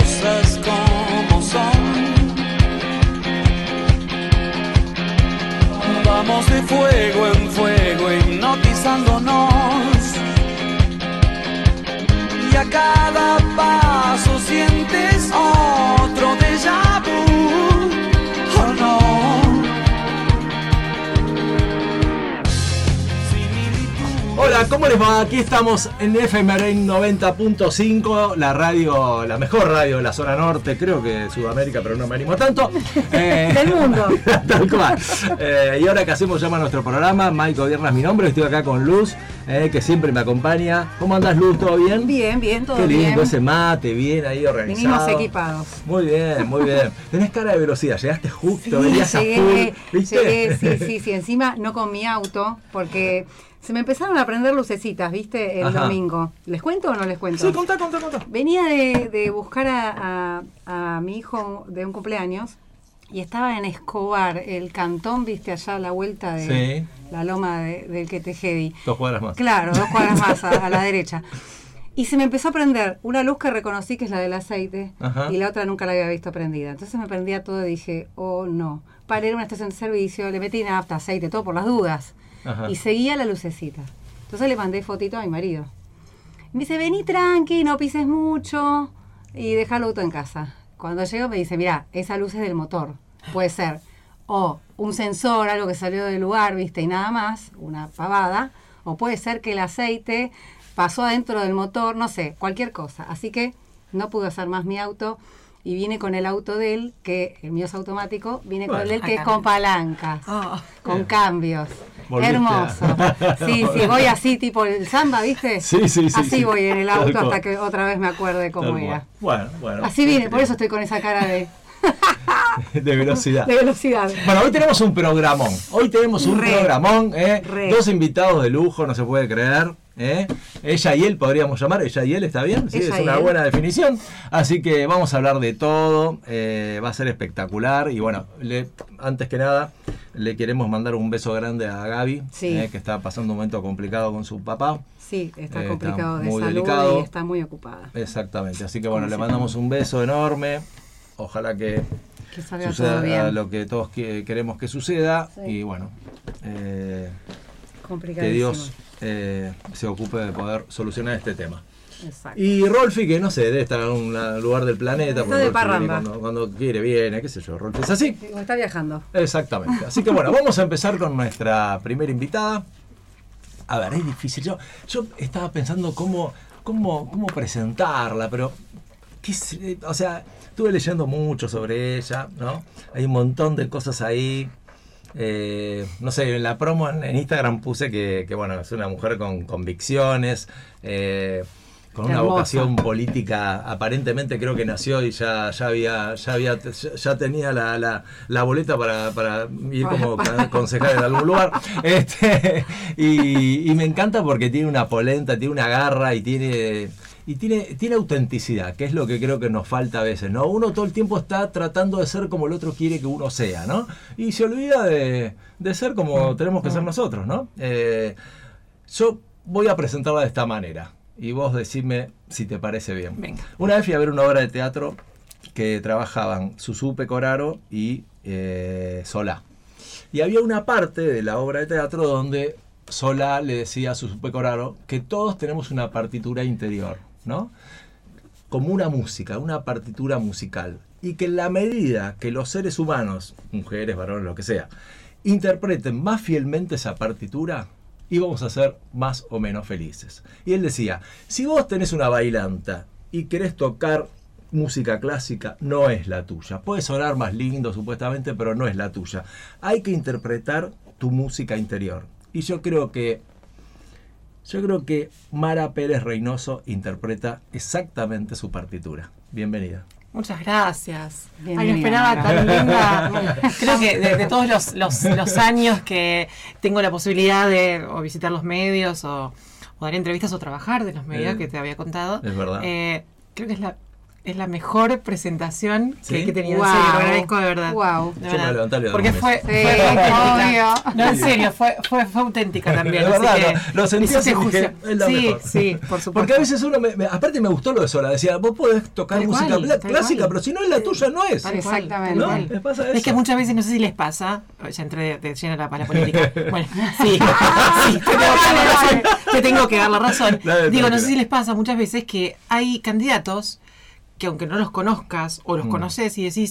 cosas como son. Vamos de fuego en fuego hipnotizándonos, y a cada paso sientes otro déjà vu, oh no. Hola, ¿cómo les va? Aquí estamos en FM 90.5, la radio, la mejor radio de la zona norte, creo que de Sudamérica, pero no me animo tanto. Del mundo. Tal cual. Y ahora que hacemos llama nuestro programa, Maico Dierna es mi nombre, estoy acá con Luz, que siempre me acompaña. ¿Cómo andás, Luz? ¿Todo bien? Bien, bien, todo bien. Qué lindo ese mate, bien ahí organizado. Vinimos equipados. Muy bien, muy bien. Tenés cara de velocidad, llegaste justo, Sí, venías a llegué, full, ¿viste? llegué, sí, encima no con mi auto, porque se me empezaron a prender lucecitas, ¿viste? El domingo. ¿Les cuento o no les cuento? Sí, contá. Venía de buscar a mi hijo de un cumpleaños y estaba en Escobar, el cantón, ¿viste? Allá a la vuelta de la loma del Quetejedi. 2 cuadras más. Claro, 2 cuadras más a la derecha. Y se me empezó a prender una luz que reconocí que es la del aceite. Ajá. Y la otra nunca la había visto prendida. Entonces me prendía todo y dije, oh no. Paré en una estación de servicio, le metí nafta, aceite, todo por las dudas. Ajá. Y seguía la lucecita. Entonces le mandé fotito a mi marido. Me dice, vení tranqui, no pises mucho y deja el auto en casa. Cuando llego me dice, mirá, esa luz es del motor. Puede ser o un sensor, algo que salió del lugar, viste, y nada más, una pavada. O puede ser que el aceite pasó adentro del motor, no sé, cualquier cosa. Así que no pude hacer más mi auto. Y vine con el auto de él, que el mío es automático, vine con el de él que es con palancas, con cambios. ¿Volviste? Hermoso. Sí, voy así, tipo el samba, ¿viste? Sí. Así voy en el auto hasta que otra vez me acuerde cómo era. Bueno. Así vine, por eso estoy con esa cara de... de velocidad. De velocidad. Bueno, hoy tenemos un programón. Dos invitados de lujo, no se puede creer. Ella y él podríamos llamar, ella y él, ¿está bien? Sí, es una buena definición. Así que vamos a hablar de todo, va a ser espectacular. Y bueno, antes que nada, le queremos mandar un beso grande a Gaby, que está pasando un momento complicado con su papá. Sí, está complicado de muy salud delicado. Y está muy ocupada. Exactamente, así que bueno, le mandamos un beso enorme. Ojalá que salga suceda todo bien. Lo que todos queremos que suceda. Y bueno, que Dios se ocupe de poder solucionar este tema. Exacto. Y Rolfi, que no sé, debe estar en un lugar del planeta. Está de parranda. Cuando quiere viene, qué sé yo, Rolfi es así. Sí, está viajando. Exactamente. Así que bueno, vamos a empezar con nuestra primera invitada. A ver, es difícil. Yo estaba pensando cómo presentarla, pero o sea, estuve leyendo mucho sobre ella, ¿no? Hay un montón de cosas ahí. No sé, en la promo en Instagram puse que bueno, es una mujer con convicciones, con una vocación política. Aparentemente creo que nació y ya tenía la boleta para ir como concejal en algún lugar. Y me encanta porque tiene una polenta, tiene una garra y tiene autenticidad, que es lo que creo que nos falta a veces, ¿no? Uno todo el tiempo está tratando de ser como el otro quiere que uno sea, ¿no? Y se olvida de ser como tenemos que ser nosotros, ¿no? Yo voy a presentarla de esta manera y vos decime si te parece bien. Venga. Una vez fui a ver una obra de teatro que trabajaban Susú Pecoraro y Solá. Y había una parte de la obra de teatro donde Solá le decía a Susú Pecoraro que todos tenemos una partitura interior, ¿no? Como una música, una partitura musical. Y que en la medida que los seres humanos, mujeres, varones, lo que sea, interpreten más fielmente esa partitura, íbamos a ser más o menos felices. Y él decía, si vos tenés una bailanta y querés tocar música clásica, no es la tuya. Puede sonar más lindo supuestamente, pero no es la tuya. Hay que interpretar tu música interior. Y yo creo que Mara Pérez Reynoso interpreta exactamente su partitura. Bienvenida. Muchas gracias. Bienvenida. Ay, no esperaba tan linda. Creo que de todos los años que tengo la posibilidad de o visitar los medios o dar entrevistas o trabajar de los medios que te había contado, es verdad. Creo que es la mejor presentación que he tenido. Wow. En serio, lo agradezco de verdad. Wow. De Yo me verdad. levanté a leer Porque un fue mes. auténtica. Obvio. No, en serio, fue auténtica también. De así verdad, que lo sentí eso así, se dije, juicio. es la mejor. Sí, por supuesto. Porque a veces uno, aparte me gustó lo de Sola, decía, vos podés tocar Tal música cual, tal clásica, cual. pero si no es la tuya, no es. Tal cual, Exactamente. tal ¿No? cual. ¿Les pasa eso? Es que muchas veces, no sé si les pasa, ya entré de lleno a la política. Bueno, sí, te tengo que dar la razón. Dale, Digo, no tranquila. sé si les pasa muchas veces que hay candidatos que aunque no los conozcas o los conoces y decís,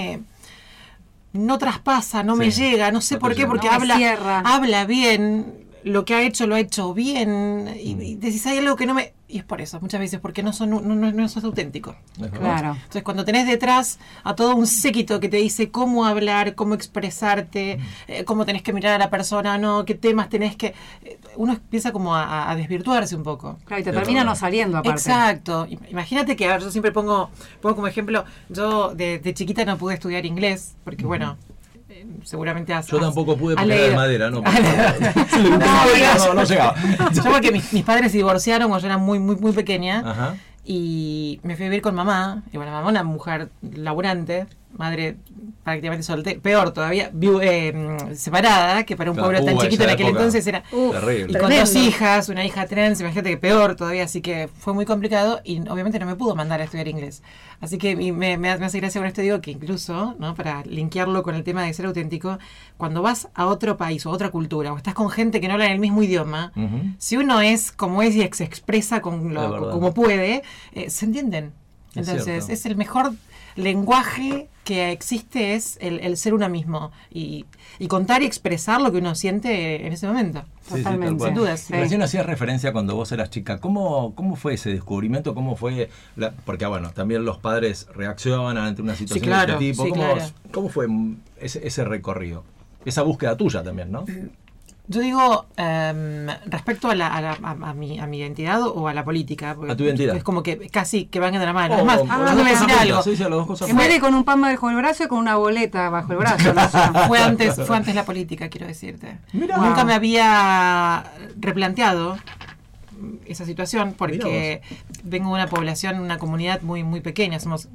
no traspasa, no me llega, no sé No te por qué, llega. porque No me cierra. habla bien, lo que ha hecho lo ha hecho bien, y decís, hay algo que no me... Y es por eso, muchas veces, porque no sos auténtico. Claro. Entonces, cuando tenés detrás a todo un séquito que te dice cómo hablar, cómo expresarte, cómo tenés que mirar a la persona, no, qué temas tenés que... uno empieza como a desvirtuarse un poco. Claro, y te termina no saliendo aparte. Exacto. Imagínate que, a ver, yo siempre pongo como ejemplo, yo de chiquita no pude estudiar inglés, porque bueno... seguramente Yo tampoco pude has porque era de leído. madera, ¿no? No, No llegaba. yo porque mis padres se divorciaron cuando yo era muy pequeña. Ajá. Y me fui a vivir con mamá. Y bueno, mamá, una mujer laburante, madre prácticamente soltera, peor todavía, separada, que para un Claro, pueblo tan chiquito en esa aquel época. entonces era... Terrible. Y con dos hijas, una hija trans, imagínate que peor todavía, así que fue muy complicado y obviamente no me pudo mandar a estudiar inglés. Así que me hace gracia con esto, digo que incluso, ¿no?, para linkearlo con el tema de ser auténtico, cuando vas a otro país o a otra cultura o estás con gente que no habla el mismo idioma, si uno es como es y se expresa como puede, se entienden. Entonces es el mejor lenguaje que existe, es el ser uno mismo y contar y expresar lo que uno siente en ese momento. Totalmente. Sin dudas. Sí. Recién hacías referencia cuando vos eras chica. ¿Cómo fue ese descubrimiento? ¿Cómo fue? Porque, bueno, también los padres reaccionan ante una situación de este tipo. Sí, ¿Cómo fue ese recorrido? Esa búsqueda tuya también, ¿no? Yo digo, respecto a mi identidad o a la política. A tu identidad. Es como que casi que van de la mano. Oh, es más, las yo dos voy a decir cosas algo. juntas, sí, sí, las dos cosas En vez de juntas. con un pan bajo el brazo y con una boleta bajo el brazo. ¿No? O sea, Fue antes la política, quiero decirte. Mirá. Nunca me había replanteado esa situación porque vengo de una población, una comunidad muy pequeña. Somos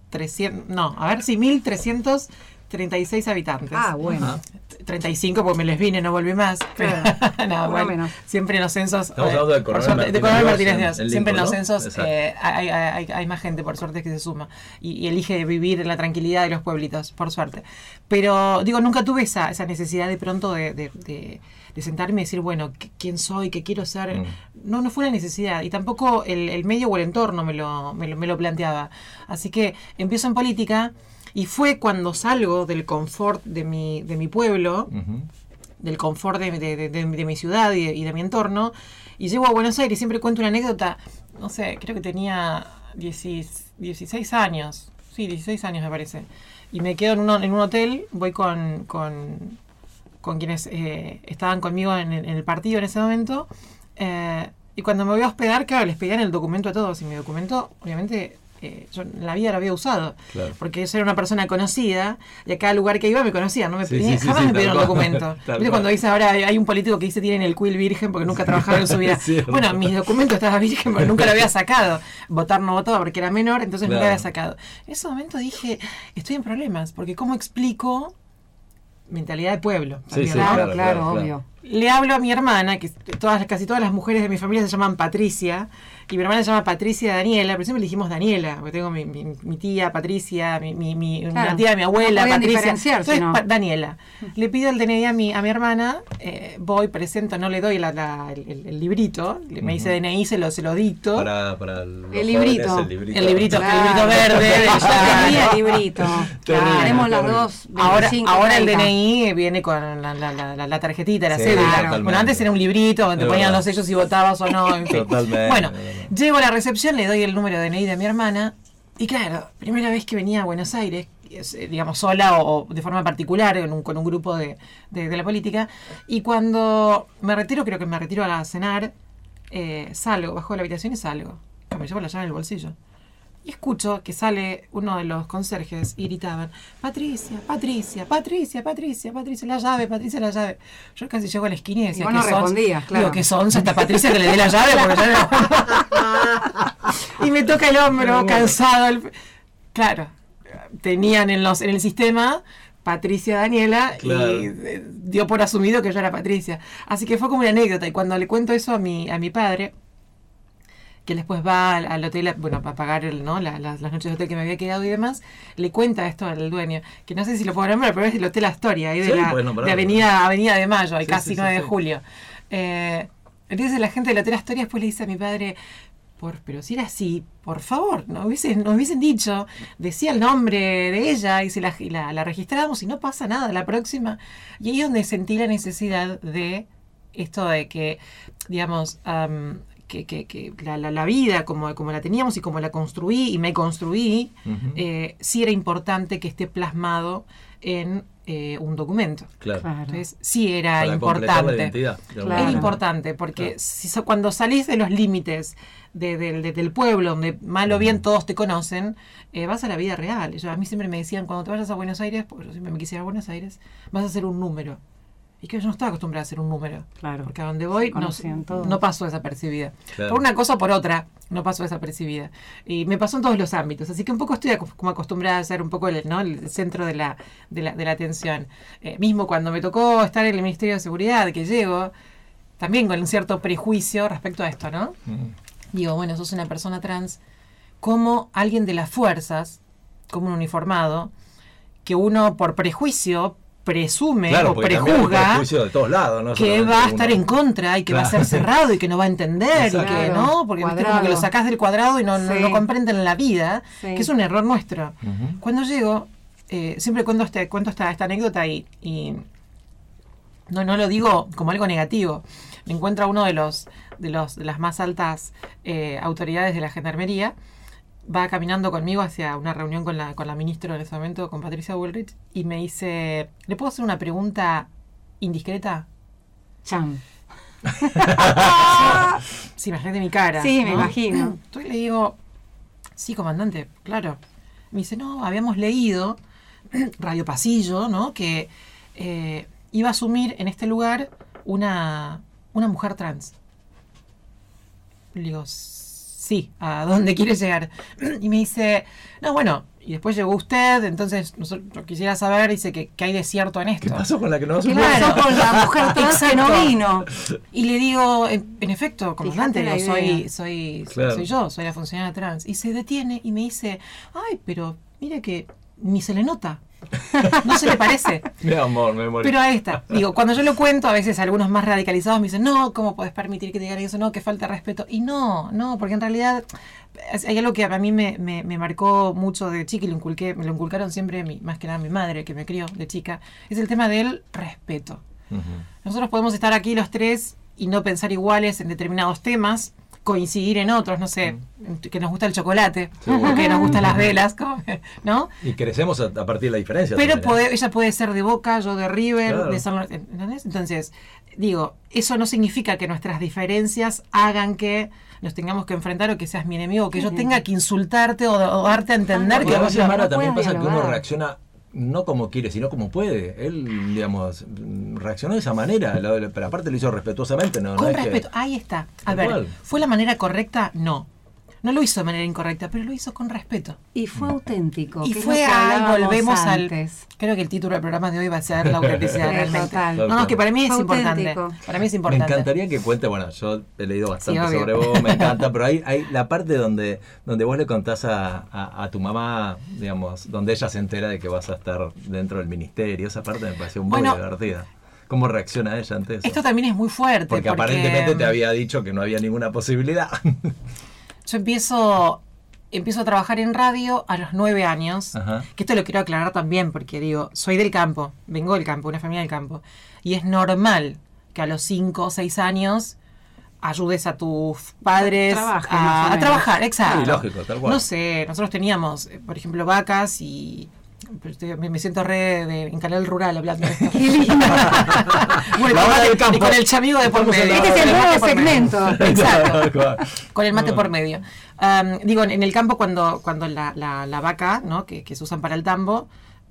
1.336 habitantes. Ah, bueno. Ajá. 35 porque me les vine, no volví más. Claro. No, Por lo bueno, menos. siempre en los censos. Estamos hablando de por Coronel suerte, de Martínez Coronel Martínez Díaz, Díaz. en Siempre en los Lincoln, ¿no? censos Exacto. hay más gente, por suerte, que se suma y elige vivir en la tranquilidad de los pueblitos, por suerte. Pero, digo, nunca tuve esa necesidad de pronto de sentarme y decir, bueno, ¿quién soy? ¿Qué quiero ser? No fue una necesidad. Y tampoco el medio o el entorno me lo planteaba. Así que empiezo en política y fue cuando salgo del confort de mi pueblo, del confort de mi ciudad y de mi entorno, y llego a Buenos Aires. Siempre cuento una anécdota, no sé, creo que tenía 16 años, sí, 16 años me parece, y me quedo en un hotel, voy con quienes estaban conmigo en el partido en ese momento, y cuando me voy a hospedar, claro, les pedían el documento a todos, y mi documento, obviamente, yo en la vida lo había usado, Claro. porque yo era una persona conocida y a cada lugar que iba me conocían, no me Sí, pedían, sí, jamás sí, me pidieron tal cual. documento. Tal ¿Viste cual. cuando dice ahora hay un político que dice tienen el quill virgen porque nunca trabajaron en su vida? Cierto. Bueno, mis documentos estaban virgen porque nunca lo había sacado. Votar no votaba porque era menor, entonces Claro. nunca lo había sacado. En ese momento dije, estoy en problemas, porque ¿cómo explico mentalidad de pueblo? Sí, sí, Claro, claro, obvio. Le hablo a mi hermana, que casi todas las mujeres de mi familia se llaman Patricia, y mi hermana se llama Patricia Daniela, pero siempre le dijimos Daniela, porque tengo mi tía Patricia, una tía de mi abuela, No podían Patricia. diferenciarse, Entonces, ¿no? Daniela. Le pido el DNI a mi hermana, voy, presento, no le doy el librito, me dice DNI, se lo dicto. Para El librito. jóvenes, El librito Claro. verde. Yo tenía el librito. Terrible, Tenemos las terrible. dos. Ahora 25, el 30. DNI viene con la tarjetita, la Sí, cédula. totalmente. Bueno, antes era un librito donde Es te ponían verdad. los sellos si votabas o no, en fin. Totalmente. Bueno, Totalmente. llego a la recepción, le doy el número de DNI de mi hermana y claro, primera vez que venía a Buenos Aires, digamos sola o de forma particular con un grupo de la política, y cuando me retiro, creo que me retiro a cenar, salgo, bajo de la habitación y salgo. Me llevo la llave en el bolsillo. Y escucho que sale uno de los conserjes y gritaban, Patricia, Patricia, Patricia, Patricia, Patricia, la llave, Patricia, la llave. Yo casi llego a la esquina y decía, vos no ¿qué son? respondías, claro. Digo, ¿qué son? Esta Patricia que le dé la llave porque ya no... Y me toca el hombro, cansado. Claro, tenían en el sistema Patricia Daniela, claro, y dio por asumido que yo era Patricia. Así que fue como una anécdota. Y cuando le cuento eso a mi padre, que después va al hotel, bueno, para pagar las noches de hotel que me había quedado y demás, le cuenta esto al dueño, que no sé si lo puedo nombrar, pero es el Hotel Astoria, ahí de Avenida de Mayo, ahí casi 9 de julio. Entonces la gente del Hotel Astoria después le dice a mi padre, pero si era así, por favor, nos hubiesen dicho, decía el nombre de ella y la registramos y no pasa nada la próxima. Y ahí es donde sentí la necesidad de esto de que, digamos, que la vida como la teníamos y como la construí y me construí, sí era importante que esté plasmado en un documento. Claro. Entonces sí era importante. Era importante porque cuando salís de los límites del pueblo, donde mal o bien todos te conocen, vas a la vida real. A mí siempre me decían, cuando te vayas a Buenos Aires, porque yo siempre me quise ir a Buenos Aires, vas a ser un número. Y que yo no estaba acostumbrada a ser un número. Claro. Porque a donde voy no paso desapercibida. Claro. Por una cosa o por otra, no paso desapercibida. Y me pasó en todos los ámbitos. Así que un poco estoy como acostumbrada a ser un poco el centro de la atención. Mismo cuando me tocó estar en el Ministerio de Seguridad, que llego, también con un cierto prejuicio respecto a esto, ¿no? Digo, bueno, sos una persona trans, como alguien de las fuerzas, como un uniformado, que uno por prejuicio presume o prejuzga de todos lados, ¿no? Que va a estar en contra y que va a ser cerrado y que no va a entender. Exacto. Y que no, porque como que lo sacás del cuadrado y no comprenden la vida, que es un error nuestro. Cuando llego, siempre cuento esta anécdota y no lo digo como algo negativo. Me encuentro a uno de las más altas autoridades de la Gendarmería. Va caminando conmigo hacia una reunión con la ministra en ese momento, con Patricia Bullrich, y me dice, ¿le puedo hacer una pregunta indiscreta? Chan. Sí, imagínate mi cara. Sí, ¿no? me imagino. Entonces le digo, sí, comandante, claro. Me dice, no, habíamos leído, Radio Pasillo, ¿no? Que iba a asumir en este lugar una mujer trans. Le digo, sí, ¿a dónde quiere llegar? Y me dice, no, bueno, y después llegó usted, entonces yo quisiera saber, dice, que hay de cierto en esto. ¿Qué pasó con la que no asumió? ¿Qué pasó con la mujer trans que no vino? Y le digo, en efecto, comandante, soy yo, soy la funcionaria trans. Y se detiene y me dice, ay, pero mire que ni se le nota. No se le parece. Mi amor, me morí. Pero ahí está. Digo, cuando yo lo cuento, a veces algunos más radicalizados me dicen, no, ¿cómo podés permitir que te digan eso? No, que falta de respeto. Y no, porque en realidad hay algo que a mí me marcó mucho de chica y me lo inculcaron siempre, más que nada mi madre, que me crió de chica, es el tema del respeto. Nosotros podemos estar aquí los tres y no pensar iguales en determinados temas, coincidir en otros, no sé, que nos gusta el chocolate, o que nos gustan las velas, ¿no? Y crecemos a partir de la diferencia. Pero también, ella puede ser de Boca, yo de River, claro. ¿Entendés? Entonces, digo, eso no significa que nuestras diferencias hagan que nos tengamos que enfrentar o que seas mi enemigo, o que yo tenga que insultarte o darte a entender que... Además, Mara, también pasa que uno reacciona no como quiere, sino como puede. Él, digamos, reaccionó de esa manera, pero aparte lo hizo respetuosamente. No, con no respeto, ahí está. A ver, ¿fue la manera correcta? No. No lo hizo de manera incorrecta, pero lo hizo con respeto. Y fue auténtico. Y fue volvemos antes. Creo que el título del programa de hoy va a ser la autenticidad realmente. Total. No, que para mí es importante. Para mí es importante. Me encantaría que cuente, bueno, yo he leído bastante sobre vos, me encanta, pero hay la parte donde vos le contás a tu mamá, digamos, donde ella se entera de que vas a estar dentro del ministerio. Esa parte me pareció muy divertida. ¿Cómo reacciona ella ante eso? Esto también es muy fuerte. Porque aparentemente te había dicho que no había ninguna posibilidad. Yo empiezo a trabajar en radio a los 9 años, que esto lo quiero aclarar también, porque digo, soy del campo, vengo del campo, una familia del campo, y es normal que a los 5 o 6 años ayudes a tus padres a trabajar, exacto. Sí, lógico, tal cual. No sé, nosotros teníamos, por ejemplo, vacas y... Me siento en canal rural hablando de esto. Bueno, con el chamigo de por medio. Este es el nuevo segmento. Exacto. Con el mate por medio. Digo, en el campo cuando la vaca, ¿no? que se usan para el tambo,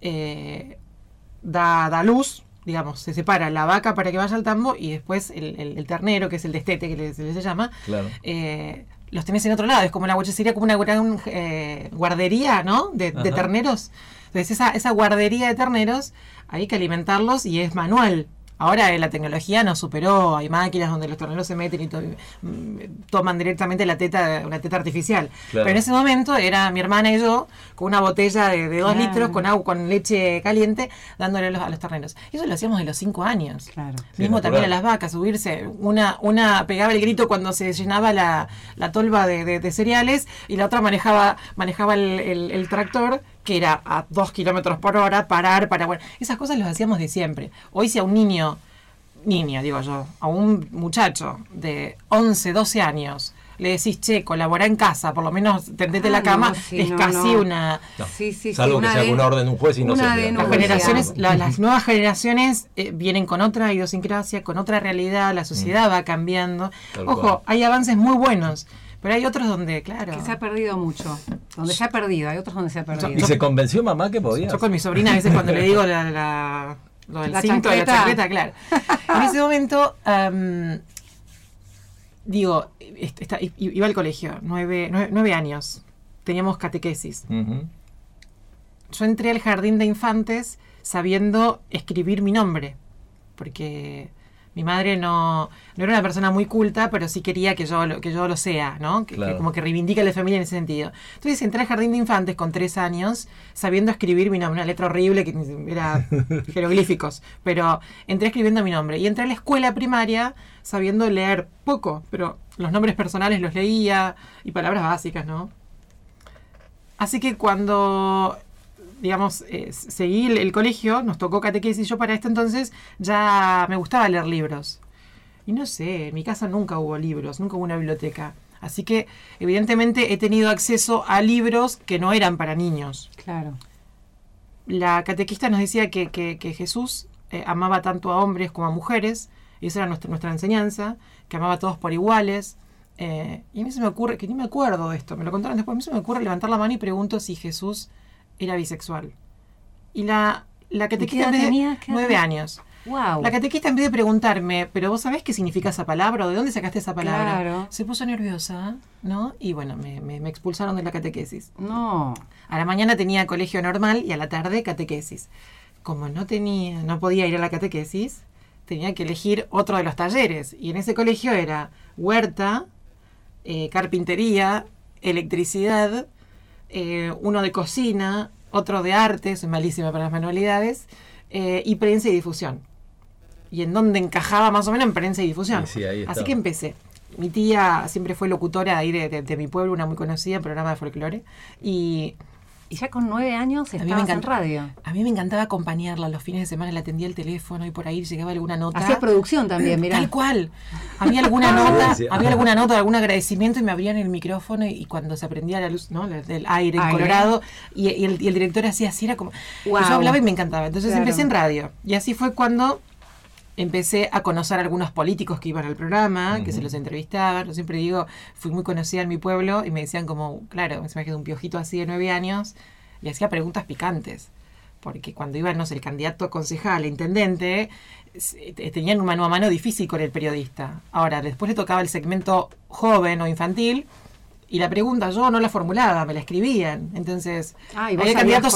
da luz, digamos, se separa la vaca para que vaya al tambo y después el ternero, que es el destete que se llama, claro. los tenés en otro lado. Es como sería como una gran guardería, ¿no? De terneros. Entonces esa guardería de terneros hay que alimentarlos y es manual. Ahora la tecnología nos superó, hay máquinas donde los terneros se meten y toman directamente una teta artificial. Claro. Pero en ese momento era mi hermana y yo con una botella de 2 litros con agua, con leche caliente, dándole a los terneros. Y eso lo hacíamos de los 5 años. Claro. Mismo sí, también a las vacas, subirse. Una pegaba el grito cuando se llenaba la tolva de cereales y la otra manejaba el tractor, que era a 2 kilómetros por hora, parar, bueno, esas cosas las hacíamos de siempre. Hoy si a un niño digo yo, a un muchacho de 11, 12 años, le decís, che, colabora en casa, por lo menos tendete la cama, es casi una... No. Sí, salvo que sea con una orden de un juez y no sé. Las nuevas generaciones vienen con otra idiosincrasia, con otra realidad, la sociedad va cambiando. Ojo, hay avances muy buenos. Pero hay otros donde, claro... Que se ha perdido mucho. Donde se ha perdido, hay otros donde se ha perdido. ¿Y se convenció mamá que podía? Yo con mi sobrina a veces cuando le digo lo del cinto de la chancleta, claro. En ese momento, iba al colegio, 9 años. Teníamos catequesis. Uh-huh. Yo entré al jardín de infantes sabiendo escribir mi nombre. Porque... mi madre no era una persona muy culta, pero sí quería que yo lo sea, ¿no? Que como que reivindica a la familia en ese sentido. Entonces entré al jardín de infantes con 3 años, sabiendo escribir mi nombre, una letra horrible que era jeroglíficos, pero entré escribiendo mi nombre. Y entré a la escuela primaria sabiendo leer poco, pero los nombres personales los leía y palabras básicas, ¿no? Así que cuando... digamos, seguí el colegio, nos tocó catequesis, yo para esto entonces ya me gustaba leer libros. Y no sé, en mi casa nunca hubo libros, nunca hubo una biblioteca. Así que, evidentemente, he tenido acceso a libros que no eran para niños. Claro. La catequista nos decía que Jesús amaba tanto a hombres como a mujeres, y esa era nuestra enseñanza, que amaba a todos por iguales. Y a mí se me ocurre, que ni me acuerdo de esto, me lo contaron después, a mí se me ocurre levantar la mano y pregunto si Jesús era bisexual. Y la catequista tenía 9 años. Wow. La catequista, en vez de preguntarme, ¿pero vos sabés qué significa esa palabra? ¿O de dónde sacaste esa palabra? Claro. Se puso nerviosa, ¿no? Y bueno, me expulsaron de la catequesis. No. A la mañana tenía colegio normal y a la tarde catequesis. Como no podía ir a la catequesis, tenía que elegir otro de los talleres. Y en ese colegio era huerta, carpintería, electricidad, uno de cocina, otro de arte, soy malísima para las manualidades, y prensa y difusión. Y en donde encajaba más o menos en prensa y difusión. Sí, así que empecé. Mi tía siempre fue locutora ahí de mi pueblo, una muy conocida, programa de folclore, y ya con 9 años estabas en radio. A mí me encantaba acompañarla. Los fines de semana la atendía el teléfono y por ahí llegaba alguna nota. Hacías producción también, mirá. Tal cual. Había alguna nota, algún agradecimiento y me abrían el micrófono y cuando se prendía la luz, ¿no? Del aire en colorado y el director hacía así, era como... Wow. Yo hablaba y me encantaba. Entonces empecé en radio. Y así fue cuando empecé a conocer a algunos políticos que iban al programa, que se los entrevistaban. Yo siempre digo, fui muy conocida en mi pueblo y me decían como, claro, me quedó un piojito así de 9 años, le hacía preguntas picantes. Porque cuando iba, no sé, el candidato a concejal, intendente, tenían un mano a mano difícil con el periodista. Ahora, después le tocaba el segmento joven o infantil, y la pregunta yo no la formulaba, me la escribían. Entonces, ahí el candidato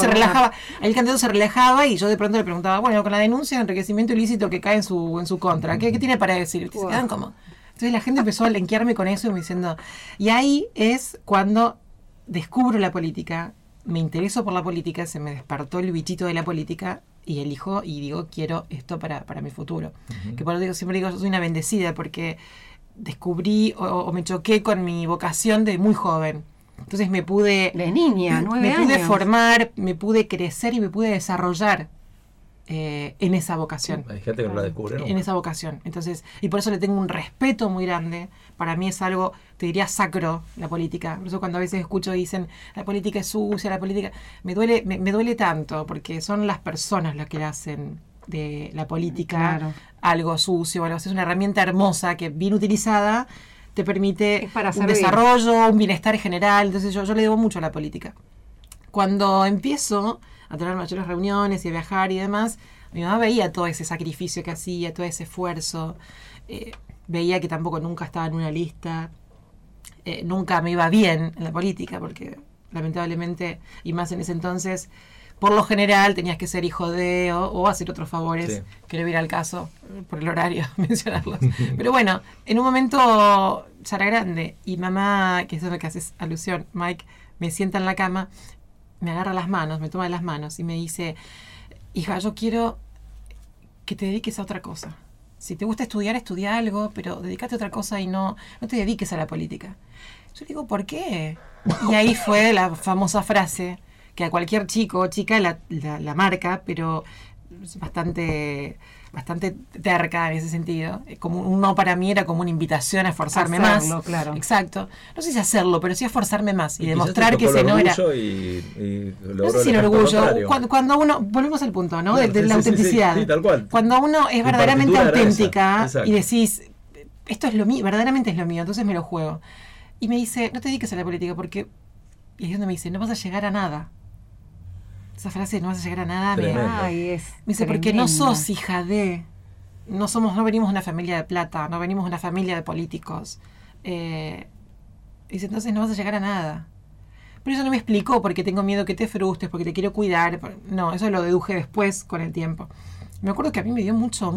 se relajaba y yo de pronto le preguntaba, bueno, con la denuncia de enriquecimiento ilícito que cae en su contra, ¿qué tiene para decir? Wow. Se quedan como... Entonces la gente empezó a lenquearme con eso y me diciendo... Y ahí es cuando descubro la política, me intereso por la política, se me despertó el bichito de la política y elijo y digo, quiero esto para mi futuro. Uh-huh. Que por eso siempre digo, yo soy una bendecida porque... descubrí o me choqué con mi vocación de muy joven. Entonces me pude... De niña, 9 años. Me pude formar, me pude crecer y me pude desarrollar en esa vocación. Hay gente que no la descubre, ¿no? En esa vocación. Entonces, y por eso le tengo un respeto muy grande. Para mí es algo, te diría, sacro, la política. Por eso cuando a veces escucho dicen, la política es sucia, la política... Me duele tanto, porque son las personas las que la hacen de la política, algo sucio, algo así. Es una herramienta hermosa que bien utilizada te permite un desarrollo, un bienestar general. Entonces yo le debo mucho a la política. Cuando empiezo a tener mayores reuniones y a viajar y demás, mi mamá veía todo ese sacrificio que hacía, todo ese esfuerzo, veía que tampoco nunca estaba en una lista. nunca me iba bien en la política, porque lamentablemente, y más en ese entonces, por lo general tenías que ser hijo de o hacer otros favores, que no hubiera el caso, por el horario, mencionarlos. Pero bueno, en un momento ya era grande, y mamá, que es lo que haces alusión, Mike, me sienta en la cama, me agarra las manos, me toma de las manos y me dice, hija, yo quiero que te dediques a otra cosa. Si te gusta estudiar, estudia algo, pero dedícate a otra cosa y no te dediques a la política. Yo digo, ¿por qué? Y ahí fue la famosa frase que a cualquier chico o chica la marca, pero es bastante terca en ese sentido. Como un no para mí era como una invitación a esforzarme hacerlo, más. Claro. Exacto. No sé si hacerlo, pero sí a esforzarme más y demostrar que ese no era. No sé si el orgullo. Cuando uno, volvemos al punto, ¿no? Claro, de la autenticidad. Sí, tal cual. Cuando uno es Mi verdaderamente partitura era auténtica esa. y decís, esto es lo mío, verdaderamente es lo mío, entonces me lo juego. Y me dice, no te dediques a la política porque. Y ahí es donde me dice, no vas a llegar a nada. Esa frase, no vas a llegar a nada, me dice, porque no sos hija de. No venimos de una familia de plata, no venimos de una familia de políticos. Dice, entonces no vas a llegar a nada. Pero eso no me explicó porque tengo miedo que te frustres, porque te quiero cuidar. No, eso lo deduje después con el tiempo. Me acuerdo que a mí me dio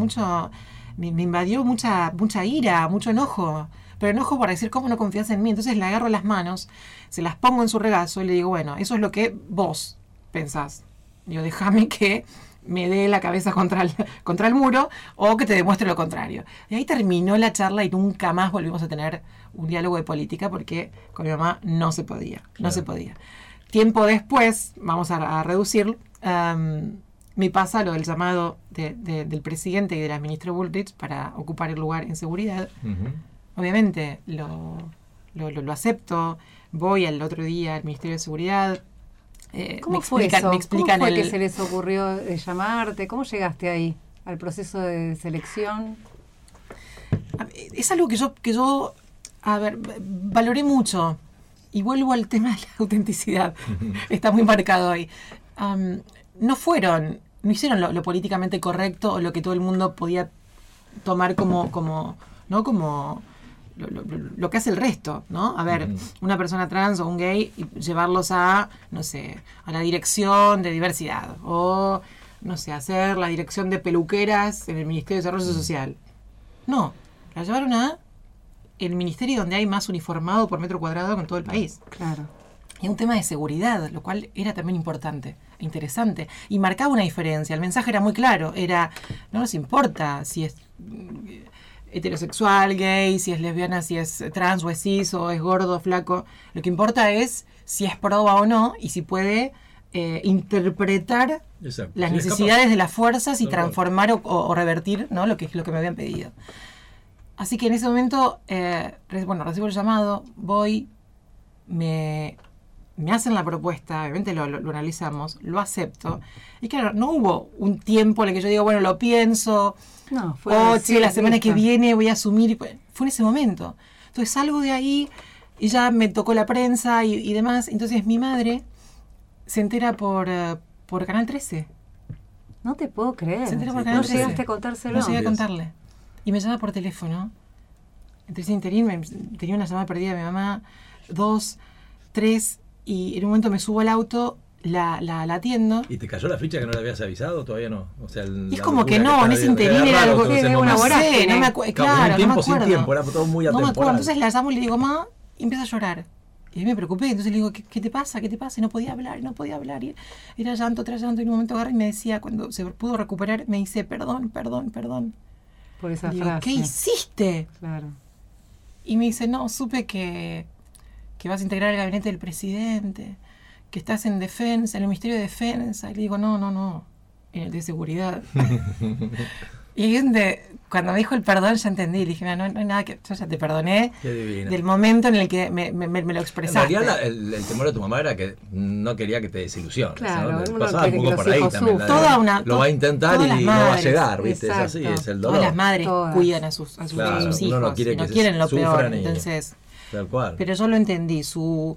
me invadió mucha ira, mucho enojo. Pero enojo para decir, ¿cómo no confías en mí? Entonces le agarro las manos, se las pongo en su regazo y le digo, bueno, eso es lo que vos pensás. Digo, déjame que me dé la cabeza contra el muro o que te demuestre lo contrario. Y ahí terminó la charla y nunca más volvimos a tener un diálogo de política porque con mi mamá no se podía. Claro. No se podía. Tiempo después, vamos a reducirlo, me pasa lo del llamado del presidente y de la ministra Bullrich para ocupar el lugar en seguridad. Uh-huh. Obviamente lo acepto, voy al otro día al Ministerio de Seguridad. ¿Cómo fue eso? ¿Cómo fue que se les ocurrió llamarte? ¿Cómo llegaste ahí, al proceso de selección? Es algo que yo valoré mucho. Y vuelvo al tema de la autenticidad. Está muy marcado ahí. No hicieron lo políticamente correcto o lo que todo el mundo podía tomar como lo que hace el resto, ¿no? A ver, una persona trans o un gay y llevarlos a, no sé, a la dirección de diversidad o, no sé, hacer la dirección de peluqueras en el Ministerio de Desarrollo Social. No, la llevaron a el ministerio donde hay más uniformado por metro cuadrado en todo el país. Claro. Y un tema de seguridad, lo cual era también importante, interesante. Y marcaba una diferencia. El mensaje era muy claro. Era, no nos importa si es heterosexual, gay, si es lesbiana, si es trans o es cis o es gordo, flaco. Lo que importa es si es proba o no y si puede interpretar las necesidades de las fuerzas y transformar o revertir, ¿no? lo que me habían pedido. Así que en ese momento, recibo el llamado, voy, me hacen la propuesta, obviamente lo analizamos, lo acepto. Y claro, no hubo un tiempo en el que yo digo, bueno, lo pienso, no, fue la semana que viene voy a asumir. Fue en ese momento. Entonces salgo de ahí y ya me tocó la prensa y demás. Entonces mi madre se entera por Canal 13. No te puedo creer. Se entera por Canal 13. No llegaste a contárselo. No llegué a contarle. Y me llama por teléfono. Entonces interín, tenía una llamada perdida de mi mamá, 2, 3, y en un momento me subo al auto, la atiendo. ¿Y te cayó la ficha que no le habías avisado? Todavía no. O sea, y es como que no, en ese interín era algo que una vorágine. No me acuerdo. Claro, tiempo, no me acuerdo. Sin tiempo, era todo muy atemporal. No me acuerdo. Entonces la llamo y le digo, mamá, y empieza a llorar. Y me preocupé, entonces le digo, ¿qué te pasa? ¿Qué te pasa? Y no podía hablar. Y era llanto tras llanto, y en un momento agarra y me decía, cuando se pudo recuperar, me dice, perdón. Por esa digo, frase. ¿qué hiciste? Claro. Y me dice, no, supe que vas a integrar el gabinete del presidente, que estás en defensa, en el Ministerio de Defensa. Y le digo, no, en el de seguridad. Y cuando me dijo el perdón ya entendí. Le dije, no hay nada que... Yo ya te perdoné del momento en el que me lo expresaste. En realidad el temor de tu mamá era que no quería que te desilusiones. Claro, ¿no? Pasaba un poco por ahí también. Lo va a intentar y no va a llegar, ¿viste? Exacto. Es así, es el dolor. Todas las madres cuidan a sus hijos no quiere y no que quieren lo peor. Entonces, tal cual. Pero yo lo entendí, su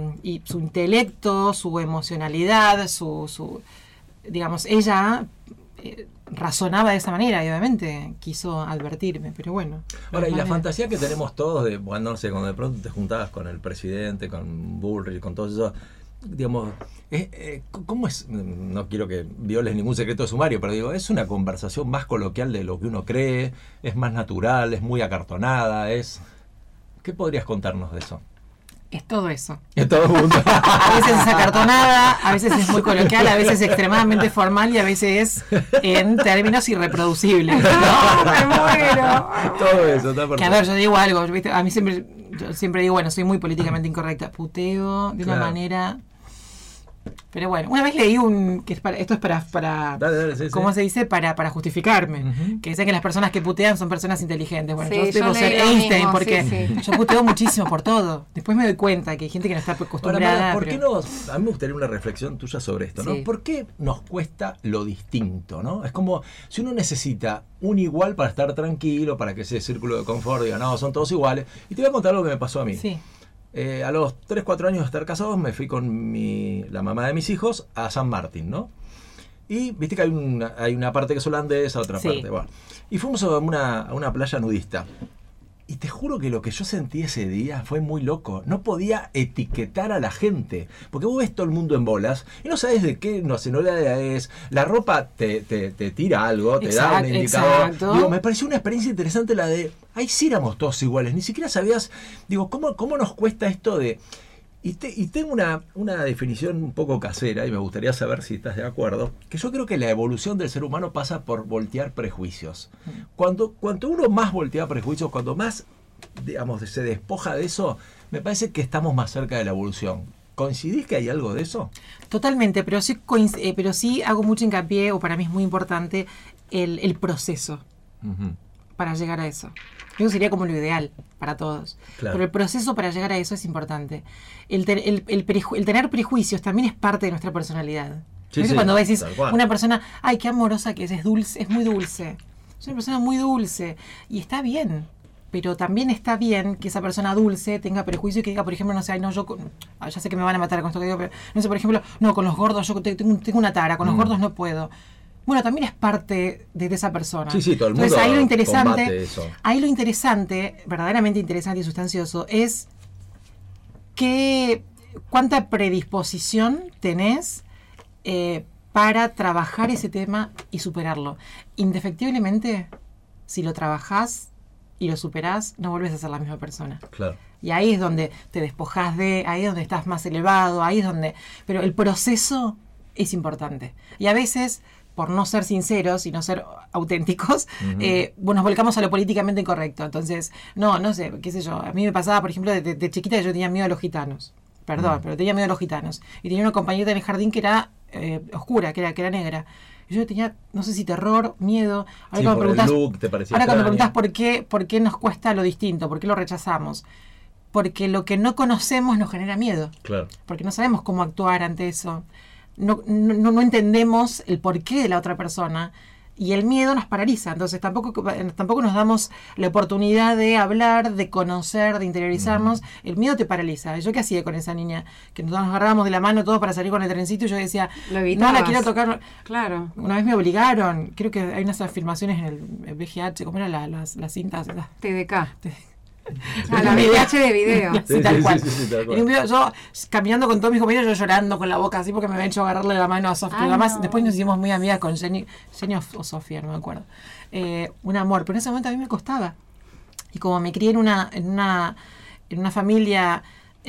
intelecto, su emocionalidad, digamos, ella razonaba de esa manera y obviamente quiso advertirme, pero bueno. Ahora, y la fantasía que tenemos todos de, bueno, no sé, cuando de pronto te juntabas con el presidente, con Bullrich, con todo eso, digamos, ¿cómo es? No quiero que violes ningún secreto sumario, pero digo, es una conversación más coloquial de lo que uno cree, es más natural, es muy acartonada, ¿qué podrías contarnos de eso? Es todo eso. Es todo mundo. A veces es acartonada, a veces es muy coloquial, a veces es extremadamente formal y a veces es en términos irreproducibles. ¡No, me muero! Todo eso, está perfecto. Que a ver, yo digo algo, ¿viste? A mí yo siempre digo, bueno, soy muy políticamente incorrecta. Puteo de una manera... Pero bueno, una vez leí esto es para dale, sí, ¿cómo sí. se dice? Para justificarme. Que dicen que las personas que putean son personas inteligentes. Bueno, Sí, yo debo ser leí lo Einstein mismo, porque sí. yo puteo muchísimo por todo. Después me doy cuenta que hay gente que no está acostumbrada. Ahora, ¿por qué a mí me gustaría una reflexión tuya sobre esto, ¿no? Sí. ¿Por qué nos cuesta lo distinto, no? Es como si uno necesita un igual para estar tranquilo, para que ese círculo de confort diga, no, son todos iguales. Y te voy a contar algo que me pasó a mí. Sí. A los 3, 4 años de estar casados me fui con la mamá de mis hijos a San Martín, ¿no? Y viste que hay una parte que es holandesa, otra Sí. parte. Bueno. Y fuimos a una playa nudista. Y te juro que lo que yo sentí ese día fue muy loco. No podía etiquetar a la gente. Porque vos ves todo el mundo en bolas y no sabes de qué nacionalidad es. La ropa te tira algo, te da un indicador. Exacto. Digo, me pareció una experiencia interesante la de... Ahí sí éramos todos iguales. Ni siquiera sabías... Digo, ¿cómo nos cuesta esto de... Y tengo una definición un poco casera, y me gustaría saber si estás de acuerdo, que yo creo que la evolución del ser humano pasa por voltear prejuicios. Cuanto uno más voltea prejuicios, cuando más, digamos, se despoja de eso, me parece que estamos más cerca de la evolución. ¿Coincidís que hay algo de eso? Totalmente, pero sí hago mucho hincapié, o para mí es muy importante, el proceso para llegar a eso. Eso sería como lo ideal para todos. Claro. Pero el proceso para llegar a eso es importante. El tener prejuicios también es parte de nuestra personalidad. Sí, sí, cuando decís tal cual. una persona, ay, qué amorosa que es dulce, es muy dulce. Es una persona muy dulce. Y está bien. Pero también está bien que esa persona dulce tenga prejuicio y que diga, por ejemplo, no sé, ya sé que me van a matar con esto que digo, pero no sé, por ejemplo, no, con los gordos, yo tengo una tara, con los gordos no puedo. Bueno, también es parte de esa persona. Sí, todo el mundo. Entonces ahí lo eso. interesante, verdaderamente interesante y sustancioso, es cuánta predisposición tenés para trabajar ese tema y superarlo. Indefectiblemente, si lo trabajás y lo superás, no volvés a ser la misma persona. Claro. Y ahí es donde te despojás ahí es donde estás más elevado, ahí es donde... Pero el proceso es importante. Y a veces, por no ser sinceros y no ser auténticos, nos volcamos a lo políticamente incorrecto. Entonces, no sé, qué sé yo. A mí me pasaba, por ejemplo, de chiquita que yo tenía miedo a los gitanos. Perdón, pero tenía miedo a los gitanos. Y tenía una compañerita en el jardín que era oscura, que era negra. Y yo tenía, no sé si terror, miedo. Ahora cuando me preguntás por qué nos cuesta lo distinto, por qué lo rechazamos. Porque lo que no conocemos nos genera miedo. Claro. Porque no sabemos cómo actuar ante eso. No entendemos el porqué de la otra persona y el miedo nos paraliza. Entonces tampoco nos damos la oportunidad de hablar, de conocer, de interiorizarnos. El miedo te paraliza. ¿Yo qué hacía con esa niña? Que nos agarrábamos de la mano todos para salir con el trencito y yo decía, no la quiero tocar. Claro. Una vez me obligaron, creo que hay unas filmaciones en el VGH, ¿cómo eran las cintas? TDK. A la VH de video. Sí, tal cual. Sí, tal cual. En un video, yo caminando con todos mis compañeros, yo llorando con la boca así porque me había hecho agarrarle la mano a Sofía. Además, no. Después nos hicimos muy amigas con Jenny o Sofía, no me acuerdo. Un amor, pero en ese momento a mí me costaba. Y como me crié en una familia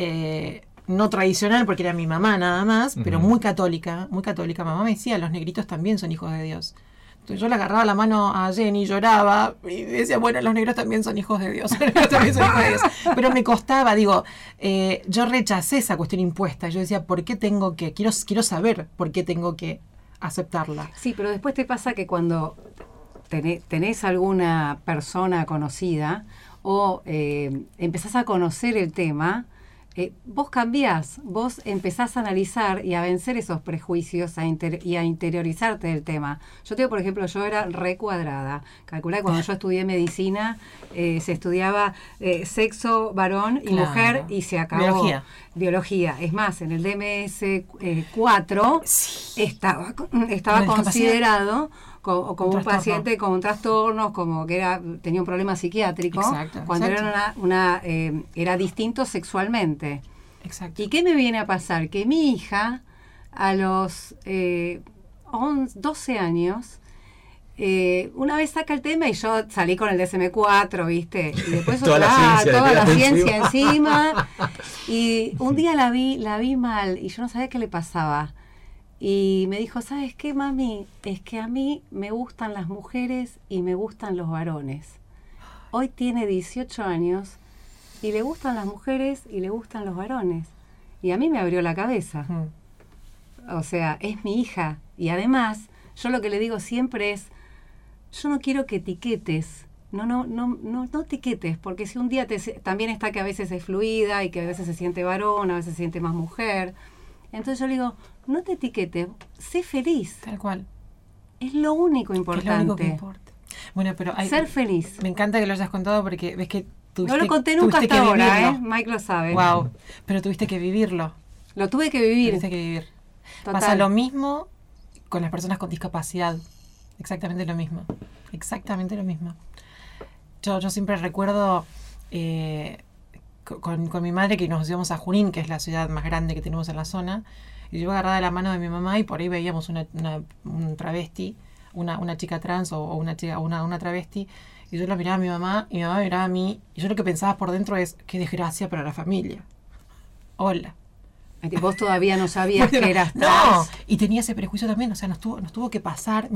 no tradicional, porque era mi mamá nada más, pero muy católica, mamá me decía, los negritos también son hijos de Dios. Entonces yo le agarraba la mano a Jenny, lloraba y decía, bueno, los negros también son hijos de Dios. Pero me costaba, yo rechacé esa cuestión impuesta. Yo decía, ¿por qué tengo que? Quiero saber por qué tengo que aceptarla. Sí, pero después te pasa que cuando tenés alguna persona conocida o empezás a conocer el tema, vos cambiás, vos empezás a analizar y a vencer esos prejuicios y a interiorizarte del tema. Yo te digo, por ejemplo, yo era recuadrada. Calculá que cuando yo estudié medicina, se estudiaba sexo, varón y mujer, y se acabó. Biología. Es más, en el DMS 4 estaba considerado como un paciente con trastornos, como que tenía un problema psiquiátrico, cuando era distinto sexualmente. Exacto. ¿Y qué me viene a pasar? Que mi hija, a los 12 años, una vez saca el tema y yo salí con el DSM-4, ¿viste? Y después toda la ciencia encima. Y un día la vi mal y yo no sabía qué le pasaba. Y me dijo, ¿sabes qué, mami? Es que a mí me gustan las mujeres y me gustan los varones. Hoy tiene 18 años y le gustan las mujeres y le gustan los varones. Y a mí me abrió la cabeza. O sea, es mi hija. Y además, yo lo que le digo siempre es, yo no quiero que etiquetes. No etiquetes, porque si un día también está que a veces es fluida y que a veces se siente varón, a veces se siente más mujer. Entonces yo le digo, no te etiquetes, sé feliz. Tal cual. Es lo único importante. Es lo único que importa. Bueno, pero ser feliz. Me encanta que lo hayas contado porque ves que no lo conté nunca hasta ahora, Mike lo sabe. Wow, pero tuviste que vivirlo. Lo tuve que vivir. Tuviste que vivir. Total. Pasa lo mismo con las personas con discapacidad. Exactamente lo mismo. Exactamente lo mismo. Yo siempre recuerdo con mi madre que nos íbamos a Junín, que es la ciudad más grande que tenemos en la zona, y yo agarraba la mano de mi mamá y por ahí veíamos un travesti, una chica trans o una travesti, y yo la miraba a mi mamá y mi mamá miraba a mí, y yo lo que pensaba por dentro es, qué desgracia para la familia. Hola. Vos todavía no sabías que eras trans. No, y tenía ese prejuicio también, o sea, me tuvo que pasar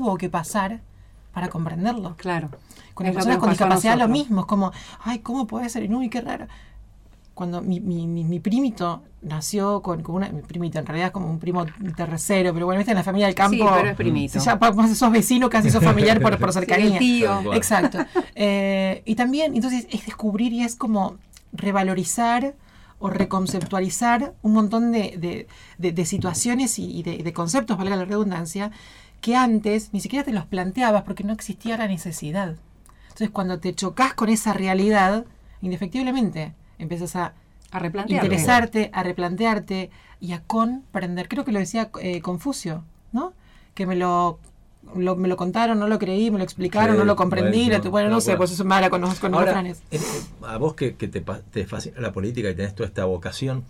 para comprenderlo. Claro. Con las personas con discapacidad lo mismo, es como, ay, ¿cómo puede ser? Y qué raro. Cuando mi primito nació mi primito, en realidad es como un primo tercero, pero bueno, viste, en la familia del campo. Sí, pero es primito. Ya sos vecino, casi sos familiar por cercanía. Sí, el tío. Exacto. Y también, entonces, es descubrir y es como revalorizar o reconceptualizar un montón de situaciones y de conceptos, valga la redundancia, que antes ni siquiera te los planteabas porque no existía la necesidad. Entonces, cuando te chocas con esa realidad, indefectiblemente empiezas a interesarte, a replantearte y a comprender. Creo que lo decía Confucio, ¿no? Que me lo contaron, no lo creí, me lo explicaron, no lo comprendí. Bueno, no sé, pues eso es mala con los refranes. A vos que te fascina la política y tenés toda esta vocación,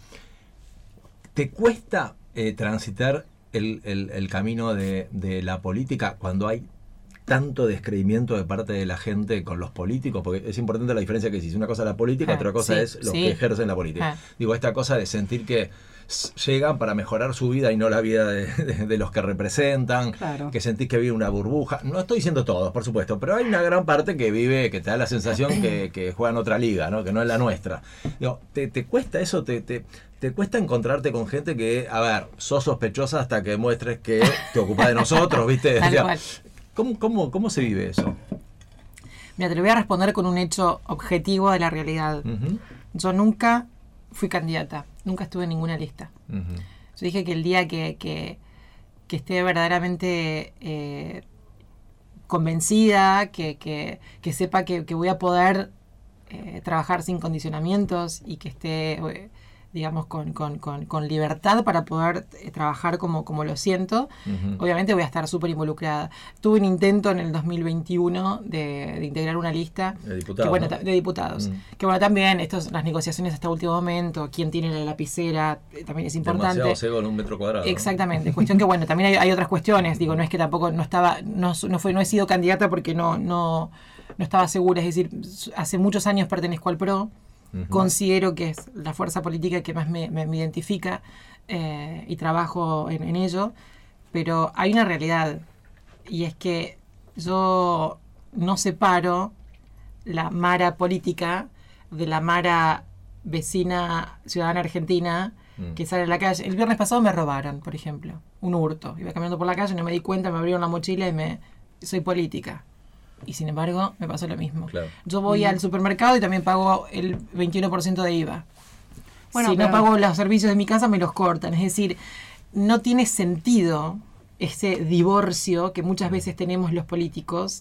¿te cuesta transitar el camino de la política cuando hay tanto descreimiento de parte de la gente con los políticos? Porque es importante la diferencia que si una cosa es la política, otra cosa es los que ejercen la política. Digo, esta cosa de sentir que llegan para mejorar su vida y no la vida de los que representan, claro. Que sentís que vive una burbuja. No estoy diciendo todos, por supuesto, pero hay una gran parte que vive, que te da la sensación que juega en otra liga, ¿no? Que no es la nuestra. Digo, ¿te cuesta eso? ¿Te cuesta encontrarte con gente que, a ver, sos sospechosa hasta que demuestres que te ocupás de nosotros, ¿viste? Tal cual. ¿Cómo se vive eso? Mira, te lo voy a responder con un hecho objetivo de la realidad. Uh-huh. Yo nunca fui candidata, nunca estuve en ninguna lista. Uh-huh. Yo dije que el día que esté verdaderamente convencida, que sepa que voy a poder trabajar sin condicionamientos y que esté digamos, con libertad para poder trabajar como lo siento, uh-huh. Obviamente voy a estar súper involucrada. Tuve un intento en el 2021 de integrar una lista de diputados, que, bueno, ¿no? de diputados. Que bueno, también las negociaciones hasta último momento, quién tiene la lapicera, también es importante. Demasiado cego en un metro cuadrado. Exactamente. Cuestión que, bueno, también hay otras cuestiones. Digo, no es que tampoco no he sido candidata porque no estaba segura. Es decir, hace muchos años pertenezco al PRO. Uh-huh. Considero que es la fuerza política que más me identifica y trabajo en ello, pero hay una realidad y es que yo no separo la mara política de la mara vecina ciudadana argentina que sale a la calle. El viernes pasado me robaron, por ejemplo, un hurto. Iba caminando por la calle, no me di cuenta, me abrieron la mochila y soy política. Y sin embargo, me pasó lo mismo. Claro. Yo voy al supermercado y también pago el 21% de IVA. Bueno, si no pago los servicios de mi casa, me los cortan. Es decir, no tiene sentido ese divorcio que muchas veces tenemos los políticos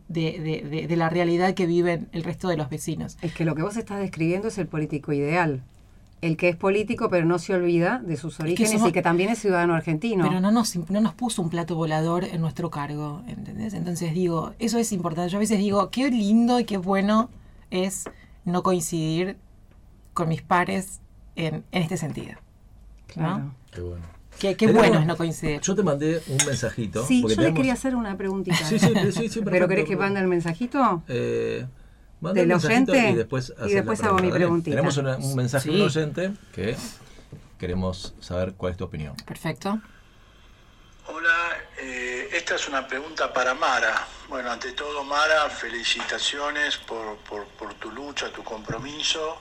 de la realidad que viven el resto de los vecinos. Es que lo que vos estás describiendo es el político ideal. el que es político pero no se olvida de sus orígenes y que también es ciudadano argentino. Pero no nos puso un plato volador en nuestro cargo, ¿entendés? Entonces digo, eso es importante. Yo a veces digo, qué lindo y qué bueno es no coincidir con mis pares en este sentido. Claro. ¿No? Qué bueno. Qué bueno es no coincidir. Yo te mandé un mensajito. Sí, yo le quería hacer una preguntita. Sí, perfecto. ¿Pero querés que mande el mensajito? Manda ¿Del un oyente? Y después hago mi preguntita. Tenemos un mensaje de un oyente que queremos saber cuál es tu opinión. Perfecto. Hola, esta es una pregunta para Mara. Bueno, ante todo, Mara, felicitaciones por tu lucha, tu compromiso.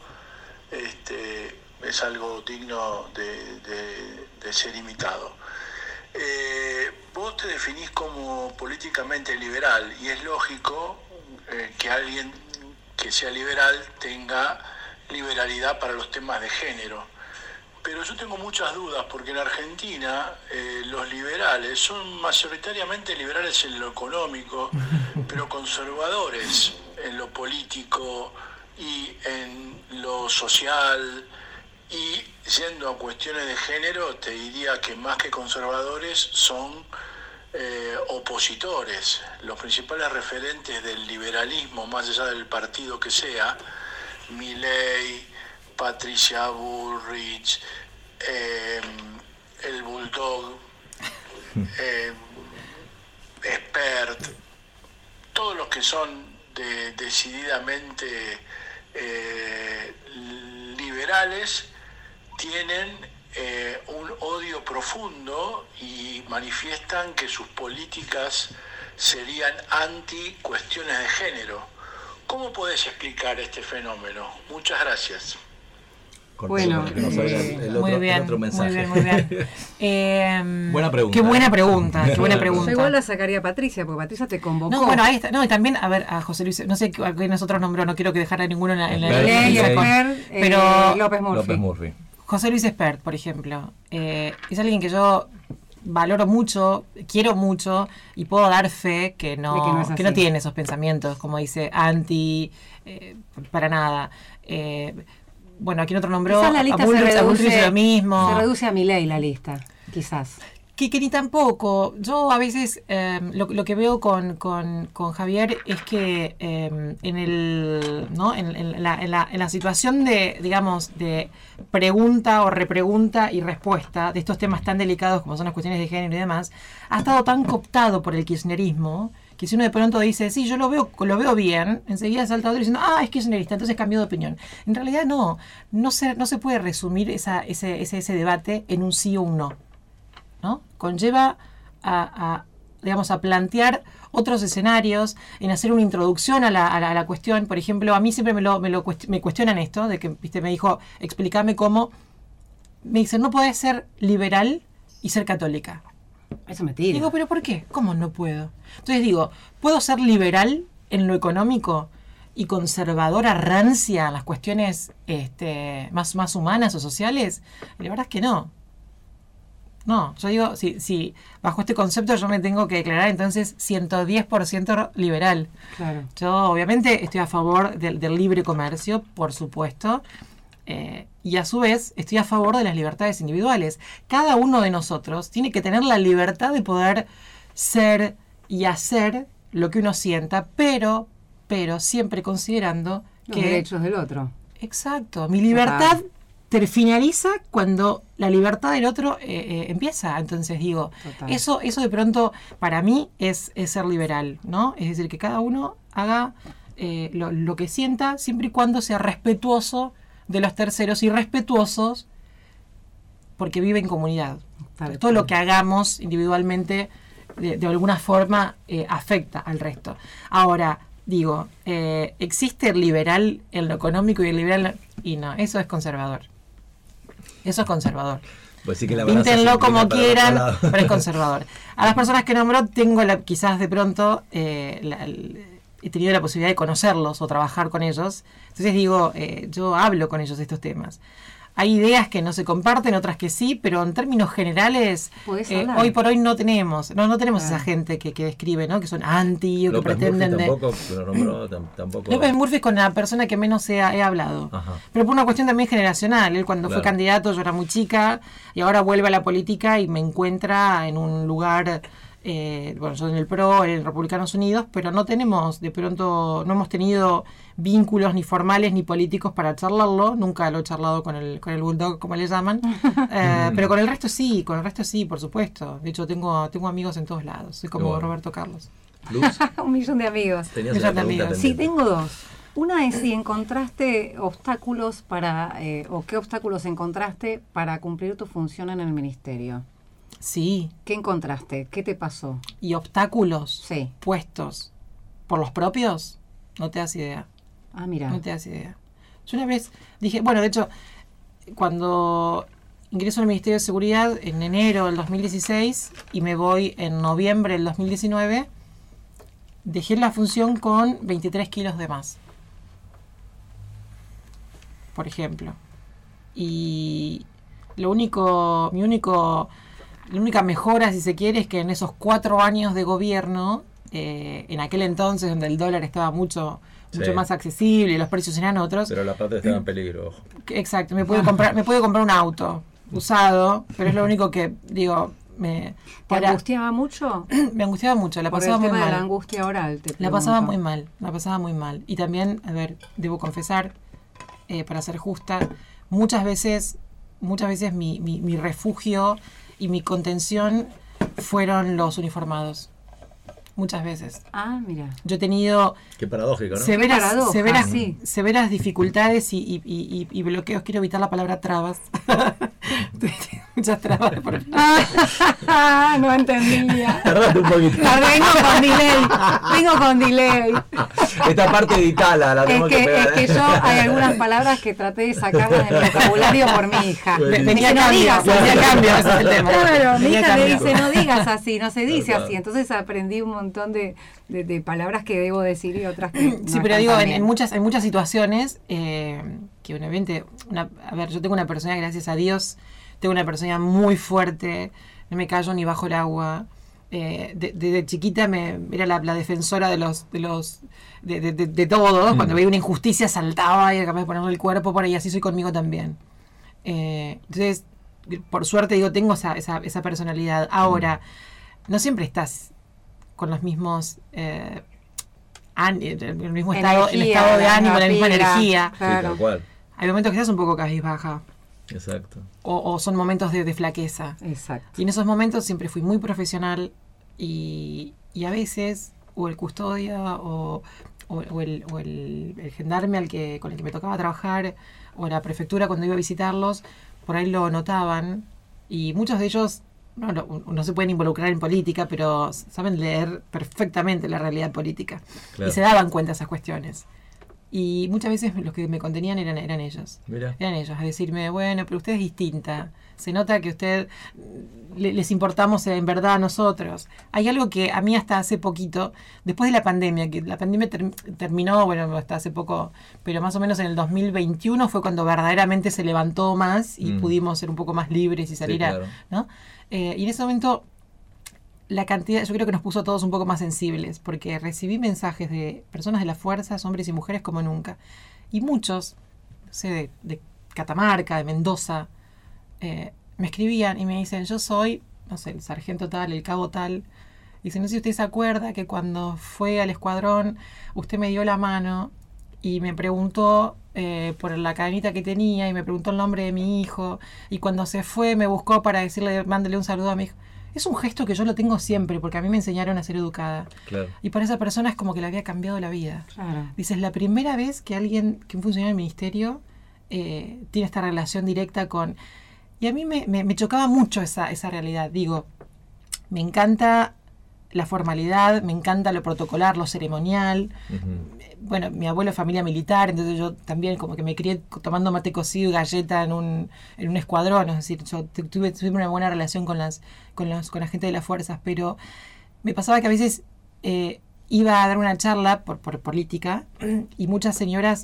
Es algo digno de ser imitado. Vos te definís como políticamente liberal y es lógico que alguien que sea liberal tenga liberalidad para los temas de género. Pero yo tengo muchas dudas porque en Argentina los liberales son mayoritariamente liberales en lo económico, pero conservadores en lo político y en lo social. Y yendo a cuestiones de género, te diría que más que conservadores son opositores. Los principales referentes del liberalismo, más allá del partido que sea, Milei, Patricia Bullrich, el Bulldog, Spert, todos los que son decididamente liberales, tienen un odio profundo y manifiestan que sus políticas serían anti cuestiones de género. ¿Cómo podés explicar este fenómeno? Muchas gracias. Bueno, muy bien, otro mensaje. muy bien. Buena pregunta. Qué buena pregunta, qué buena pregunta. Yo igual la sacaría a Patricia, porque Patricia te convocó. No, bueno, ahí está. No, y también, a ver, a José Luis, no sé a qué nosotros nombró, no quiero que dejara ninguno en la lista. Pero López Murphy. José Luis Espert, por ejemplo, es alguien que yo valoro mucho, quiero mucho y puedo dar fe que no tiene esos pensamientos, como dice, anti, para nada. Bueno, aquí otro nombró, quizás la lista se reduce lo mismo. Se reduce a Milei la lista, quizás. Que ni tampoco. Yo a veces lo que veo con Javier es que en la situación de, digamos, de pregunta o repregunta y respuesta de estos temas tan delicados como son las cuestiones de género y demás, ha estado tan cooptado por el kirchnerismo que si uno de pronto dice, sí, yo lo veo bien, enseguida salta otro diciendo, es kirchnerista, entonces cambió de opinión. En realidad no se puede resumir ese debate en un sí o un no. ¿No? Conlleva a plantear otros escenarios, en hacer una introducción a la cuestión. Por ejemplo, a mí siempre me cuestionan esto, de que me dijo, explícame cómo. Me dicen, no podés ser liberal y ser católica. Eso me tira. Digo, ¿pero por qué? ¿Cómo no puedo? Entonces digo, ¿puedo ser liberal en lo económico y conservadora rancia en las cuestiones más humanas o sociales? La verdad es que no. No, yo digo, si bajo este concepto yo me tengo que declarar entonces 110% liberal. Claro. Yo obviamente estoy a favor del libre comercio, por supuesto, y a su vez estoy a favor de las libertades individuales. Cada uno de nosotros tiene que tener la libertad de poder ser y hacer lo que uno sienta, pero siempre considerando los derechos del otro. Exacto, mi libertad finaliza cuando la libertad del otro empieza. Entonces digo, eso de pronto para mí es ser liberal, ¿no? Es decir, que cada uno haga lo que sienta siempre y cuando sea respetuoso de los terceros y respetuosos porque vive en comunidad. Todo lo que hagamos individualmente de alguna forma afecta al resto. Ahora, digo, ¿existe el liberal en lo económico y el liberal? Y no, eso es conservador. Eso es conservador. Pues sí que la píntenlo como quieran, pero es conservador. A las personas que nombró tengo quizás de pronto he tenido la posibilidad de conocerlos o trabajar con ellos. Entonces digo, yo hablo con ellos de estos temas. Hay ideas que no se comparten, otras que sí, pero en términos generales, hoy por hoy no tenemos esa gente que describe, ¿no? Que son anti o López que pretenden Murphy tampoco, lo nombró, tampoco. López Murphy es con la persona que menos he hablado. Ajá. Pero por una cuestión también generacional. Él cuando fue candidato yo era muy chica y ahora vuelve a la política y me encuentra en un lugar... bueno, yo en el PRO, en Republicanos Unidos, pero no hemos tenido vínculos ni formales ni políticos para charlarlo. Nunca lo he charlado con el Bulldog, como le llaman, pero con el resto sí, por supuesto. De hecho tengo amigos en todos lados. Soy como Roberto Carlos. Luz, Un millón de amigos. tenías Millón una de pregunta amigos. Sí, pendiente. tengo dos. Una es si encontraste obstáculos o qué obstáculos encontraste para cumplir tu función en el ministerio. Sí, ¿Qué encontraste? ¿Qué te pasó? y obstáculos Sí. puestos por los propios, no te das idea. Ah, mira. No te das idea. Yo una vez dije, bueno, de hecho, cuando ingreso al Ministerio de Seguridad en enero del 2016 y me voy en noviembre del 2019, dejé la función con 23 kilos de más, por ejemplo. Y la única mejora, si se quiere, es que en esos 4 años de gobierno, en aquel entonces donde el dólar estaba mucho más accesible y los precios eran otros. Pero la patria estaba en peligro, ojo. Exacto, me pude comprar un auto usado, pero es lo único que digo, ¿Te angustiaba mucho? me angustiaba mucho, la Por pasaba el muy tema de la mal. angustia oral, te La pasaba pregunto. muy mal. Y también, a ver, debo confesar, para ser justa, muchas veces mi refugio y mi contención fueron los uniformados. Muchas veces. Ah, mira. Yo he tenido Qué paradójico, ¿no? severas dificultades y bloqueos. Quiero evitar la palabra trabas. Muchas trabas. No entendía. Tardate un poquito. Vengo con delay. Esta parte editala, la tenemos que pegar. Es que yo hay algunas palabras que traté de sacarlas del vocabulario por mi hija. Tenía No digas cambio, ese es el tema. Claro, mi Tenía hija me cambio. dice, no digas así, no se dice Verdad. así. Entonces aprendí un montón de palabras que debo decir y otras que no Sí, pero están digo, tan en bien. muchas situaciones que obviamente, a ver, yo tengo una persona, gracias a Dios, tengo una persona muy fuerte, no me callo ni bajo el agua. Desde chiquita era la defensora de todos. Cuando veía una injusticia saltaba y era capaz de ponerle el cuerpo por ahí, así soy conmigo también. Entonces, por suerte digo, tengo esa personalidad. Ahora, no siempre estás con los mismos el mismo estado de ánimo, la misma energía. Sí, tal cual. Hay momentos que estás un poco cabizbaja Exacto. o son momentos de flaqueza. Exacto. Y en esos momentos siempre fui muy profesional y a veces o el custodia o el gendarme con el que me tocaba trabajar o la prefectura cuando iba a visitarlos, por ahí lo notaban y muchos de ellos no se pueden involucrar en política, pero saben leer perfectamente la realidad política. Claro. Y se daban cuenta de esas cuestiones. Y muchas veces los que me contenían eran ellos. Mira. Eran ellos, a decirme, bueno, pero usted es distinta. Se nota que usted les importamos en verdad a nosotros. Hay algo que a mí hasta hace poquito, después de la pandemia, que la pandemia terminó, bueno, hasta hace poco, pero más o menos en el 2021 fue cuando verdaderamente se levantó más y pudimos ser un poco más libres y salir claro. ¿no? Y en ese momento la cantidad, yo creo que nos puso a todos un poco más sensibles, porque recibí mensajes de personas de las fuerzas, hombres y mujeres como nunca. Y muchos, no sé, de Catamarca, de Mendoza, me escribían y me dicen, yo soy, no sé, el sargento tal, el cabo tal. Dicen, no sé si usted se acuerda que cuando fue al escuadrón, usted me dio la mano y me preguntó por la cadenita que tenía y me preguntó el nombre de mi hijo. Y cuando se fue me buscó para decirle, mándele un saludo a mi hijo. Es un gesto que yo lo tengo siempre, porque a mí me enseñaron a ser educada. Claro. Y para esa persona es como que le había cambiado la vida. Claro. Dices, la primera vez que un funcionario del ministerio tiene esta relación directa con... Y a mí me chocaba mucho esa realidad. Digo, me encanta la formalidad, me encanta lo protocolar, lo ceremonial. Bueno, mi abuelo es familia militar, entonces yo también como que me crié tomando mate cocido y galleta en un escuadrón. Es decir, yo tuve una buena relación con la gente de las fuerzas, pero me pasaba que a veces iba a dar una charla por política y muchas señoras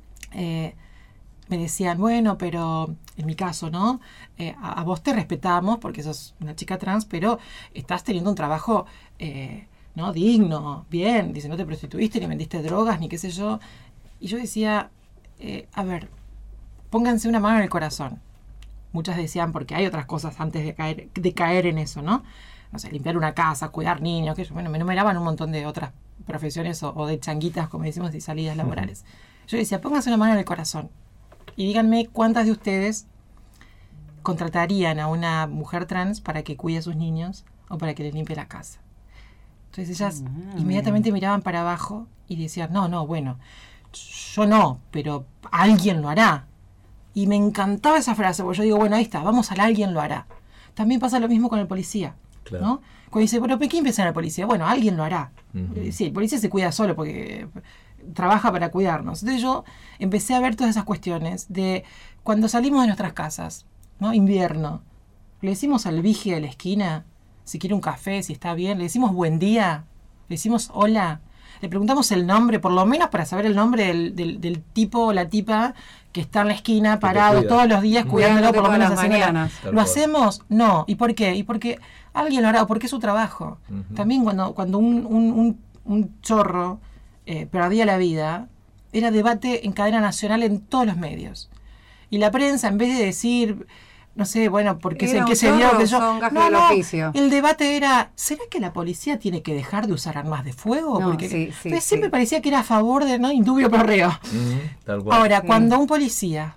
me decían, bueno, pero en mi caso, ¿no? A vos te respetamos porque sos una chica trans, pero estás teniendo un trabajo ¿no? digno, bien. Dice, no te prostituiste, ni vendiste drogas, ni qué sé yo. Y yo decía, a ver, pónganse una mano en el corazón. Muchas decían, porque hay otras cosas antes de caer en eso, ¿no? No sé, limpiar una casa, cuidar niños, que bueno, me enumeraban un montón de otras profesiones o de changuitas, como decimos, y salidas laborales. Yo decía, pónganse una mano en el corazón y díganme cuántas de ustedes contratarían a una mujer trans para que cuide a sus niños o para que les limpie la casa. Entonces ellas inmediatamente miraban para abajo y decían, no, bueno, yo no, pero alguien lo hará. Y me encantaba esa frase, porque yo digo, bueno, ahí está, vamos al alguien lo hará. También pasa lo mismo con el policía, claro. ¿No? Cuando dice, bueno, ¿pero quién piensa en el policía? Bueno, alguien lo hará. Sí, el policía se cuida solo porque trabaja para cuidarnos. Entonces yo empecé a ver todas esas cuestiones de cuando salimos de nuestras casas, ¿no? Invierno, le decimos al vigía de la esquina si quiere un café, si está bien, le decimos buen día, le decimos hola, le preguntamos el nombre, por lo menos para saber el nombre del tipo o la tipa que está en la esquina parado todos los días cuidándolo, por lo menos las mañanas. ¿Lo hacemos? No. ¿Y por qué? Y porque alguien lo hará, o porque es su trabajo. También cuando un chorro perdía la vida, era debate en cadena nacional en todos los medios. Y la prensa, en vez de decir, no sé, bueno, porque sé que se dio que yo. El debate era, ¿será que la policía tiene que dejar de usar armas de fuego? No, porque siempre parecía que era a favor de, ¿no? Indubio pro reo. Tal cual. Ahora, cuando un policía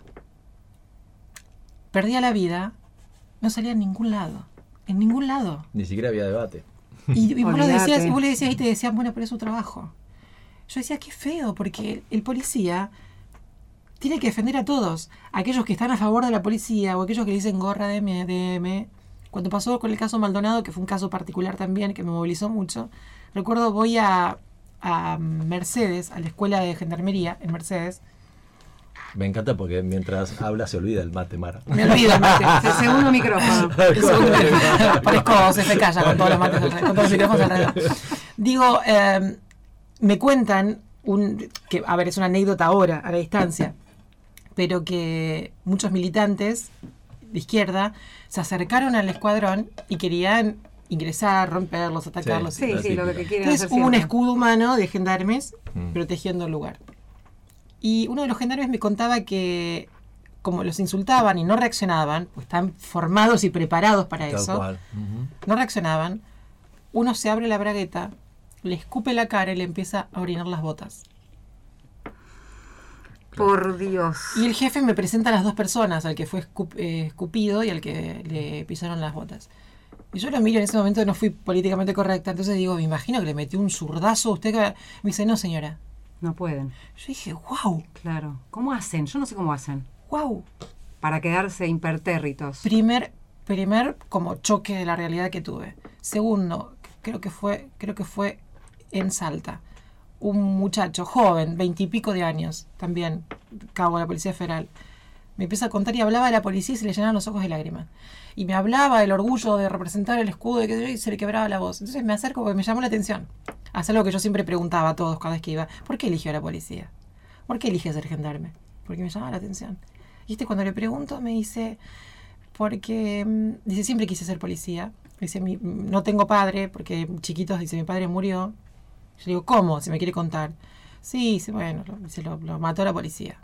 perdía la vida, no salía en ningún lado. En ningún lado. Ni siquiera había debate. Y vos le decías y te decían, bueno, pero es su trabajo. Yo decía, qué feo, porque el policía tiene que defender a todos. Aquellos que están a favor de la policía o aquellos que le dicen gorra de DM. Cuando pasó con el caso Maldonado, que fue un caso particular también, que me movilizó mucho, recuerdo, voy a Mercedes, a la escuela de gendarmería en Mercedes. Me encanta porque mientras habla se olvida el mate, Mara. Me olvido el mate. El segundo micrófono. Parezco CFK ya con todos los mates, con todos los micrófonos alrededor. Digo, me cuentan, que a ver, es una anécdota ahora, a la distancia, pero que muchos militantes de izquierda se acercaron al escuadrón y querían ingresar, romperlos, atacarlos. Sí, lo que quieren. Entonces hubo un escudo humano de gendarmes protegiendo el lugar. Y uno de los gendarmes me contaba que como los insultaban y no reaccionaban, pues están formados y preparados para eso, no reaccionaban, uno se abre la bragueta, le escupe la cara y le empieza a orinar las botas. Por Dios. Y el jefe me presenta a las dos personas, al que fue escupido y al que le pisaron las botas. Y yo lo miro, en ese momento no fui políticamente correcta, entonces digo, me imagino que le metí un zurdazo a usted. Me dice, no señora. No pueden. Yo dije, wow. Claro. ¿Cómo hacen? Yo no sé cómo hacen. Wow. Para quedarse impertérritos. Primer como choque de la realidad que tuve. Segundo, creo que fue en Salta. Un muchacho joven, 20 y pico de años, también, cabo de la Policía Federal, me empieza a contar y hablaba de la policía y se le llenaban los ojos de lágrimas. Y me hablaba del orgullo de representar el escudo y se le quebraba la voz. Entonces me acerco porque me llamó la atención. Hacer algo que yo siempre preguntaba a todos cada vez que iba. ¿Por qué eligió a la policía? ¿Por qué elige ser gendarme? Porque me llamaba la atención. Y cuando le pregunto me dice, porque, dice, siempre quise ser policía. Dice, no tengo padre, porque chiquitos, dice, mi padre murió. Yo digo, ¿cómo? Si me quiere contar. Sí, bueno, lo mató la policía.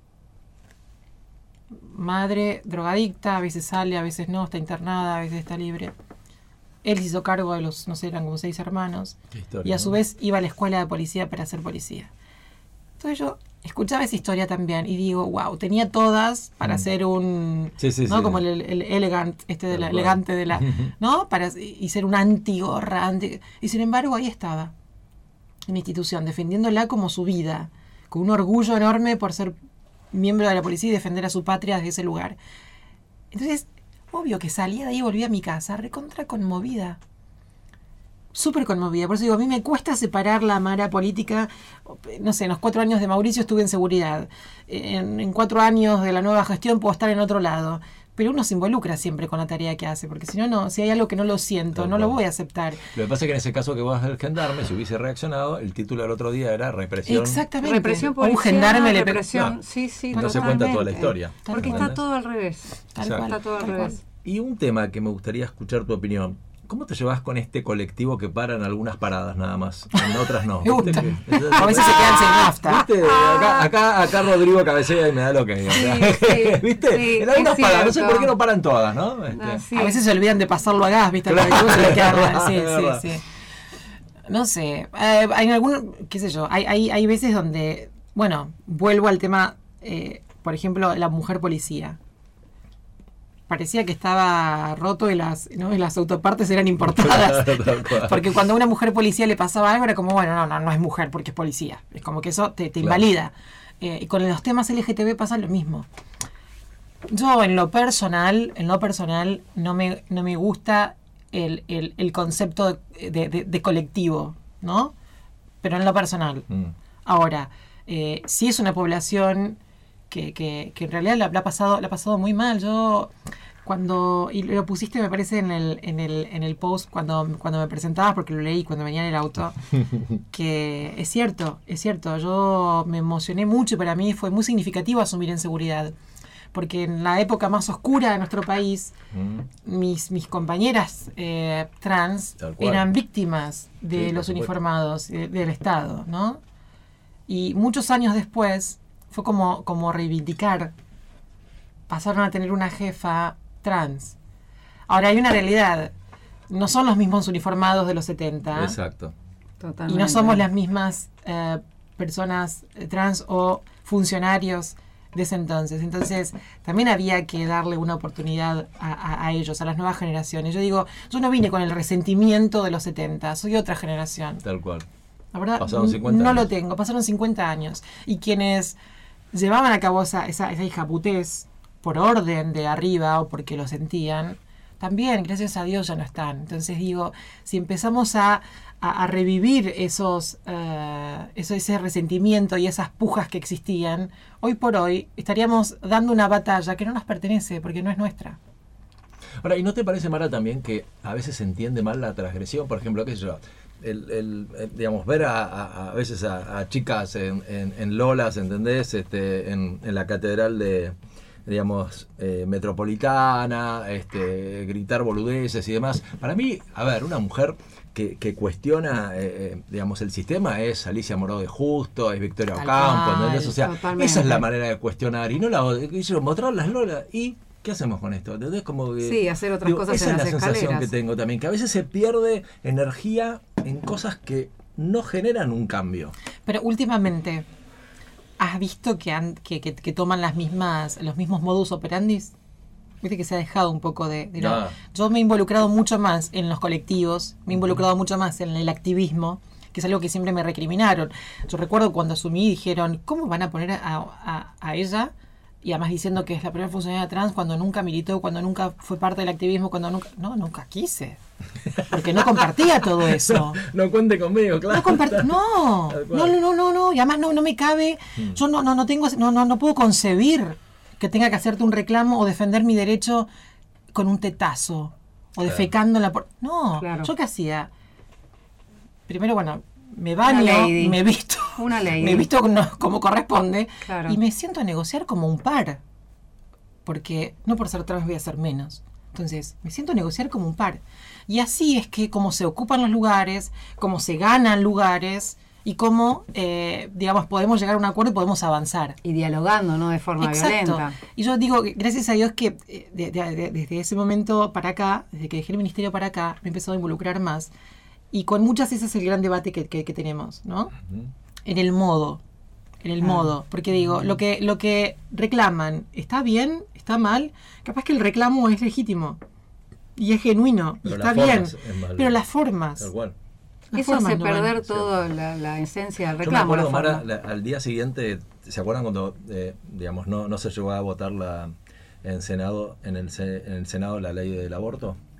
Madre drogadicta, a veces sale, a veces no, está internada, a veces está libre. Él se hizo cargo de los, no sé, eran como 6 hermanos. Qué historia, y a su vez iba a la escuela de policía para ser policía. Entonces yo escuchaba esa historia también y digo, wow, tenía todas para ser un, ¿no? Como el elegant, elegante de la, ¿no? Y ser un anti-gorra, y sin embargo ahí estaba, en la institución, defendiéndola como su vida, con un orgullo enorme por ser miembro de la policía y defender a su patria desde ese lugar. Entonces, obvio que salía de ahí y volvía a mi casa recontra conmovida. súper conmovida. Por eso digo, a mí me cuesta separar la mara política. No sé, en los 4 años de Mauricio estuve en seguridad. En 4 años de la nueva gestión puedo estar en otro lado. Pero uno se involucra siempre con la tarea que hace, porque si no, si hay algo que no lo siento, no lo voy a aceptar. Lo que pasa es que en ese caso que vos del gendarme, si hubiese reaccionado, el título del otro día era represión. Exactamente. Represión policial, un gendarme le represión. Sí, sí, no se cuenta toda la historia. Porque está todo al revés. Está todo al revés. Y un tema que me gustaría escuchar tu opinión. ¿Cómo te llevas con este colectivo que para en algunas paradas nada más? En otras no. Me gusta. A veces se quedan sin nafta. ¿Viste? Acá Rodrigo cabecea y me da lo que... ¿Viste? Sí, en algunas paradas, no sé por qué no paran todas, ¿no? Sí. A veces se olvidan de pasarlo a gas, ¿viste? Claro. Sí. No sé. Hay algún, qué sé yo, hay veces donde, bueno, vuelvo al tema, por ejemplo, la mujer policía. Parecía que estaba roto y las autopartes eran importadas. Porque cuando a una mujer policía le pasaba algo era como, bueno, no es mujer porque es policía. Es como que eso te invalida. Y con los temas LGTB pasa lo mismo. Yo en lo personal no me gusta el concepto de colectivo, ¿no? Pero en lo personal. Ahora, sí es una población que en realidad la ha pasado muy mal. Yo y lo pusiste me parece en el post cuando me presentabas, porque lo leí cuando venía en el auto, que es cierto, yo me emocioné mucho y para mí fue muy significativo asumir en seguridad, porque en la época más oscura de nuestro país mis compañeras trans eran víctimas de los uniformados del Estado, ¿no? Y muchos años después fue como reivindicar. Pasaron a tener una jefa trans. Ahora hay una realidad. No son los mismos uniformados de los 70. Exacto. Totalmente. Y no somos las mismas personas trans o funcionarios de ese entonces. Entonces también había que darle una oportunidad a ellos, a las nuevas generaciones. Yo digo, yo no vine con el resentimiento de los 70. Soy otra generación. Tal cual. La verdad, pasaron 50 no años. lo tengo. Pasaron 50 años. Y quienes llevaban a cabo esa hijaputés por orden de arriba o porque lo sentían, también, gracias a Dios, ya no están. Entonces digo, si empezamos a revivir ese resentimiento y esas pujas que existían, hoy por hoy estaríamos dando una batalla que no nos pertenece porque no es nuestra. Ahora, ¿y no te parece, Mara, también que a veces se entiende mal la transgresión? Por ejemplo, qué sé yo, digamos, ver a veces a chicas en Lolas, ¿entendés? En la catedral de, digamos, metropolitana, gritar boludeces y demás. Para mí, a ver, una mujer que cuestiona, digamos, el sistema es Alicia Moró de Justo, es Victoria Ocampo, ¿entendés? O sea, totalmente. Esa es la manera de cuestionar. Y no mostrar las Lolas y... ¿qué hacemos con esto? ¿Entendés? Como que, sí, hacer otras cosas esa en es las la sensación escaleras. que tengo también, que a veces se pierde energía en cosas que no generan un cambio. Pero últimamente, ¿has visto que toman los mismos modus operandis? Viste que se ha dejado un poco de Yo me he involucrado mucho más en los colectivos, me he involucrado mucho más en el activismo, que es algo que siempre me recriminaron. Yo recuerdo cuando asumí, dijeron, ¿cómo van a poner a ella? Y además diciendo que es la primera funcionaria trans cuando nunca militó, cuando nunca fue parte del activismo, nunca quise. Porque no compartía todo eso. No cuente conmigo, claro. No. Y además no me cabe. Yo no puedo concebir que tenga que hacerte un reclamo o defender mi derecho con un tetazo o defecando en la puerta. No, claro. ¿Yo qué hacía? Primero, bueno, me baño, me visto. Una ley. Me visto como corresponde, claro. Y me siento a negociar como un par. Porque no por ser trans voy a ser menos. Entonces, me siento a negociar como un par. Y así es que como se ocupan los lugares, como se ganan lugares y cómo, digamos, podemos llegar a un acuerdo y podemos avanzar. Y dialogando, ¿no? De forma violenta. Y yo digo, gracias a Dios que desde ese momento para acá, desde que dejé el ministerio para acá, me he empezado a involucrar más. Y con muchas ese es el gran debate que tenemos, ¿no? Uh-huh. En el modo, porque digo, lo que reclaman, ¿está bien? ¿Está mal? Capaz que el reclamo es legítimo y es genuino, y está bien, pero las formas. Tal cual. Eso hace perder toda la esencia del reclamo. Yo me acuerdo, Mara, al día siguiente, ¿se acuerdan cuando, digamos, no se llegó a votar en el Senado la ley del aborto?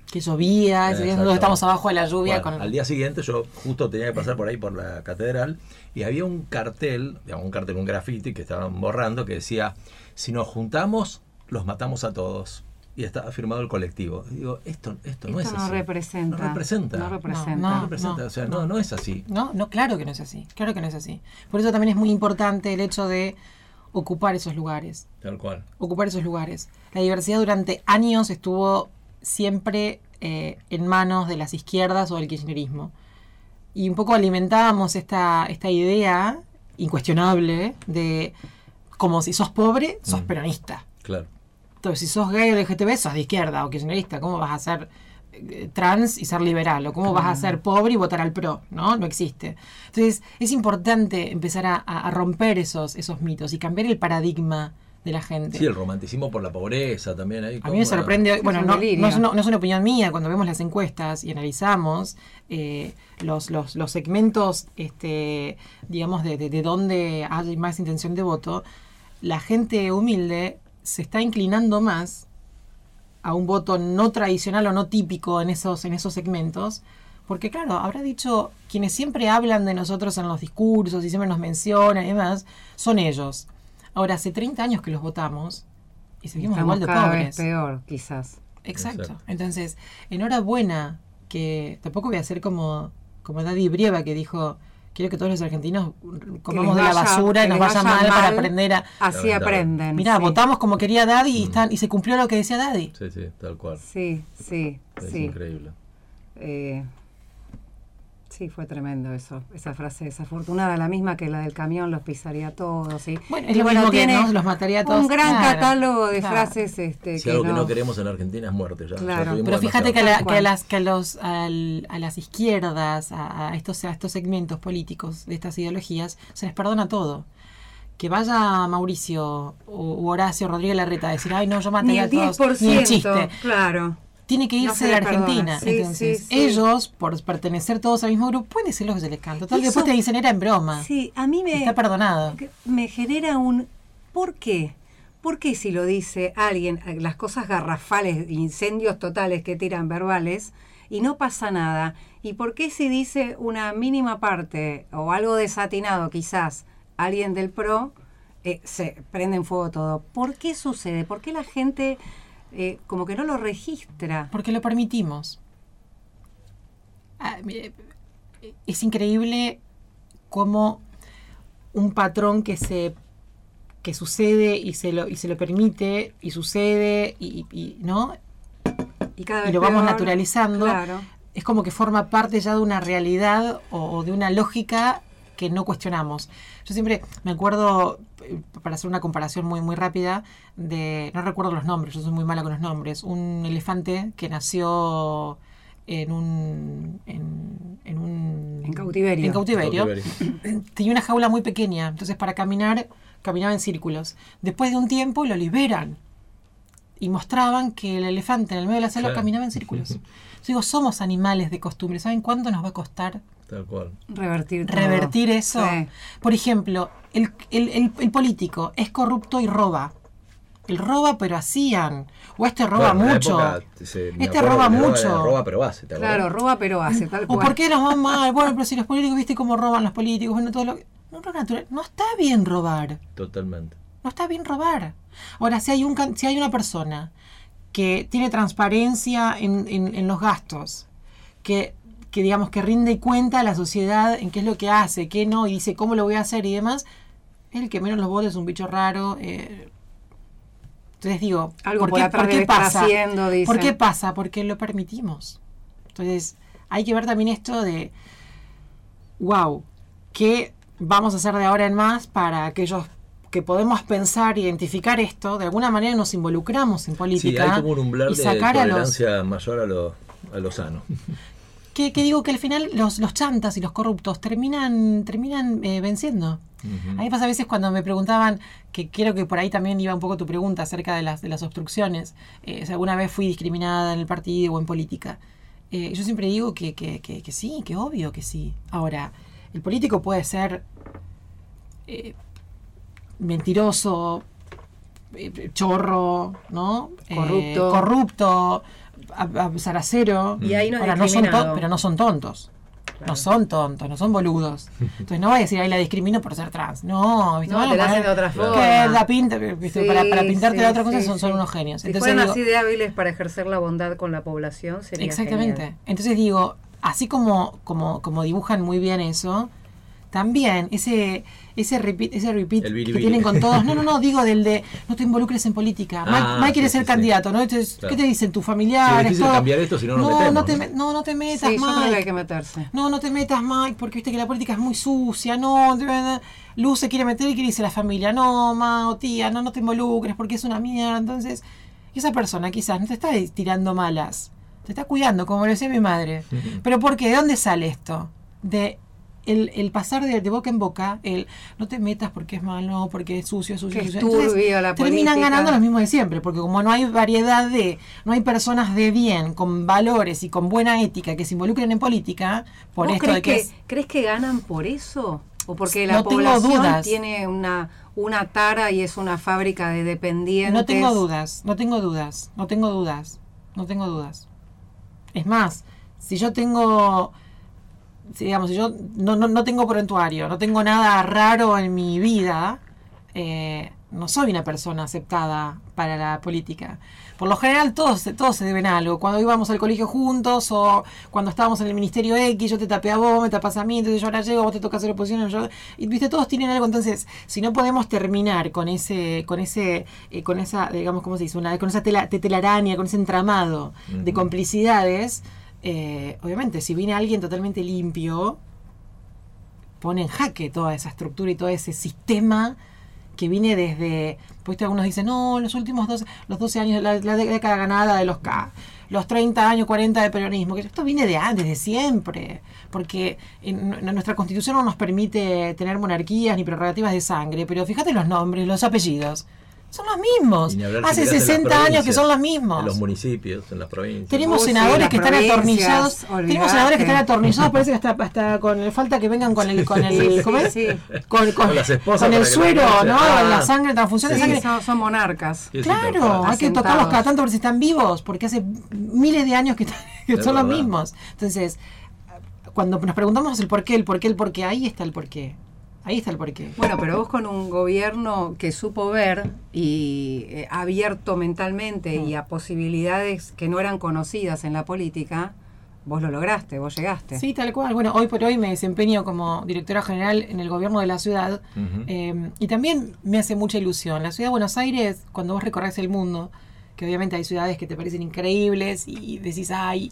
Que llovía, nosotros estamos abajo de la lluvia. Bueno, al día siguiente yo justo tenía que pasar por ahí por la catedral y había un cartel, un graffiti que estaban borrando que decía: si nos juntamos, los matamos a todos. Y estaba firmado el colectivo. Y digo, esto no es así. No representa. No representa. No, o sea, no es así. No, claro que no es así. Claro que no es así. Por eso también es muy importante el hecho de ocupar esos lugares. Tal cual. Ocupar esos lugares. La diversidad durante años estuvo siempre en manos de las izquierdas o del kirchnerismo. Y un poco alimentábamos esta idea incuestionable de como si sos pobre, sos peronista. Claro. Entonces, si sos gay o LGTB, sos de izquierda o kirchnerista. ¿Cómo vas a ser trans y ser liberal? ¿O cómo vas a ser pobre y votar al PRO? No existe. Entonces, es importante empezar a romper esos mitos y cambiar el paradigma de la gente. Sí, el romanticismo por la pobreza también. A mí me sorprende, bueno, no es una opinión mía, cuando vemos las encuestas y analizamos los segmentos, digamos, de dónde hay más intención de voto, la gente humilde se está inclinando más a un voto no tradicional o no típico en esos segmentos, porque claro, habrá dicho, quienes siempre hablan de nosotros en los discursos y siempre nos mencionan y demás, son ellos. Ahora, hace 30 años que los votamos y seguimos igual de pobres. Cada vez peor, quizás. Exacto. Entonces, enhorabuena, que tampoco voy a ser como Daddy Brieva, que dijo: quiero que todos los argentinos comamos de la basura y nos vaya mal para aprender a... Así aprenden. Mirá, votamos como quería Daddy y se cumplió lo que decía Daddy. Sí, tal cual. Sí. Es increíble. Sí, fue tremendo eso, esa frase desafortunada, la misma que la del camión, los pisaría todos. ¿Sí? Bueno, es lo mismo que ¿no? Los mataría a todos. Un gran catálogo de frases. Si algo que no queremos en Argentina es muerte. Claro. Pero fíjate que a las izquierdas, a estos segmentos políticos de estas ideologías, se les perdona todo. Que vaya Mauricio u Horacio Rodríguez Larreta a decir: ay, no, yo mataría a todos. Ni el chiste. Claro. Tiene que irse de Argentina. Sí, entonces, sí. ellos, por pertenecer todos al mismo grupo, pueden decir lo que se les canta. Total, después te dicen: era en broma. Sí, a mí está perdonado. Me genera un... ¿Por qué? ¿Por qué si lo dice alguien, las cosas garrafales, incendios totales que tiran verbales, y no pasa nada? ¿Y por qué si dice una mínima parte, o algo desatinado quizás, alguien del PRO, se prende en fuego todo? ¿Por qué sucede? ¿Por qué la gente... como que no lo registra? Porque lo permitimos. Es increíble cómo un patrón que sucede y se lo permite y sucede ¿no? Y cada vez lo vamos peor, naturalizando. Claro. Es como que forma parte ya de una realidad o de una lógica que no cuestionamos. Yo siempre me acuerdo, para hacer una comparación muy muy rápida, no recuerdo los nombres, yo soy muy mala con los nombres, un elefante que nació en cautiverio. Tenía una jaula muy pequeña, entonces para caminar caminaba en círculos. Después de un tiempo lo liberan y mostraban que el elefante en el medio de la selva caminaba en círculos. Yo digo, somos animales de costumbre. ¿Saben cuánto nos va a costar tal cual revertir eso? Sí. Por ejemplo, el político es corrupto y roba. Él roba, pero hacían. O roba mucho. Roba mucho. Roba, pero hace. Claro, roba, pero hace. Tal cual. ¿O por qué nos van mal? Bueno, pero si los políticos, ¿viste cómo roban los políticos? Bueno, todo lo natural. No está bien robar. Totalmente. No está bien robar. Ahora, si hay una persona que tiene transparencia en los gastos, que digamos que rinde cuenta a la sociedad en qué es lo que hace, qué no, y dice cómo lo voy a hacer y demás, el que menos los votos es un bicho raro. Entonces digo, ¿por qué pasa? ¿Por qué pasa? Porque lo permitimos. Entonces, hay que ver también esto de, ¿qué vamos a hacer de ahora en más para aquellos que podemos pensar, identificar esto? De alguna manera nos involucramos en política. Sí, hay como un umbral de tolerancia mayor a lo sano. Que digo que al final los chantas y los corruptos terminan venciendo. Uh-huh. A mí pasa a veces cuando me preguntaban, que creo que por ahí también iba un poco tu pregunta acerca de las obstrucciones, si alguna vez fui discriminada en el partido o en política. Yo siempre digo que sí, que obvio que sí. Ahora, el político puede ser mentiroso, chorro, ¿no? Corrupto. a Saracero. Y ahí no es Ahora, no son discriminado. pero no son tontos. Claro. No son tontos, no son boludos. Entonces no voy a decir, ahí la discrimino por ser trans. No, ¿viste? No, Bueno, te la hacen para- de otra forma. Que la pinta, ¿viste? Sí, para pintarte sí, la otra cosa sí, son sí. unos genios. Si Entonces fueran digo, así de hábiles para ejercer la bondad con la población, sería exactamente. genial. Entonces digo, así como dibujan muy bien eso, también ese repeat El que biribiri. tienen con todos. No, digo del de no te involucres en política. Mike sí, quiere ser sí, candidato, ¿no? Entonces, Claro. ¿qué te dicen tus Sí, es familiares? difícil todo? cambiar esto si no nos metemos. No te metas, Sí, yo creo que hay Mike. que meterse. No te metas, Mike, porque viste que la política es muy sucia. No, Luz se quiere meter y quiere irse la familia. No, ma o tía, no te involucres porque es una mierda. Entonces, esa persona quizás no te está tirando malas. Te está cuidando, como lo decía mi madre. ¿Pero por qué? ¿De dónde sale esto? De el pasar de boca en boca, el no te metas porque es malo, porque es sucio. Que es sucio. turbio la terminan política. ganando los mismos de siempre, porque como no hay no hay personas de bien, con valores y con buena ética que se involucren en política, por ¿Vos esto de que crees que ganan por eso? ¿O porque la No tengo población dudas. tiene una tara y es una fábrica de dependientes? no tengo dudas. Es más, si yo tengo, digamos, si yo no tengo prontuario, no tengo nada raro en mi vida, no soy una persona aceptada para la política. Por lo general todos se deben a algo. Cuando íbamos al colegio juntos o cuando estábamos en el Ministerio X, yo te tapé a vos, me tapas a mí, entonces yo ahora llego, vos te tocas hacer oposición, y viste, todos tienen algo. Entonces, si no podemos terminar con esa, digamos, ¿cómo se dice? Con esa telaraña, con ese entramado de complicidades, obviamente, si viene alguien totalmente limpio, pone en jaque toda esa estructura y todo ese sistema que viene desde, pues algunos dicen, no, los últimos 12 años, la década ganada de los 30 años, 40 de peronismo, que esto viene de antes, de siempre, porque en nuestra constitución no nos permite tener monarquías ni prerrogativas de sangre, pero fíjate los nombres, los apellidos, son los mismos. Y ni hablar si Hace mirás en las 60 años que provincias, son los mismos. En los municipios, en las provincias. Tenemos Sí, senadores las que están provincias, atornillados. olvidate. Tenemos senadores que están atornillados, parece que hasta con falta que vengan con el ¿cómo es? Sí. Con las esposas con el para que suero, no- ¿no? Ah. La sangre, transfusión de Sí, sangre. son monarcas. Sí, sí, Claro, tal cual. hay que Asentados. tocarlos cada tanto por si están vivos, porque hace miles de años que Es son los verdad. mismos. Entonces, cuando nos preguntamos el por qué, ahí está el porqué. Ahí está el porqué. Bueno, pero vos con un gobierno que supo ver y abierto mentalmente y a posibilidades que no eran conocidas en la política, vos lo lograste, vos llegaste. Sí, tal cual. Bueno, hoy por hoy me desempeño como directora general en el gobierno de la ciudad. Ujú. Y también me hace mucha ilusión. La ciudad de Buenos Aires, cuando vos recorres el mundo, que obviamente hay ciudades que te parecen increíbles y decís, ay,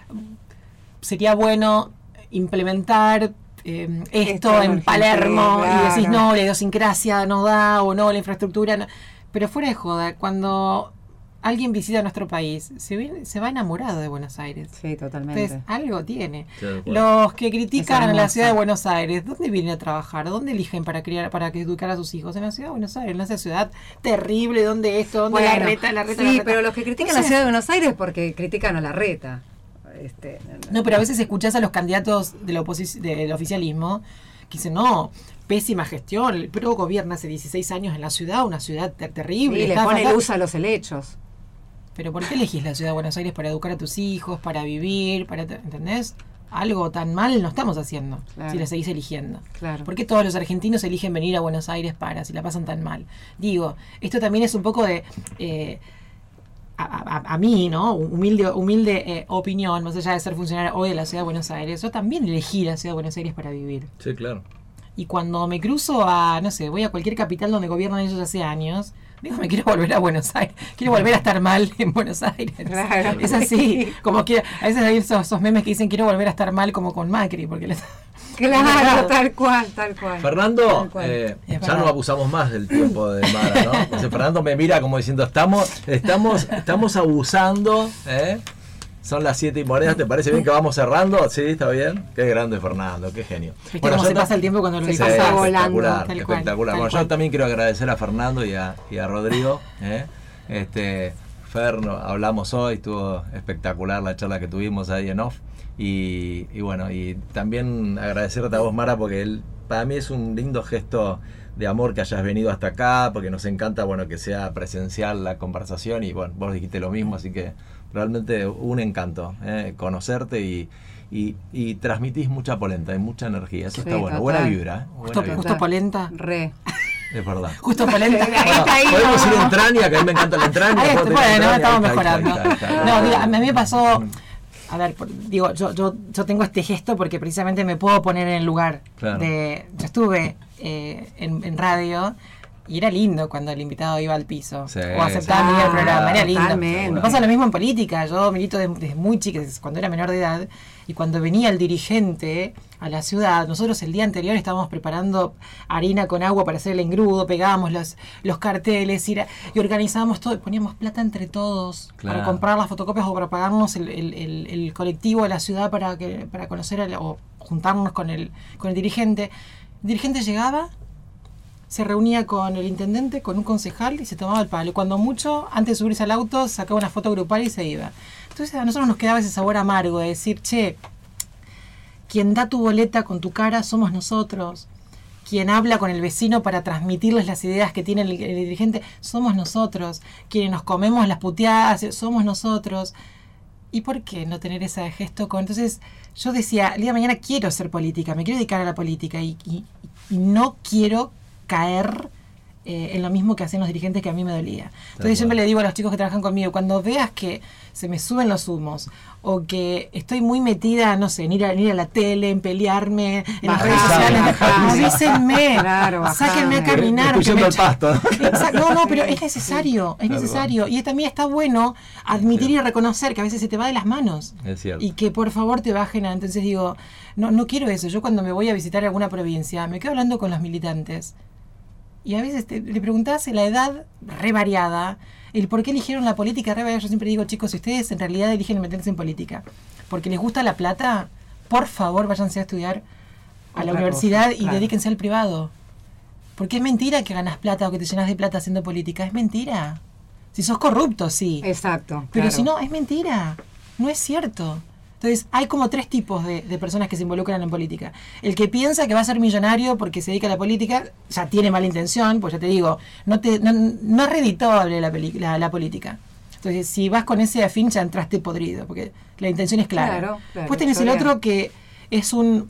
sería bueno implementar esto en Palermo, claro. y decís, no, la idiosincrasia no da, o no, la infraestructura no. Pero fuera de joda, cuando alguien visita nuestro país, se va enamorado de Buenos Aires. Sí, totalmente. Entonces, algo tiene. Sí, de acuerdo. Los que critican Es a la hermosa. ciudad de Buenos Aires, ¿dónde vienen a trabajar? ¿Dónde eligen para educar a sus hijos? En la ciudad de Buenos Aires, en esa ciudad terrible, donde esto, donde Bueno, la reta. sí, pero los que critican la Entonces, ciudad de Buenos Aires porque critican a la reta. No, pero a veces escuchás a los candidatos de la del oficialismo que dicen, no, pésima gestión, el PRO gobierna hace 16 años en la ciudad, una ciudad terrible. Y le está pone fatal. luz a los helechos. Pero ¿por qué elegís la ciudad de Buenos Aires para educar a tus hijos, para vivir, ¿entendés? Algo tan mal no estamos haciendo, Claro. si la seguís eligiendo. Claro. ¿Por qué todos los argentinos eligen venir a Buenos Aires si la pasan tan mal? Digo, esto también es un poco de... a mí, ¿no? Humilde opinión, más allá de ser funcionario hoy de la ciudad de Buenos Aires, yo también elegí la ciudad de Buenos Aires para vivir. Sí, claro. Y cuando me cruzo voy a cualquier capital donde gobiernan ellos hace años, digo, me quiero volver a Buenos Aires, quiero volver a estar mal en Buenos Aires. Claro. Es así, como que a veces hay esos memes que dicen quiero volver a estar mal como con Macri, porque Claro, tal cual. Fernando, Tal cual. Es ya verdad. no abusamos más del tiempo de Mara, ¿no? Entonces, Fernando me mira como diciendo, estamos abusando, ¿eh? Son las 7 y monedas, ¿te parece bien que vamos cerrando? Sí, está bien. Qué grande Fernando, qué genio. ¿Viste cómo se pasa el tiempo cuando lo Se disfrutás? pasa volando, espectacular, tal cual, espectacular. tal Bueno, cual. yo también quiero agradecer a Fernando y a Rodrigo, ¿eh? Fer, hablamos hoy, estuvo espectacular la charla que tuvimos ahí en off. Y bueno, y también agradecerte a vos, Mara, porque para mí es un lindo gesto de amor que hayas venido hasta acá, porque nos encanta, bueno, que sea presencial la conversación, y bueno, vos dijiste lo mismo, así que realmente un encanto conocerte, y transmitís mucha polenta y mucha energía, eso Sí, está bueno, total. buena vibra. Buena vibra. Justo polenta. Re. Es verdad. Justo polenta. Bueno, podemos ir a entraña, que a mí me encanta la entraña. Ahí está, podemos ir a bueno, entraña, estamos ahí está, mejorando. ahí está. No, digo, a mí me pasó, a ver, digo, yo tengo este gesto porque precisamente me puedo poner en el lugar Claro. de, yo estuve en radio, y era lindo cuando el invitado iba al piso, Sí, o aceptaba venir al programa, era lindo. totalmente. Me pasa lo mismo en política, yo milito desde muy chica, desde cuando era menor de edad, y cuando venía el dirigente a la ciudad, nosotros el día anterior estábamos preparando harina con agua para hacer el engrudo, pegábamos los carteles y organizábamos todo, poníamos plata entre todos Claro. para comprar las fotocopias o para pagarnos el colectivo de la ciudad para conocer o juntarnos con el dirigente. El dirigente llegaba, se reunía con el intendente, con un concejal y se tomaba el palo. Y cuando mucho, antes de subirse al auto, sacaba una foto grupal y se iba. Entonces a nosotros nos quedaba ese sabor amargo de decir, che, quien da tu boleta con tu cara somos nosotros. Quien habla con el vecino para transmitirles las ideas que tiene el dirigente somos nosotros. Quienes nos comemos las puteadas somos nosotros. ¿Y por qué no tener ese gesto con...? Entonces yo decía, el día de mañana quiero hacer política, me quiero dedicar a la política y no quiero caer en lo mismo que hacían los dirigentes, que a mí me dolía. Entonces siempre le digo a los chicos que trabajan conmigo, cuando veas que se me suben los humos o que estoy muy metida, no sé, en ir a la tele, en pelearme, en las redes sociales, avísenme, Claro, sáquenme a caminar. Escuchando el pasto. Exacto, no, pero es necesario, es necesario. Y también está bueno admitir y reconocer que a veces se te va de las manos. Es cierto. Y que por favor te bajen. Entonces digo, no quiero eso. Yo cuando me voy a visitar alguna provincia, me quedo hablando con los militantes. Y a veces le preguntás la edad re variada, el por qué eligieron la política re variada. Yo siempre digo, chicos, si ustedes en realidad eligen meterse en política porque les gusta la plata, por favor váyanse a estudiar a la universidad y dedíquense al privado. Porque es mentira que ganas plata o que te llenas de plata haciendo política. Es mentira. Si sos corrupto, sí. Exacto. Pero claro. si no, es mentira. No es cierto. Entonces, hay como 3 tipos de personas que se involucran en política. El que piensa que va a ser millonario porque se dedica a la política, ya tiene mala intención, pues ya te digo, no es redituable la política. Entonces, si vas con ese afín, ya entraste podrido, porque la intención es clara. Claro, Después tenés el otro que es un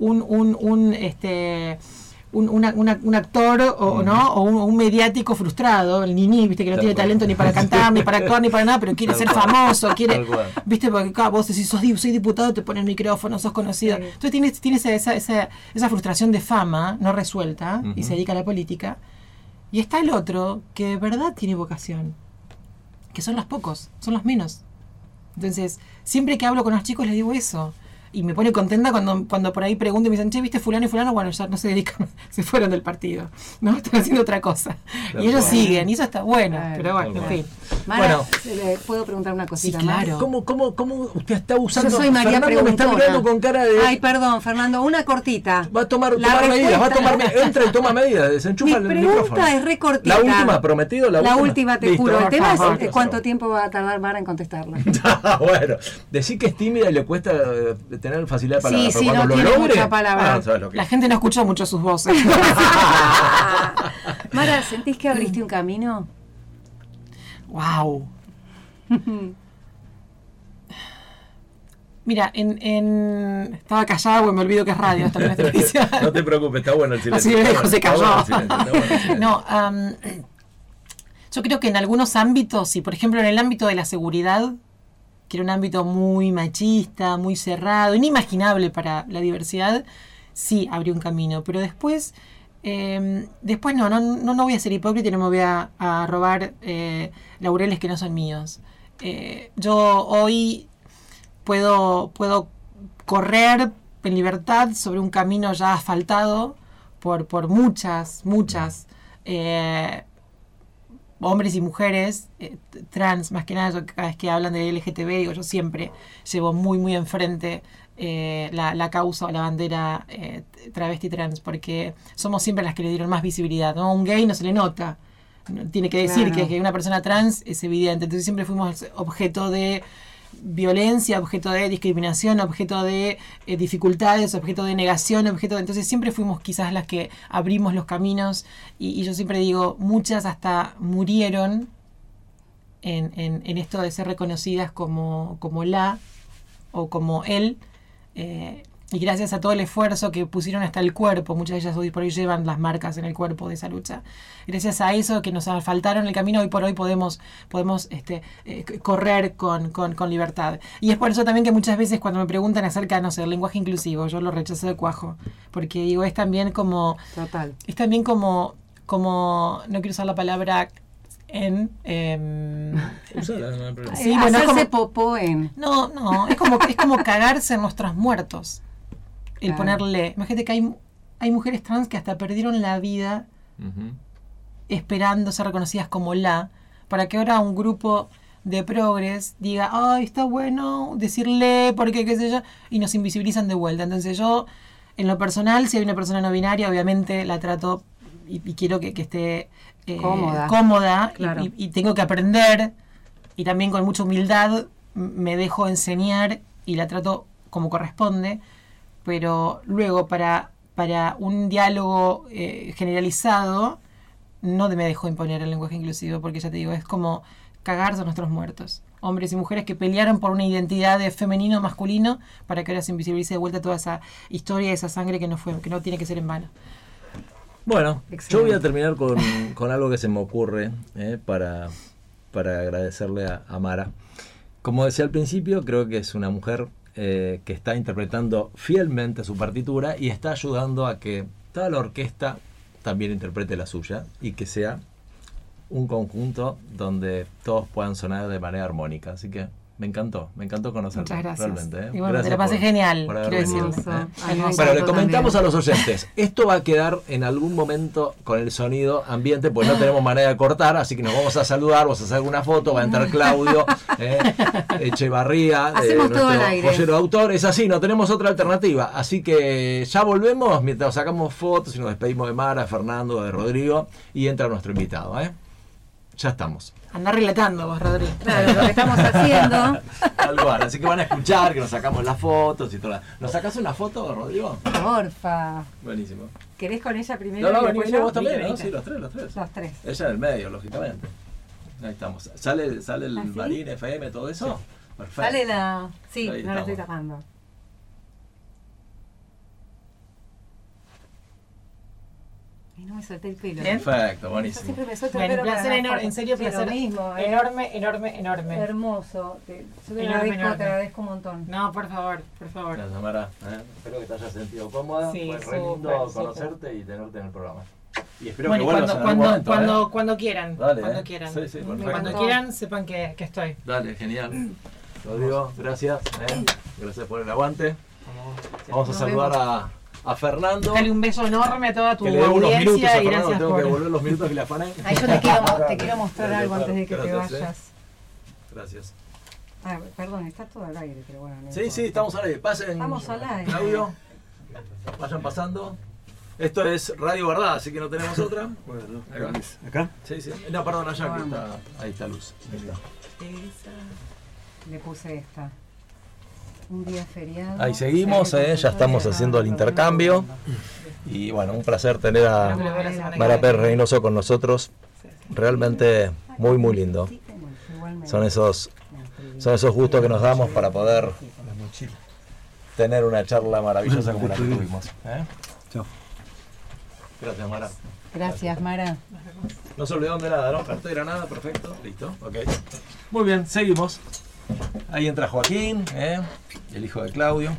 actor o un mediático frustrado, el niní, viste, que no tiene talento ni para cantar, ni para actuar, ni para nada, pero quiere ser famoso, quiere, viste, porque vos decís, soy diputado, te ponen el micrófono, sos conocido. Sí. Entonces tienes esa frustración de fama no resuelta y se dedica a la política. Y está el otro que de verdad tiene vocación, que son los pocos, son los menos. Entonces, siempre que hablo con los chicos les digo eso. Y me pone contenta cuando por ahí pregunto y me dicen, che, ¿viste fulano y fulano? Bueno, ya no se dedican, se fueron del partido, ¿no? Están haciendo otra cosa. Y ellos siguen, y eso está bueno, pero bueno, en fin. Mara, ¿puedo preguntar una cosita más? Claro. ¿Cómo usted está usando? Yo soy María Fernando me está mirando con cara de... Ay, perdón, Fernando, una cortita. Va a tomar medidas, entra y toma medidas, desenchufa el micrófono. Mi pregunta es recortita. La última, prometido, la última. Te Listo, juro. El tema es cuánto favor. tiempo va a tardar Mara en contestarla. Bueno, decir que es tímida y le cuesta tener facilidad de palabra, pero cuando no lo tiene logre, mucha palabra. ¿sabes lo que La gente no escuchó mucho sus voces. Mara, ¿sentís que abriste un camino? Wow. Mira, estaba callada porque me olvido que es radio hasta la televisión. No te preocupes, está bueno el silencio. Así me dijo, se cayó. No, yo creo que en algunos ámbitos, y por ejemplo en el ámbito de la seguridad, que era un ámbito muy machista, muy cerrado, inimaginable para la diversidad, sí abrió un camino. Pero después no voy a ser hipócrita y no me voy a robar laureles que no son míos. Yo hoy puedo correr en libertad sobre un camino ya asfaltado por muchas hombres y mujeres trans, más que nada. Yo, cada vez que hablan de LGTB, digo, yo siempre llevo muy enfrente la causa o la bandera travesti trans, porque somos siempre las que le dieron más visibilidad, ¿no? A un gay no se le nota, tiene que decir que una persona trans es evidente. Entonces siempre fuimos objeto de violencia, objeto de discriminación, objeto de dificultades, objeto de negación, entonces siempre fuimos quizás las que abrimos los caminos, y yo siempre digo, muchas hasta murieron en esto de ser reconocidas como la o como él, y gracias a todo el esfuerzo que pusieron hasta el cuerpo, muchas de ellas hoy por hoy llevan las marcas en el cuerpo de esa lucha. Gracias a eso que nos faltaron el camino, hoy por hoy podemos correr con libertad. Y es por eso también que muchas veces cuando me preguntan acerca, no sé, del lenguaje inclusivo, yo lo rechazo de cuajo, porque digo, es también como... Total. Es también como no quiero usar la palabra Usala, no hay problema. sí, bueno, es hacerse como, popó en... no, es como cagarse en nuestros muertos. El Claro. ponerle, imagínate que hay mujeres trans que hasta perdieron la vida Ujú. esperando ser reconocidas como para que ahora un grupo de progres diga, ay, está bueno decirle, porque qué sé yo, y nos invisibilizan de vuelta. Entonces yo, en lo personal, si hay una persona no binaria, obviamente la trato y quiero que esté cómoda, Claro. y tengo que aprender, y también con mucha humildad me dejo enseñar y la trato como corresponde, pero luego para un diálogo generalizado no me dejo imponer el lenguaje inclusivo, porque ya te digo, es como cagarse a nuestros muertos. Hombres y mujeres que pelearon por una identidad de femenino o masculino para que ahora se invisibilice de vuelta toda esa historia, esa sangre que no tiene que ser en vano. Bueno, Excelente. yo voy a terminar con algo que se me ocurre para agradecerle a Mara. Como decía al principio, creo que es una mujer que está interpretando fielmente su partitura y está ayudando a que toda la orquesta también interprete la suya y que sea un conjunto donde todos puedan sonar de manera armónica. Así que me encantó conocerte. Muchas gracias. Realmente, Y bueno, Gracias te la pasé genial, por haber quiero venido, decirle. ¿eh? A mí me Bueno, le encantó comentamos también. a los oyentes, esto va a quedar en algún momento con el sonido ambiente, pues no tenemos manera de cortar, así que nos vamos a saludar, vamos a hacer alguna foto, va a entrar Claudio Echevarría, Hacemos todo al aire. joyero autor, es así, no tenemos otra alternativa, así que ya volvemos mientras sacamos fotos y nos despedimos de Mara, de Fernando, de Rodrigo, y entra nuestro invitado, ya estamos. Andá relatando vos, Rodrigo. Claro, lo que estamos haciendo. Algo van, así que van a escuchar que nos sacamos las fotos y todas. ¿Nos sacás una foto, Rodrigo? Porfa. Buenísimo. ¿Querés con ella primero? No, y vení después vení yo? vos también, ¿no? Venite. Sí, los tres. Los tres. Ella en el medio, lógicamente. Ahí estamos. ¿Sale el ¿Ah, sí? Marín FM, todo eso? Perfecto. Sale la... Sí, Ahí no la estoy estamos. tapando. Ay, no me solté el pelo. Bien. Perfecto, Yo buenísimo. siempre me suelto el Bueno, pelo. placer para la enorme, foto. en serio, Sí, placer lo mismo, enorme. Hermoso. Yo te Enorme. agradezco un montón. No, por favor. Gracias, Mara. Espero que te hayas sentido cómoda. Sí, Fue re súper, lindo súper. conocerte y tenerte en el programa. Y espero Bueno, que vuelvas en algún momento, cuando quieran. Dale, cuando quieran. Sí, perfecto. Cuando quieran, sepan que estoy. Dale, genial. Rodrigo, gracias. Gracias por el aguante. Vamos a Nos saludar a Fernando. Dale un beso enorme a toda tu Que le dé unos minutos a audiencia y Fernando, gracias tengo que por... devolver los minutos que le afané. Ay, yo te quiero mostrar algo antes de que te Gracias, vayas. Gracias. Ah, perdón, está todo al aire, pero bueno. no Sí, importa. estamos al aire. Pasen. Estamos al aire. Claudio, vayan pasando. Esto es Radio Verdad, así que no tenemos otra. Ahí va. ¿Acá? Sí, sí. No, perdón, allá que está. Ahí está Luz. Ahí está. Le puse esta. Un día feriado. Ahí seguimos, ya estamos haciendo el intercambio. Y bueno, un placer tener a Mara Pérez Reynoso con nosotros. Realmente muy lindo. Son esos gustos que nos damos para poder tener una charla maravillosa como la que tuvimos. Chao. Gracias, Mara. Gracias, Mara. No se olvidaron de nada, ¿no? Cartera, nada, perfecto. Listo, ok. Muy bien, seguimos. Ahí entra Joaquín, el hijo de Claudio.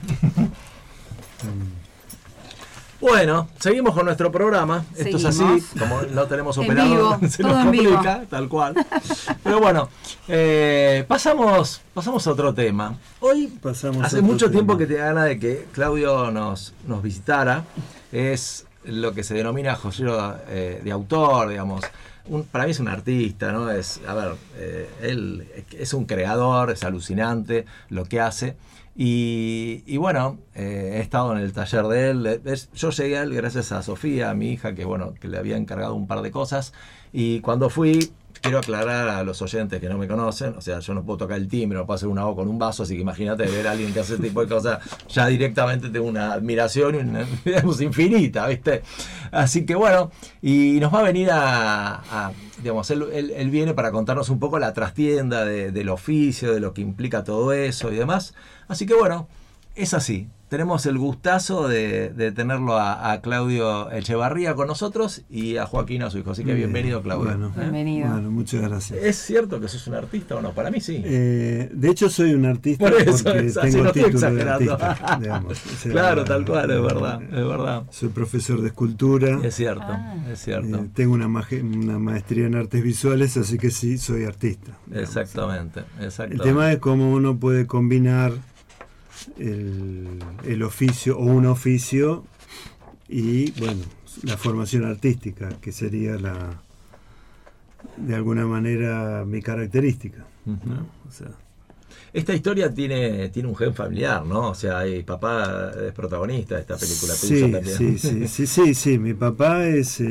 Bueno, seguimos con nuestro programa. Esto es así, Seguimos. como no tenemos En operador, vivo, se todo nos en vivo. complica, tal cual. Pero bueno, pasamos a otro tema. Hoy, Pasamos hace a otro mucho tema. tiempo que tenía ganas de que Claudio nos visitara. Es lo que se denomina joyero de autor, digamos. Para mí es un artista, ¿no? Él es un creador, es alucinante lo que hace. Y bueno, he estado en el taller de él. Yo llegué a él gracias a Sofía, mi hija, que le había encargado un par de cosas. Y cuando fui, quiero aclarar a los oyentes que no me conocen, o sea, yo no puedo tocar el timbre, no puedo hacer una O con un vaso, así que imagínate ver a alguien que hace este tipo de cosas, ya directamente tengo una admiración y una, digamos, infinita, ¿viste? Así que bueno, y nos va a venir digamos, él viene para contarnos un poco la trastienda del oficio, de lo que implica todo eso y demás. Así que bueno, es así. Tenemos el gustazo de tenerlo a Claudio Echevarría con nosotros y a Joaquín, a su hijo. Así que bienvenido, Claudio. Bueno, bienvenido. Bueno, muchas gracias. ¿Es cierto que sos un artista o no? Para mí sí. De hecho, soy un artista Por eso, porque tengo no título estoy de exagerando. artista. Digamos. O sea, Claro, tal cual, es verdad, es verdad. Soy profesor de escultura. Es cierto, es cierto. Tengo una maestría en artes visuales, así que sí, soy artista. Digamos. Exactamente. El tema es cómo uno puede combinar el oficio o un oficio y, bueno, la formación artística, que sería de alguna manera mi característica, ¿no? O sea, esta historia tiene un gen familiar, ¿no? O sea, papá es protagonista de esta película. Sí. Mi papá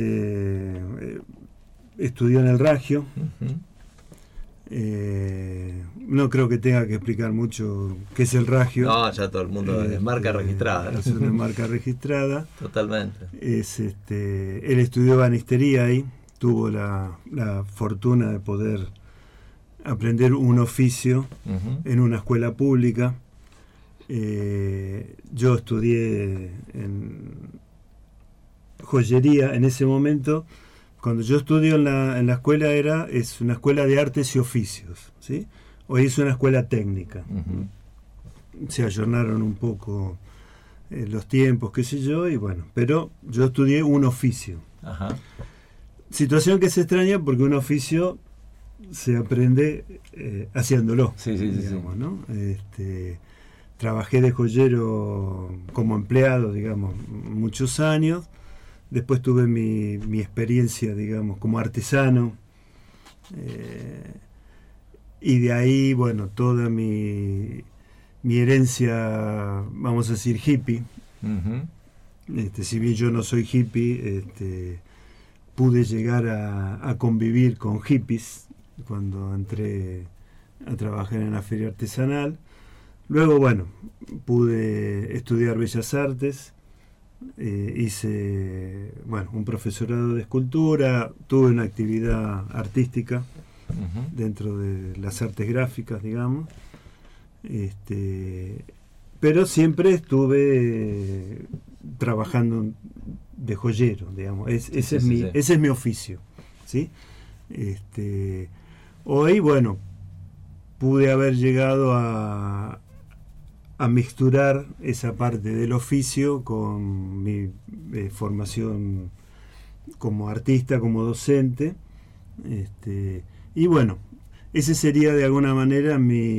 estudió en el Ragio. No creo que tenga que explicar mucho qué es el Ragio. No, ya todo el mundo es marca registrada. Es una marca registrada. Totalmente. Él estudió banistería ahí, tuvo la fortuna de poder aprender un oficio en una escuela pública. Yo estudié en joyería en ese momento. Cuando yo estudio en la escuela es una escuela de artes y oficios, ¿sí? Hoy es una escuela técnica. Se ayornaron un poco los tiempos, qué sé yo, y bueno, pero yo estudié un oficio. Ajá. Situación que se extraña porque un oficio se aprende haciéndolo. Digamos, ¿no? Trabajé de joyero como empleado, digamos, muchos años. Después tuve mi experiencia, digamos, como artesano. Y de ahí, bueno, toda mi herencia, vamos a decir, hippie. Si bien yo no soy hippie, pude llegar a convivir con hippies cuando entré a trabajar en la feria artesanal. Luego, bueno, pude estudiar Bellas Artes. Hice un profesorado de escultura, tuve una actividad artística dentro de las artes gráficas, digamos, pero siempre estuve trabajando de joyero, digamos. Ese es mi oficio, ¿sí? Hoy, bueno, pude haber llegado a mixturar esa parte del oficio con mi formación como artista, como docente, y bueno, ese sería de alguna manera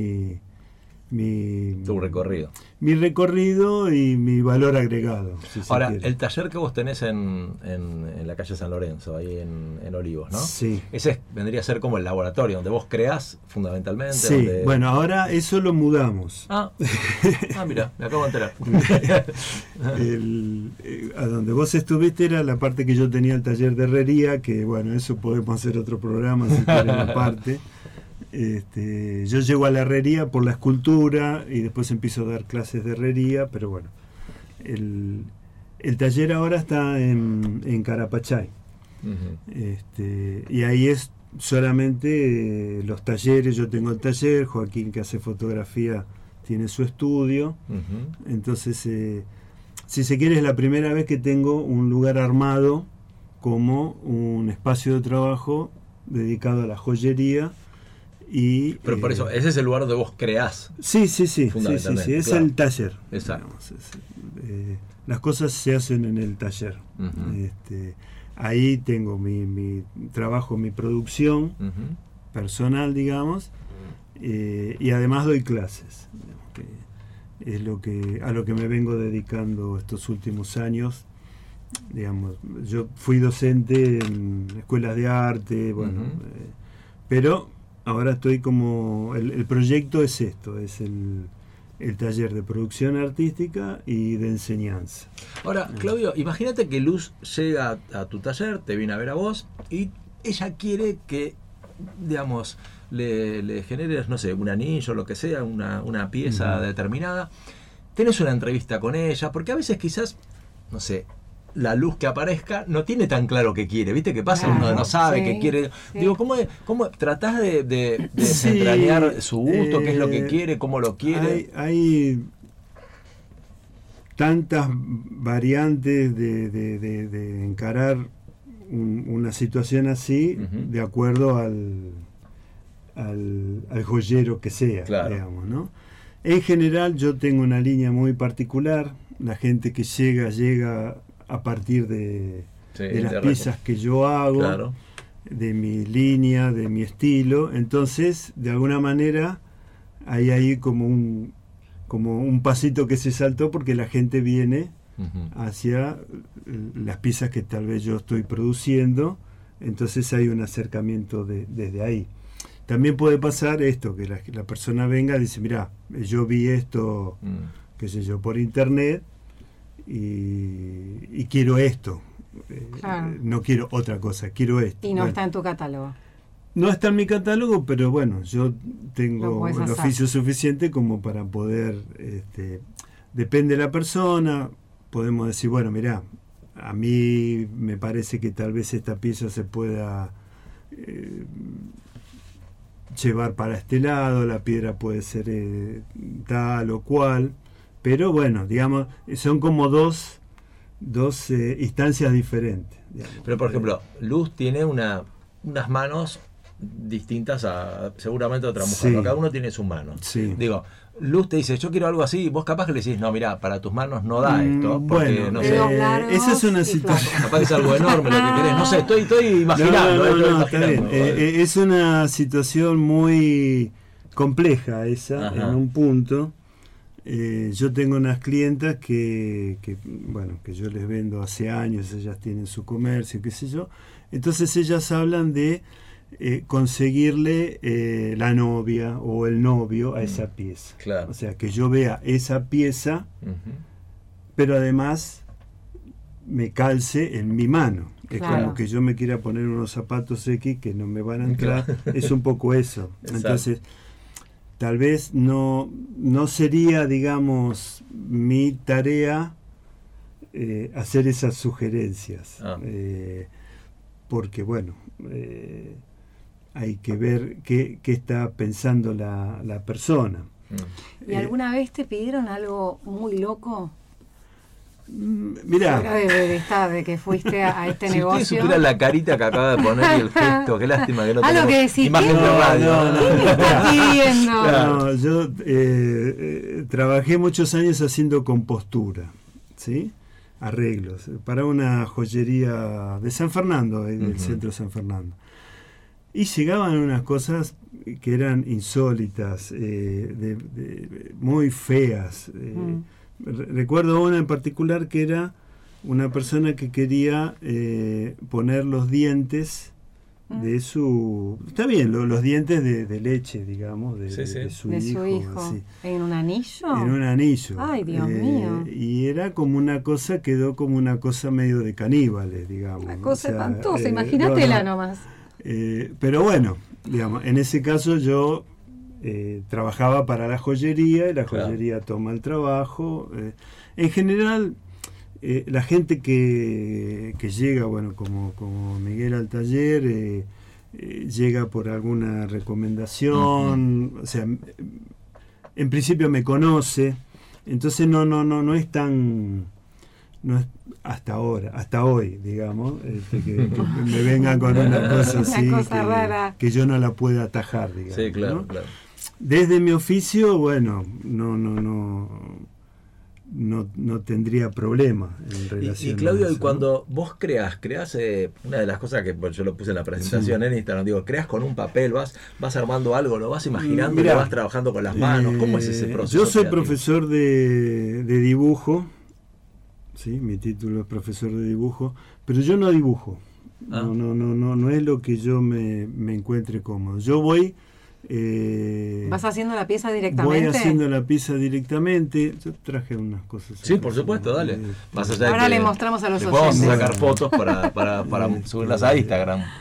tu recorrido. Mi recorrido y mi valor agregado. Ahora, el taller que vos tenés en la calle San Lorenzo, ahí en Olivos, ¿no? Sí. Ese vendría a ser como el laboratorio, donde vos creás fundamentalmente. Sí, bueno, ahora eso lo mudamos. Mira, me acabo de enterar. A donde vos estuviste era la parte que yo tenía, el taller de herrería, que bueno, eso podemos hacer otro programa si quieren aparte. Yo llego a la herrería por la escultura y después empiezo a dar clases de herrería, pero bueno, el taller ahora está en Carapachay. Y ahí es solamente los talleres. Yo tengo el taller, Joaquín, que hace fotografía, tiene su estudio. Entonces, si se quiere, es la primera vez que tengo un lugar armado como un espacio de trabajo dedicado a la joyería. Pero por eso, ese es el lugar donde vos creás. Sí, es el taller. Exacto. Digamos, las cosas se hacen en el taller. Ahí tengo mi trabajo, mi producción personal, digamos, y además doy clases, que es a lo que me vengo dedicando estos últimos años. Digamos, yo fui docente en escuelas de arte, pero ahora estoy como... El proyecto es esto, es el taller de producción artística y de enseñanza. Ahora, Claudio, imagínate que Luz llega a tu taller, te viene a ver a vos y ella quiere que digamos, le generes, no sé, un anillo, lo que sea, una pieza determinada, tenés una entrevista con ella, porque a veces quizás, no sé, la luz que aparezca no tiene tan claro qué quiere, ¿viste? ¿Qué pasa? Uno no sabe qué quiere. Sí. Digo, ¿cómo tratás de desentrañar su gusto, qué es lo que quiere, cómo lo quiere? Hay tantas variantes de encarar una situación así, de acuerdo al joyero que sea, digamos, ¿no? En general yo tengo una línea muy particular. La gente que llega a partir de las piezas que yo hago, de mi línea, de mi estilo. Entonces, de alguna manera, hay ahí como un pasito que se saltó, porque la gente viene hacia las piezas que tal vez yo estoy produciendo. Entonces hay un acercamiento desde ahí. También puede pasar esto, que la persona venga y dice, mira, yo vi esto, qué sé yo, por internet, y quiero esto, no quiero otra cosa, quiero esto. Y no está en tu catálogo. No está en mi catálogo, pero bueno, yo tengo el oficio suficiente como para poder, depende de la persona, podemos decir, bueno, mirá, a mí me parece que tal vez esta pieza se pueda llevar para este lado, la piedra puede ser tal o cual. Pero bueno, digamos, son como dos instancias diferentes. Digamos. Pero por ejemplo, Luz tiene unas manos distintas a seguramente a otra mujer. Sí. Cada uno tiene su mano. Sí. Digo, Luz te dice, yo quiero algo así, y vos capaz que le decís, no, mira, para tus manos no da esto. Porque, bueno, no sé, esa es una situación. Capaz que es algo enorme lo que querés. No sé, estoy imaginando. Está bien. Es una situación muy compleja esa, en un punto. Yo tengo unas clientas que yo les vendo hace años, ellas tienen su comercio, qué sé yo. Entonces ellas hablan de conseguirle la novia o el novio a esa pieza. Claro. O sea, que yo vea esa pieza, pero además me calce en mi mano. Es como que yo me quiera poner unos zapatos X que no me van a entrar. Es un poco eso. Exacto. Entonces, tal vez no sería, digamos, mi tarea hacer esas sugerencias. Porque, bueno, hay que ver qué está pensando la persona. ¿Y alguna vez te pidieron algo muy loco? Mirá, de que fuiste a este negocio. Si supiera la carita que acaba de poner y el gesto, qué lástima que no tenemos que decís, imagen de radio. ¿Qué me estás pidiendo? No, yo trabajé muchos años haciendo compostura, ¿sí? Arreglos, para una joyería de San Fernando, del centro de San Fernando. Y llegaban unas cosas que eran insólitas, muy feas. Recuerdo una en particular que era una persona que quería poner los dientes de su... Está bien, los dientes de leche, digamos, de su hijo. Sí. ¿En un anillo? En un anillo. Ay, Dios mío. Y era como una cosa, quedó como una cosa medio de caníbales, digamos. Una cosa espantosa, imagínatela nomás. Pero bueno, digamos, en ese caso yo... trabajaba para la joyería y la joyería toma el trabajo. En general, la gente que llega, bueno, como Miguel al taller, llega por alguna recomendación, o sea, en principio me conoce, entonces no es tan... No es hasta hoy, digamos, que me vengan con una cosa así, que yo no la pueda atajar, digamos. Sí, claro, ¿no? claro. Desde mi oficio, bueno, no tendría problema en relación y Claudio, a eso, y cuando vos creás una de las cosas que yo lo puse en la presentación en Instagram, digo, creás con un papel, vas armando algo, lo vas imaginando, lo vas trabajando con las manos, ¿cómo es ese proceso? Yo soy creativo? profesor de dibujo, ¿sí? Mi título es profesor de dibujo, pero yo no dibujo. No es lo que yo me encuentre cómodo. Yo voy... ¿Vas haciendo la pieza directamente? Voy haciendo la pieza directamente. Yo traje unas cosas. Sí, por supuesto, dale. Ahora le mostramos a los oyentes. Vamos a sacar fotos para subirlas a Instagram.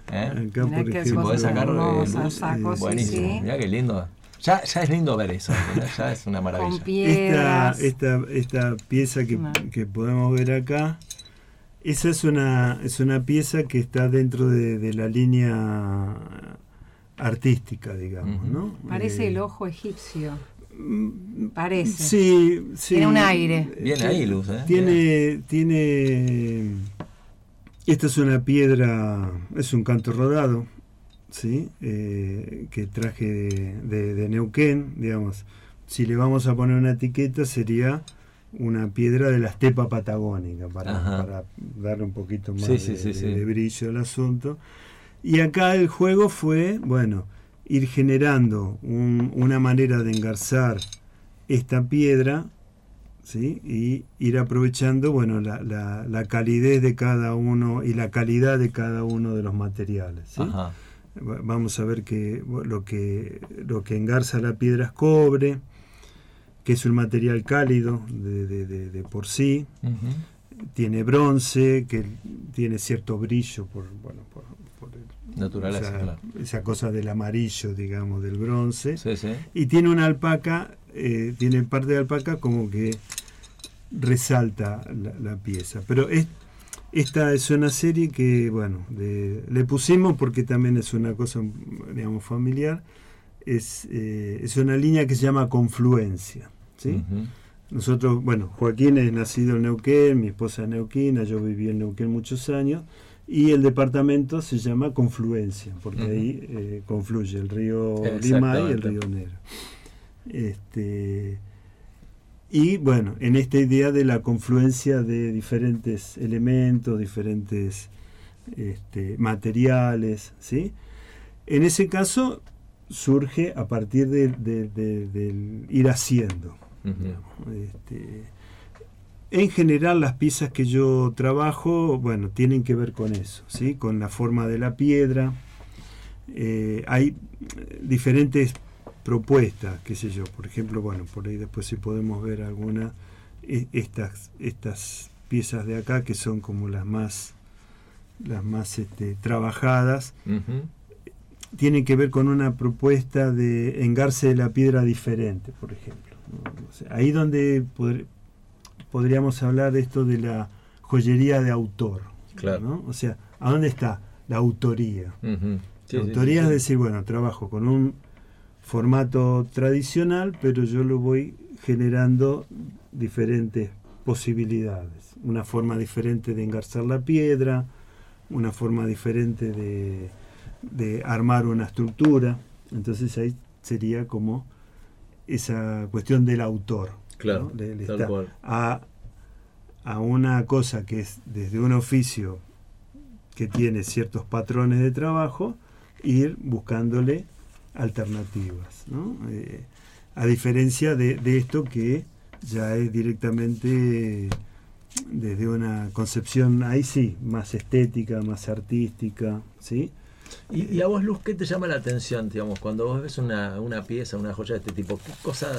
Acá, Mirá por qué Si ejemplo, podés sacar hermosa, luz, saco, sí, buenísimo. sí. Mirá qué lindo. Ya es lindo ver eso, ¿no? Ya es una maravilla. Con piedras. esta pieza que podemos ver acá, esa es una pieza que está dentro de la línea artística, digamos, ¿no? Parece el ojo egipcio. Parece. Sí. Tiene un aire. Viene ahí, Luz, ¿eh? Tiene. Esta es una piedra, es un canto rodado, ¿sí? Que traje de Neuquén, digamos. Si le vamos a poner una etiqueta, sería una piedra de la estepa patagónica, para darle un poquito más de brillo al asunto. Y acá el juego fue, bueno, ir generando una manera de engarzar esta piedra, ¿sí? Y ir aprovechando, bueno, la calidez de cada uno y la calidad de cada uno de los materiales, ¿sí? Vamos a ver que lo que engarza la piedra es cobre, que es un material cálido de por sí. Tiene bronce, que tiene cierto brillo por naturaleza, claro. Esa cosa del amarillo, digamos, del bronce. Sí. Y tiene una alpaca, tiene parte de alpaca como que resalta la pieza. Pero esta es una serie que, bueno, le pusimos porque también es una cosa, digamos, familiar. Es una línea que se llama Confluencia, ¿sí? Nosotros, bueno, Joaquín es nacido en Neuquén, mi esposa es neuquina, yo viví en Neuquén muchos años, y el departamento se llama Confluencia, porque ahí confluye el río Limay y el río Negro. Y bueno, en esta idea de la confluencia de diferentes elementos, diferentes materiales, ¿sí? En ese caso surge a partir del ir haciendo. En general las piezas que yo trabajo, bueno, tienen que ver con eso, ¿sí? Con la forma de la piedra. Hay diferentes propuestas, qué sé yo, por ejemplo, bueno, por ahí después si podemos ver alguna, estas piezas de acá que son como las más trabajadas, tienen que ver con una propuesta de engarce de la piedra diferente, por ejemplo, ¿no? O sea, ahí donde podríamos hablar de esto de la joyería de autor, claro, ¿no? O sea, ¿a dónde está la autoría? Sí, la autoría es decir, bueno, trabajo con un formato tradicional, pero yo lo voy generando diferentes posibilidades, una forma diferente de engarzar la piedra, una forma diferente de armar una estructura. Entonces ahí sería como esa cuestión del autor, claro, ¿no? Le está a una cosa que es desde un oficio que tiene ciertos patrones de trabajo, ir buscándole alternativas, ¿no? A diferencia de esto que ya es directamente desde una concepción, ahí sí, más estética, más artística, ¿sí? ¿Y a vos, Luz, qué te llama la atención, digamos, cuando vos ves una pieza, una joya de este tipo? ¿Qué cosa,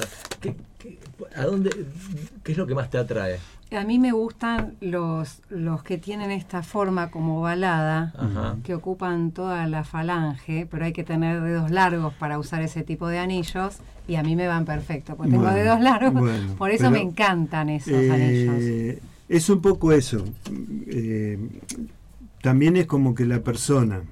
qué es lo que más te atrae? A mí me gustan los que tienen esta forma como ovalada, que ocupan toda la falange, pero hay que tener dedos largos para usar ese tipo de anillos, y a mí me van perfecto, porque tengo dedos largos, por eso me encantan esos anillos. Es un poco eso. También es como que la persona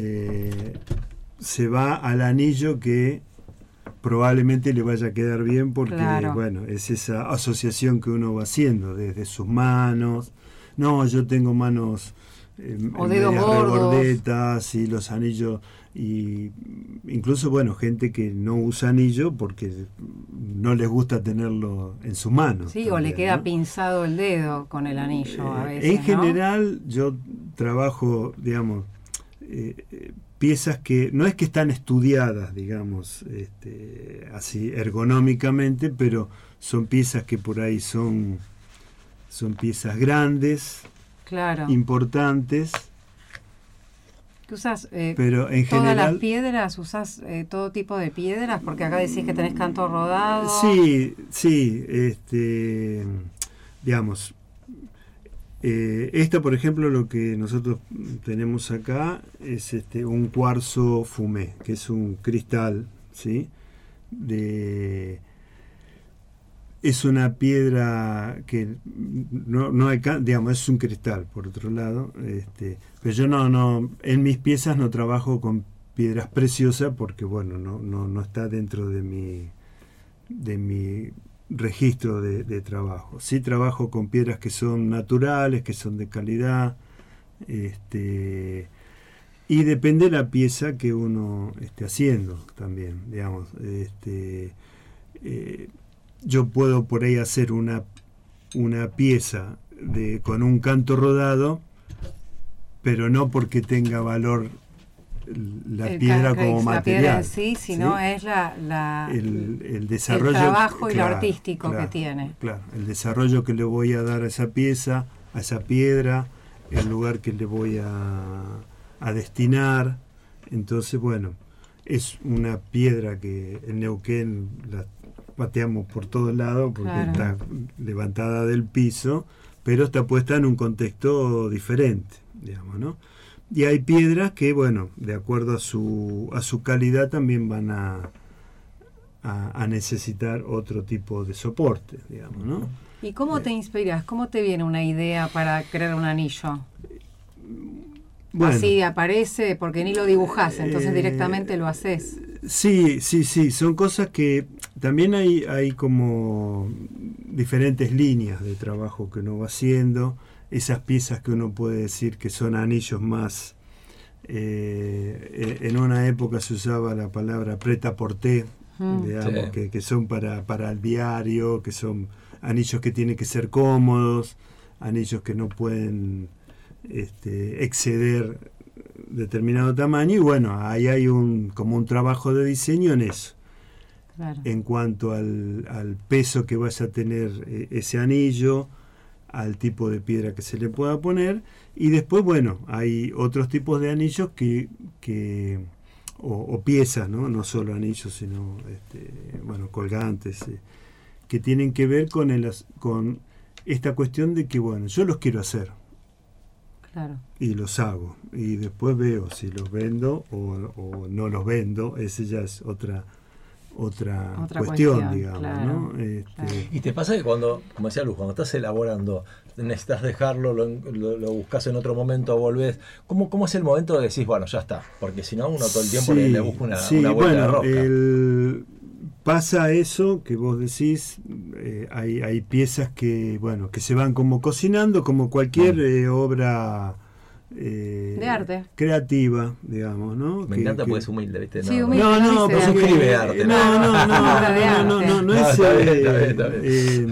se va al anillo que probablemente le vaya a quedar bien porque, claro, bueno, es esa asociación que uno va haciendo desde sus manos. No, yo tengo manos o dedos regordetas y los anillos, y incluso, bueno, gente que no usa anillo porque no les gusta tenerlo en sus manos. Sí, también, o le queda, ¿no?, pinzado el dedo con el anillo a veces, en general, ¿no? Yo trabajo, digamos, piezas que no es que están estudiadas, digamos, así ergonómicamente, pero son piezas que por ahí son piezas grandes, claro, importantes. ¿Tú usas pero en todas general, las piedras? ¿Usas todo tipo de piedras? Porque acá decís que tenés canto rodado. Sí, digamos, Esta, por ejemplo, lo que nosotros tenemos acá es un cuarzo fumé, que es un cristal, ¿sí? Es una piedra que no hay, digamos, es un cristal, por otro lado, pero yo no en mis piezas no trabajo con piedras preciosas porque, bueno, no está dentro de mi registro de trabajo. Sí trabajo con piedras que son naturales, que son de calidad, y depende de la pieza que uno esté haciendo también, digamos. Yo puedo por ahí hacer una pieza con un canto rodado, pero no porque tenga valor la piedra como material. La piedra en sí, sino ¿sí? Es el desarrollo, el trabajo y lo artístico que tiene. Claro, el desarrollo que le voy a dar a esa pieza, a esa piedra, el lugar que le voy a destinar. Entonces, bueno, es una piedra que en Neuquén la pateamos por todos lados porque está levantada del piso, pero está puesta en un contexto diferente, digamos, ¿no? Y hay piedras que, bueno, de acuerdo a su calidad también van a necesitar otro tipo de soporte, digamos, ¿no? ¿Y cómo te inspiras? ¿Cómo te viene una idea para crear un anillo? Bueno, así aparece, porque ni lo dibujás, entonces directamente lo haces. Sí, son cosas que también hay como diferentes líneas de trabajo que uno va haciendo. Esas piezas que uno puede decir que son anillos más, en una época se usaba la palabra prêt-à-porter, digamos, sí. que son para el diario, que son anillos que tienen que ser cómodos, anillos que no pueden exceder determinado tamaño, y bueno, ahí hay como un trabajo de diseño en eso. Claro. En cuanto al peso que vaya a tener ese anillo, al tipo de piedra que se le pueda poner, y después, bueno, hay otros tipos de anillos o piezas, no solo anillos, sino bueno, colgantes, que tienen que ver con esta cuestión de que, bueno, yo los quiero hacer. Claro. Y los hago, y después veo si los vendo o no los vendo. Esa ya es otra cuestión, digamos, claro, ¿no? Claro. Y te pasa que cuando, como decía Luz, cuando estás elaborando, necesitas dejarlo, lo buscas en otro momento, volvés. ¿Cómo es el momento de decir, bueno, ya está? Porque si no, uno todo el tiempo le busca una vuelta de rosca. Pasa eso que vos decís, hay piezas que se van como cocinando, como cualquier obra de arte creativa, digamos, ¿no? Me encanta porque es humilde, ¿viste? Sí, humilde, no, pero suscribe arte. No es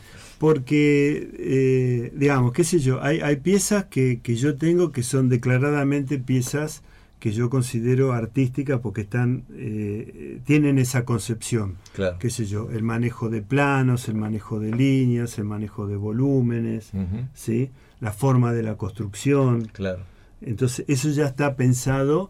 porque digamos, qué sé yo, hay piezas que yo tengo que son declaradamente piezas que yo considero artísticas porque tienen esa concepción, claro. Qué sé yo, el manejo de planos, el manejo de líneas, el manejo de volúmenes, ¿sí? La forma de la construcción. Claro. Entonces eso ya está pensado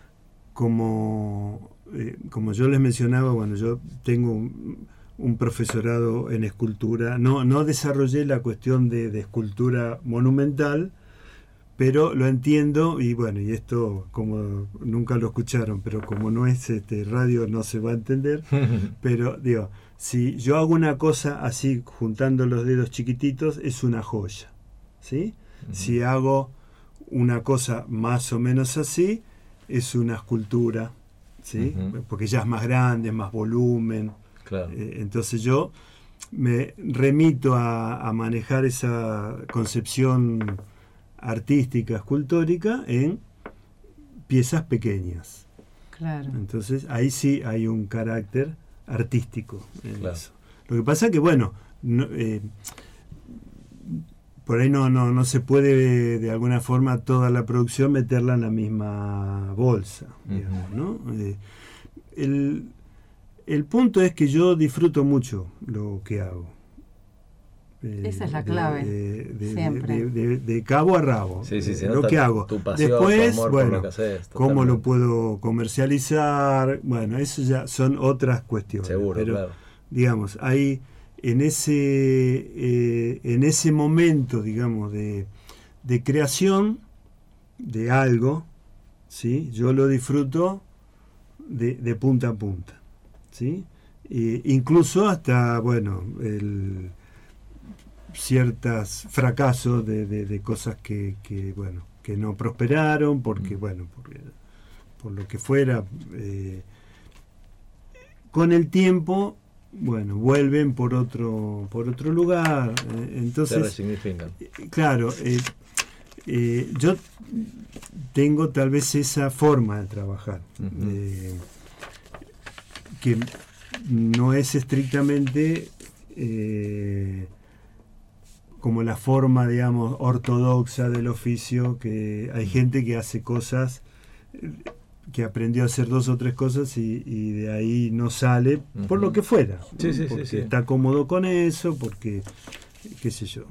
como yo les mencionaba, bueno, yo tengo un profesorado en escultura, no desarrollé la cuestión de escultura monumental, pero lo entiendo, y bueno, y esto como nunca lo escucharon, pero como no es radio no se va a entender, pero digo, si yo hago una cosa así juntando los dedos chiquititos, es una joya, ¿sí? Si hago una cosa más o menos así, es una escultura, ¿sí? Porque ya es más grande, más volumen. Claro. Entonces yo me remito a manejar esa concepción artística, escultórica, en piezas pequeñas. Claro. Entonces ahí sí hay un carácter artístico en claro. eso. Lo que pasa es que, bueno, por ahí no se puede de alguna forma toda la producción meterla en la misma bolsa, digamos, ¿no? El punto es que yo disfruto mucho lo que hago. Esa es la clave. Siempre. De cabo a rabo. Sí, lo que hago. Tu pasión, después, tu amor bueno, por lo que haces, cómo lo puedo comercializar. Bueno, eso ya son otras cuestiones. Seguro, pero, claro. digamos, hay en ese momento, digamos, de creación de algo, ¿sí? Yo lo disfruto de punta a punta, ¿sí? Incluso hasta, bueno, ciertos fracasos de cosas que no prosperaron, porque por lo que fuera, con el tiempo, vuelven por otro lugar, entonces se resignifican. Claro, yo tengo tal vez esa forma de trabajar, que no es estrictamente como la forma, digamos, ortodoxa del oficio, que hay gente que hace cosas, que aprendió a hacer 2 o 3 cosas y de ahí no sale, por lo que fuera, porque está cómodo con eso, porque, qué sé yo,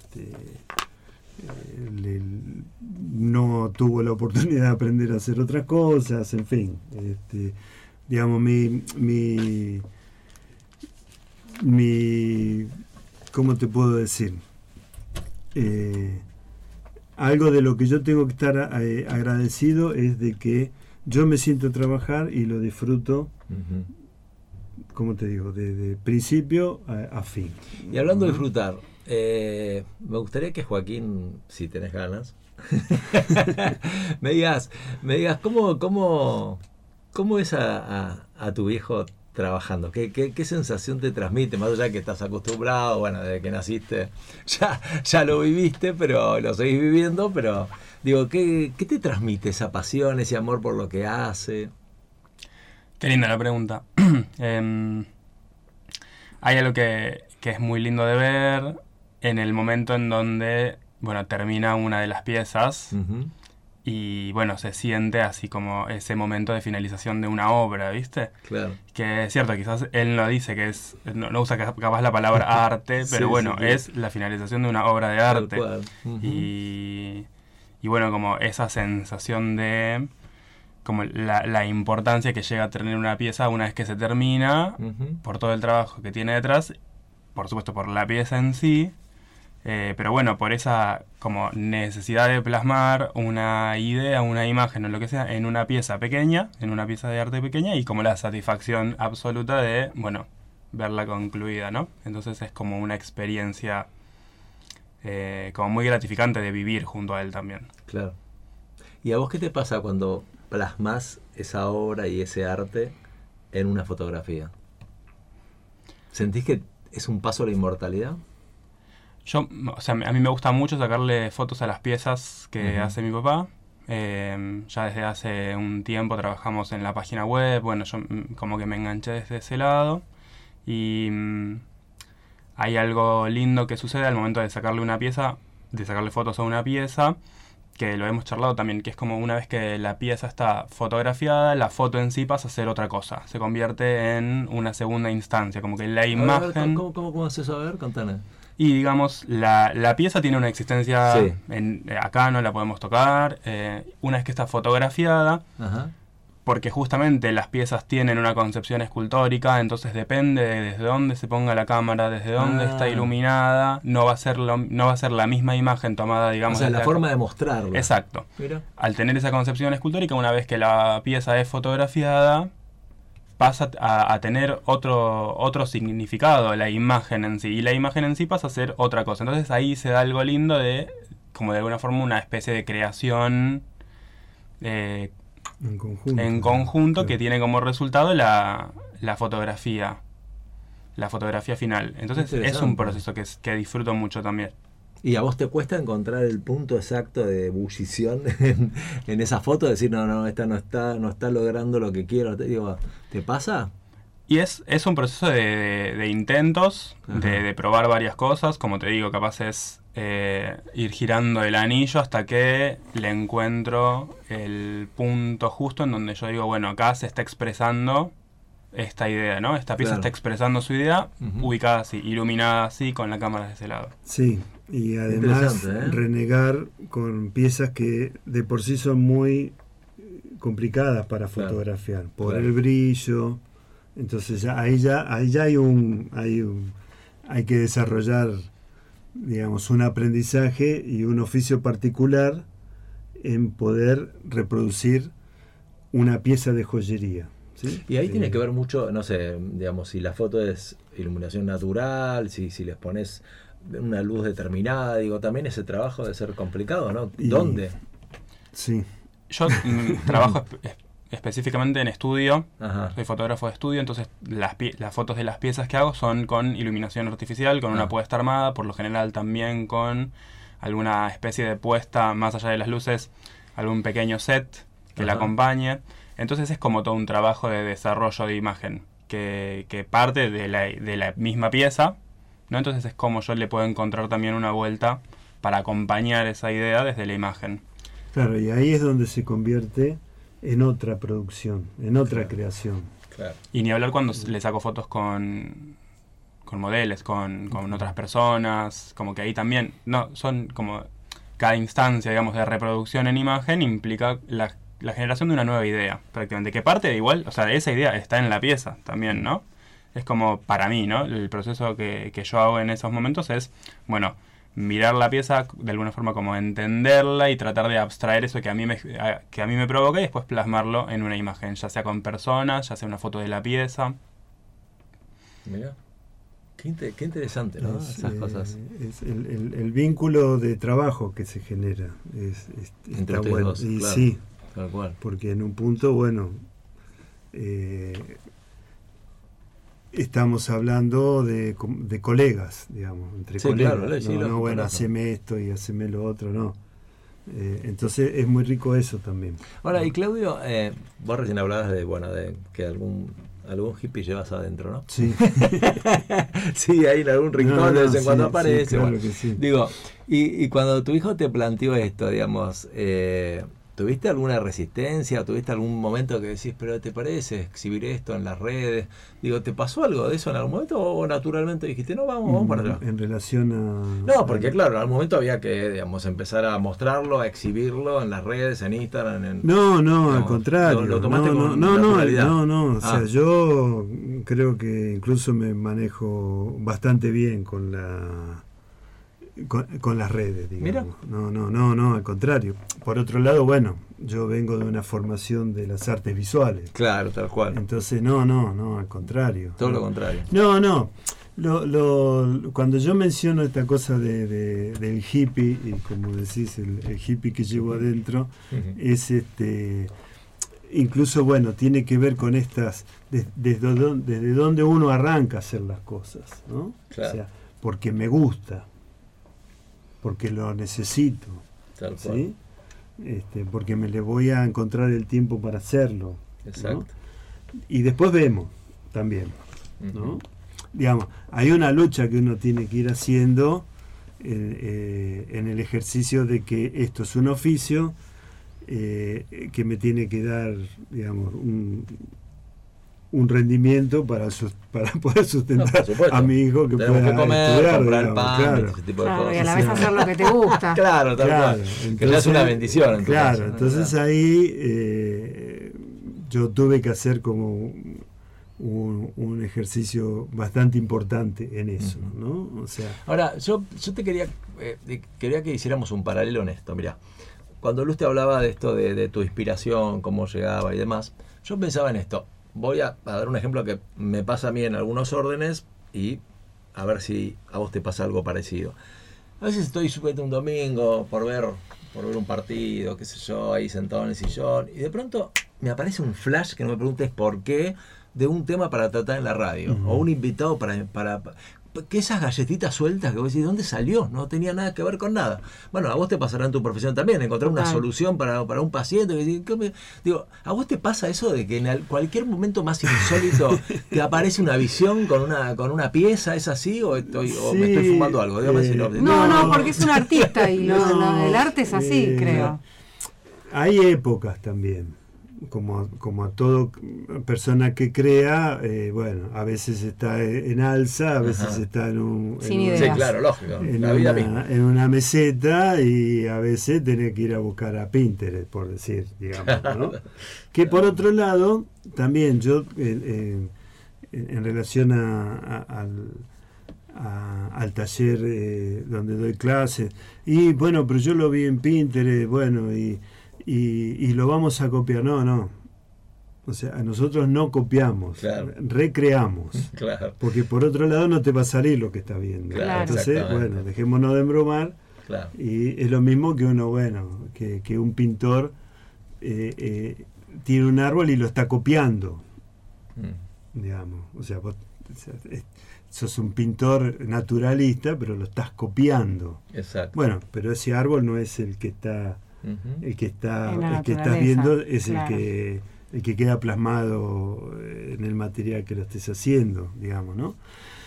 no tuvo la oportunidad de aprender a hacer otras cosas, en fin, digamos, mi ¿cómo te puedo decir? Algo de lo que yo tengo que estar agradecido es de que yo me siento a trabajar y lo disfruto, como te digo, de principio a fin. Y hablando de disfrutar, me gustaría que Joaquín, si tenés ganas, me digas cómo ves a tu viejo trabajando. ¿Qué sensación te transmite? Más allá que estás acostumbrado, desde que naciste ya lo viviste, pero lo seguís viviendo, pero digo, ¿qué te transmite esa pasión, ese amor por lo que hace? Qué linda la pregunta. Hay algo que es muy lindo de ver en el momento en donde, termina una de las piezas. Y se siente así como ese momento de finalización de una obra, ¿viste? Claro. Que es cierto, quizás él no dice que es, no usa capaz la palabra arte, pero es la finalización de una obra de arte. Y como esa sensación de como la importancia que llega a tener una pieza una vez que se termina, por todo el trabajo que tiene detrás, por supuesto por la pieza en sí, pero por esa como necesidad de plasmar una idea, una imagen o lo que sea en una pieza pequeña, en una pieza de arte pequeña, y como la satisfacción absoluta de, verla concluida, ¿no? Entonces es como una experiencia como muy gratificante de vivir junto a él también. Claro. ¿Y a vos qué te pasa cuando plasmás esa obra y ese arte en una fotografía? ¿Sentís que es un paso a la inmortalidad? A mí me gusta mucho sacarle fotos a las piezas que hace mi papá. Ya desde hace un tiempo trabajamos en la página web. Yo como que me enganché desde ese lado. Y hay algo lindo que sucede al momento de sacarle una pieza, de sacarle fotos a una pieza, que lo hemos charlado también, que es como una vez que la pieza está fotografiada, la foto en sí pasa a ser otra cosa. Se convierte en una segunda instancia, como que la imagen... ¿Cómo es eso? A ver, contanos. Y digamos, la pieza tiene una existencia, acá no la podemos tocar, una vez que está fotografiada, porque justamente las piezas tienen una concepción escultórica, entonces depende de desde dónde se ponga la cámara, desde dónde está iluminada, no va a ser la misma imagen tomada, digamos... O sea, la forma de mostrarlo. Exacto. Mira. Al tener esa concepción escultórica, una vez que la pieza es fotografiada, pasa a tener otro significado la imagen en sí, y la imagen en sí pasa a ser otra cosa. Entonces ahí se da algo lindo de, como de alguna forma, una especie de creación en conjunto claro, que tiene como resultado la fotografía final. Entonces es un proceso que disfruto mucho también. ¿Y a vos te cuesta encontrar el punto exacto de ebullición en esa foto? Decir, esta no está logrando lo que quiero. ¿Te pasa? Y es un proceso de intentos, de probar varias cosas. Como te digo, capaz es ir girando el anillo hasta que le encuentro el punto justo en donde yo digo, acá se está expresando esta idea, ¿no? Esta pieza está expresando su idea, ubicada así, iluminada así, con la cámara de ese lado. Sí, y además renegar con piezas que de por sí son muy complicadas para fotografiar, por el brillo. Entonces ahí ya hay hay que desarrollar, digamos, un aprendizaje y un oficio particular en poder reproducir una pieza de joyería, ¿sí? Y ahí tiene que ver mucho, no sé, digamos, si la foto es iluminación natural, si les pones una luz determinada, digo, también ese trabajo debe ser complicado, ¿no? ¿Dónde? Sí. Yo trabajo específicamente en estudio. Ajá. Soy fotógrafo de estudio, entonces las fotos de las piezas que hago son con iluminación artificial, con una puesta armada, por lo general también con alguna especie de puesta más allá de las luces, algún pequeño set que la acompañe. Entonces es como todo un trabajo de desarrollo de imagen que parte de la misma pieza, ¿no? Entonces es como yo le puedo encontrar también una vuelta para acompañar esa idea desde la imagen. Claro, y ahí es donde se convierte en otra producción, en otra creación. Claro. Y ni hablar cuando le saco fotos con modelos, con otras personas, como que ahí también, no, son como cada instancia, digamos, de reproducción en imagen implica la generación de una nueva idea, prácticamente, que parte de igual, o sea, esa idea está en la pieza también, ¿no? Es como, para mí, ¿no? El proceso que yo hago en esos momentos es, bueno, mirar la pieza de alguna forma, como entenderla y tratar de abstraer eso que a mí me provoca y después plasmarlo en una imagen, ya sea con personas, ya sea una foto de la pieza. Mira, qué interesante, ¿no? Esas cosas. Es el vínculo de trabajo que se genera. Entre está bueno. dos, Y claro, sí, tal cual. porque en un punto, bueno, estamos hablando de colegas, digamos, entre Sí, colegas. claro, sí, no, lógico, bueno, lógico. haceme esto y haceme lo otro, no. Entonces es muy rico eso también. Ahora, y Claudio, vos recién hablabas de que algún hippie llevas adentro, ¿no? Sí. Sí, ahí en algún rincón de vez en cuando aparece. Sí, claro bueno. que sí. Digo, y cuando tu hijo te planteó esto, digamos, ¿tuviste alguna resistencia? ¿Tuviste algún momento que decís, pero te parece exhibir esto en las redes? Digo, ¿te pasó algo de eso en algún momento? ¿O naturalmente dijiste, no, vamos para allá? En relación a... No, porque claro, en algún momento había que, digamos, empezar a mostrarlo, a exhibirlo en las redes, en Instagram. No, digamos, al contrario. Lo tomaste con no, naturalidad. O sea, yo creo que incluso me manejo bastante bien con las redes, digamos. Mira. No, al contrario. Por otro lado, bueno, yo vengo de una formación de las artes visuales. Claro, tal cual. Entonces, no, al contrario. Todo lo contrario. No. Cuando yo menciono esta cosa del hippie, y como decís, el hippie que llevo adentro, es incluso, bueno, tiene que ver con estas, desde donde uno arranca a hacer las cosas, ¿no? Claro. O sea, porque me gusta, porque lo necesito, Tal cual. ¿sí? Porque me le voy a encontrar el tiempo para hacerlo, ¿no? Exacto. Y después vemos también, ¿no? Digamos, hay una lucha que uno tiene que ir haciendo en el ejercicio de que esto es un oficio que me tiene que dar, digamos, un rendimiento para poder sustentar a mi hijo que tenemos pueda que comer, estudiar, comprar digamos, pan, claro. ese tipo de Claro, cosas. y a la vez hacer lo que te gusta. Claro, tal cual. Entonces, Que ya es una bendición. En tu claro, caso. entonces ahí yo tuve que hacer como un ejercicio bastante importante en eso, ¿no? O sea, ahora, yo te quería que hiciéramos un paralelo en esto. Mirá, cuando Luz te hablaba de esto, de tu inspiración, cómo llegaba y demás, yo pensaba en esto. Voy a dar un ejemplo que me pasa a mí en algunos órdenes y a ver si a vos te pasa algo parecido. A veces estoy supuesto un domingo por ver un partido, qué sé yo, ahí sentado en el sillón, y de pronto me aparece un flash, que no me preguntes por qué, de un tema para tratar en la radio, o un invitado para que esas galletitas sueltas que vos decís, ¿dónde salió? No tenía nada que ver con nada. Bueno, a vos te pasará en tu profesión también, encontrar una solución para un paciente. Digo, ¿a vos te pasa eso de que en cualquier momento más insólito te aparece una visión con una pieza? ¿Es así o me estoy fumando algo? Dígame si No, porque es un artista y el arte es así, creo. Hay épocas también. Como a toda persona que crea, bueno, a veces está en alza, a veces está sin ideas. Sí, claro, lógico. En una meseta, y a veces tenés que ir a buscar a Pinterest, por decir, digamos, ¿no? Que por otro lado, también yo, en relación al taller donde doy clases. Y bueno, pero yo lo vi en Pinterest, bueno, y lo vamos a copiar. No. O sea, nosotros no copiamos, claro, recreamos. Claro. Porque por otro lado no te va a salir lo que estás viendo. Claro, entonces, bueno, dejémonos de embromar. Claro. Y es lo mismo que uno, bueno, que un pintor tiene un árbol y lo está copiando. Digamos. O sea, vos sos un pintor naturalista, pero lo estás copiando. Exacto. Bueno, pero ese árbol no es el que está, el que estás viendo, es claro, el que queda plasmado en el material que lo estés haciendo, digamos, ¿no?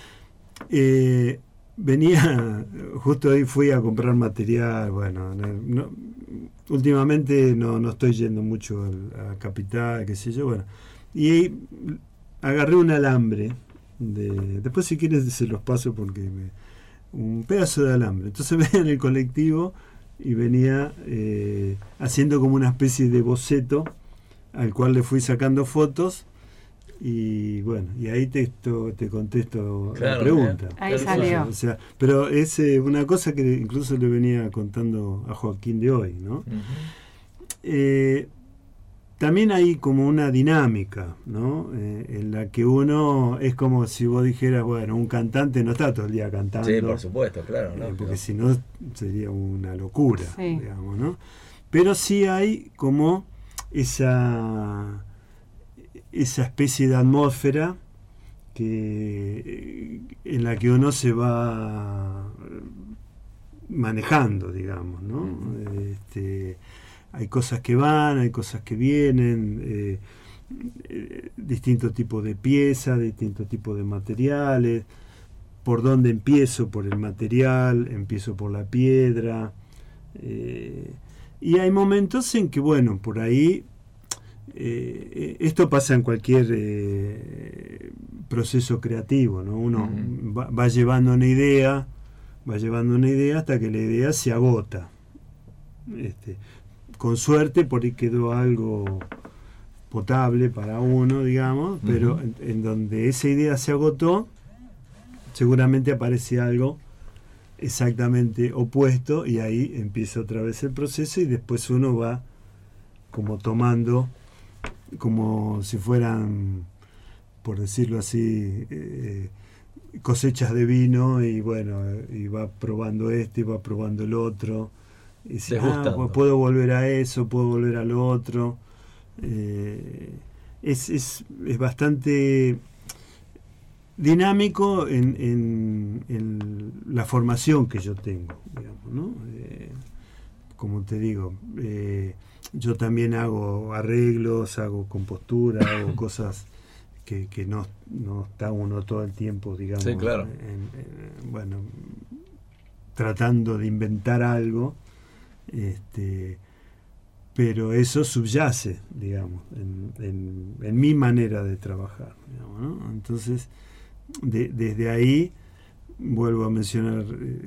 Venía, justo ahí fui a comprar material, bueno, últimamente no estoy yendo mucho a Capital, qué sé yo, bueno, y agarré un alambre, después si quieres se los paso porque un pedazo de alambre, entonces venía en el colectivo y venía haciendo como una especie de boceto al cual le fui sacando fotos y bueno, y ahí te contesto, claro, la pregunta. Ahí salió. O sea, pero es una cosa que incluso le venía contando a Joaquín de hoy, ¿no? También hay como una dinámica, ¿no? En la que uno es como si vos dijeras, bueno, un cantante no está todo el día cantando. Sí, por supuesto, claro, ¿no? Porque si no sería una locura, sí, digamos, ¿no? Pero sí hay como esa especie de atmósfera en la que uno se va manejando, digamos, ¿no? Hay cosas que van, hay cosas que vienen, distintos tipos de piezas, distintos tipos de materiales. ¿Por dónde empiezo? Por el material, empiezo por la piedra. Y hay momentos en que, bueno, por ahí, esto pasa en cualquier proceso creativo, ¿no? Uno va llevando una idea hasta que la idea se agota. Con suerte por ahí quedó algo potable para uno, digamos, pero en donde esa idea se agotó, seguramente aparece algo exactamente opuesto y ahí empieza otra vez el proceso y después uno va como tomando, como si fueran, por decirlo así, cosechas de vino y bueno, y va probando y va probando el otro. Y si, puedo volver a eso, puedo volver a lo otro. Es bastante dinámico en la formación que yo tengo, digamos, ¿no? Como te digo, yo también hago arreglos, hago compostura, hago cosas que no está uno todo el tiempo, digamos, sí, claro, bueno, tratando de inventar algo. Pero eso subyace, digamos, en mi manera de trabajar, digamos, ¿no? Entonces, desde ahí vuelvo a mencionar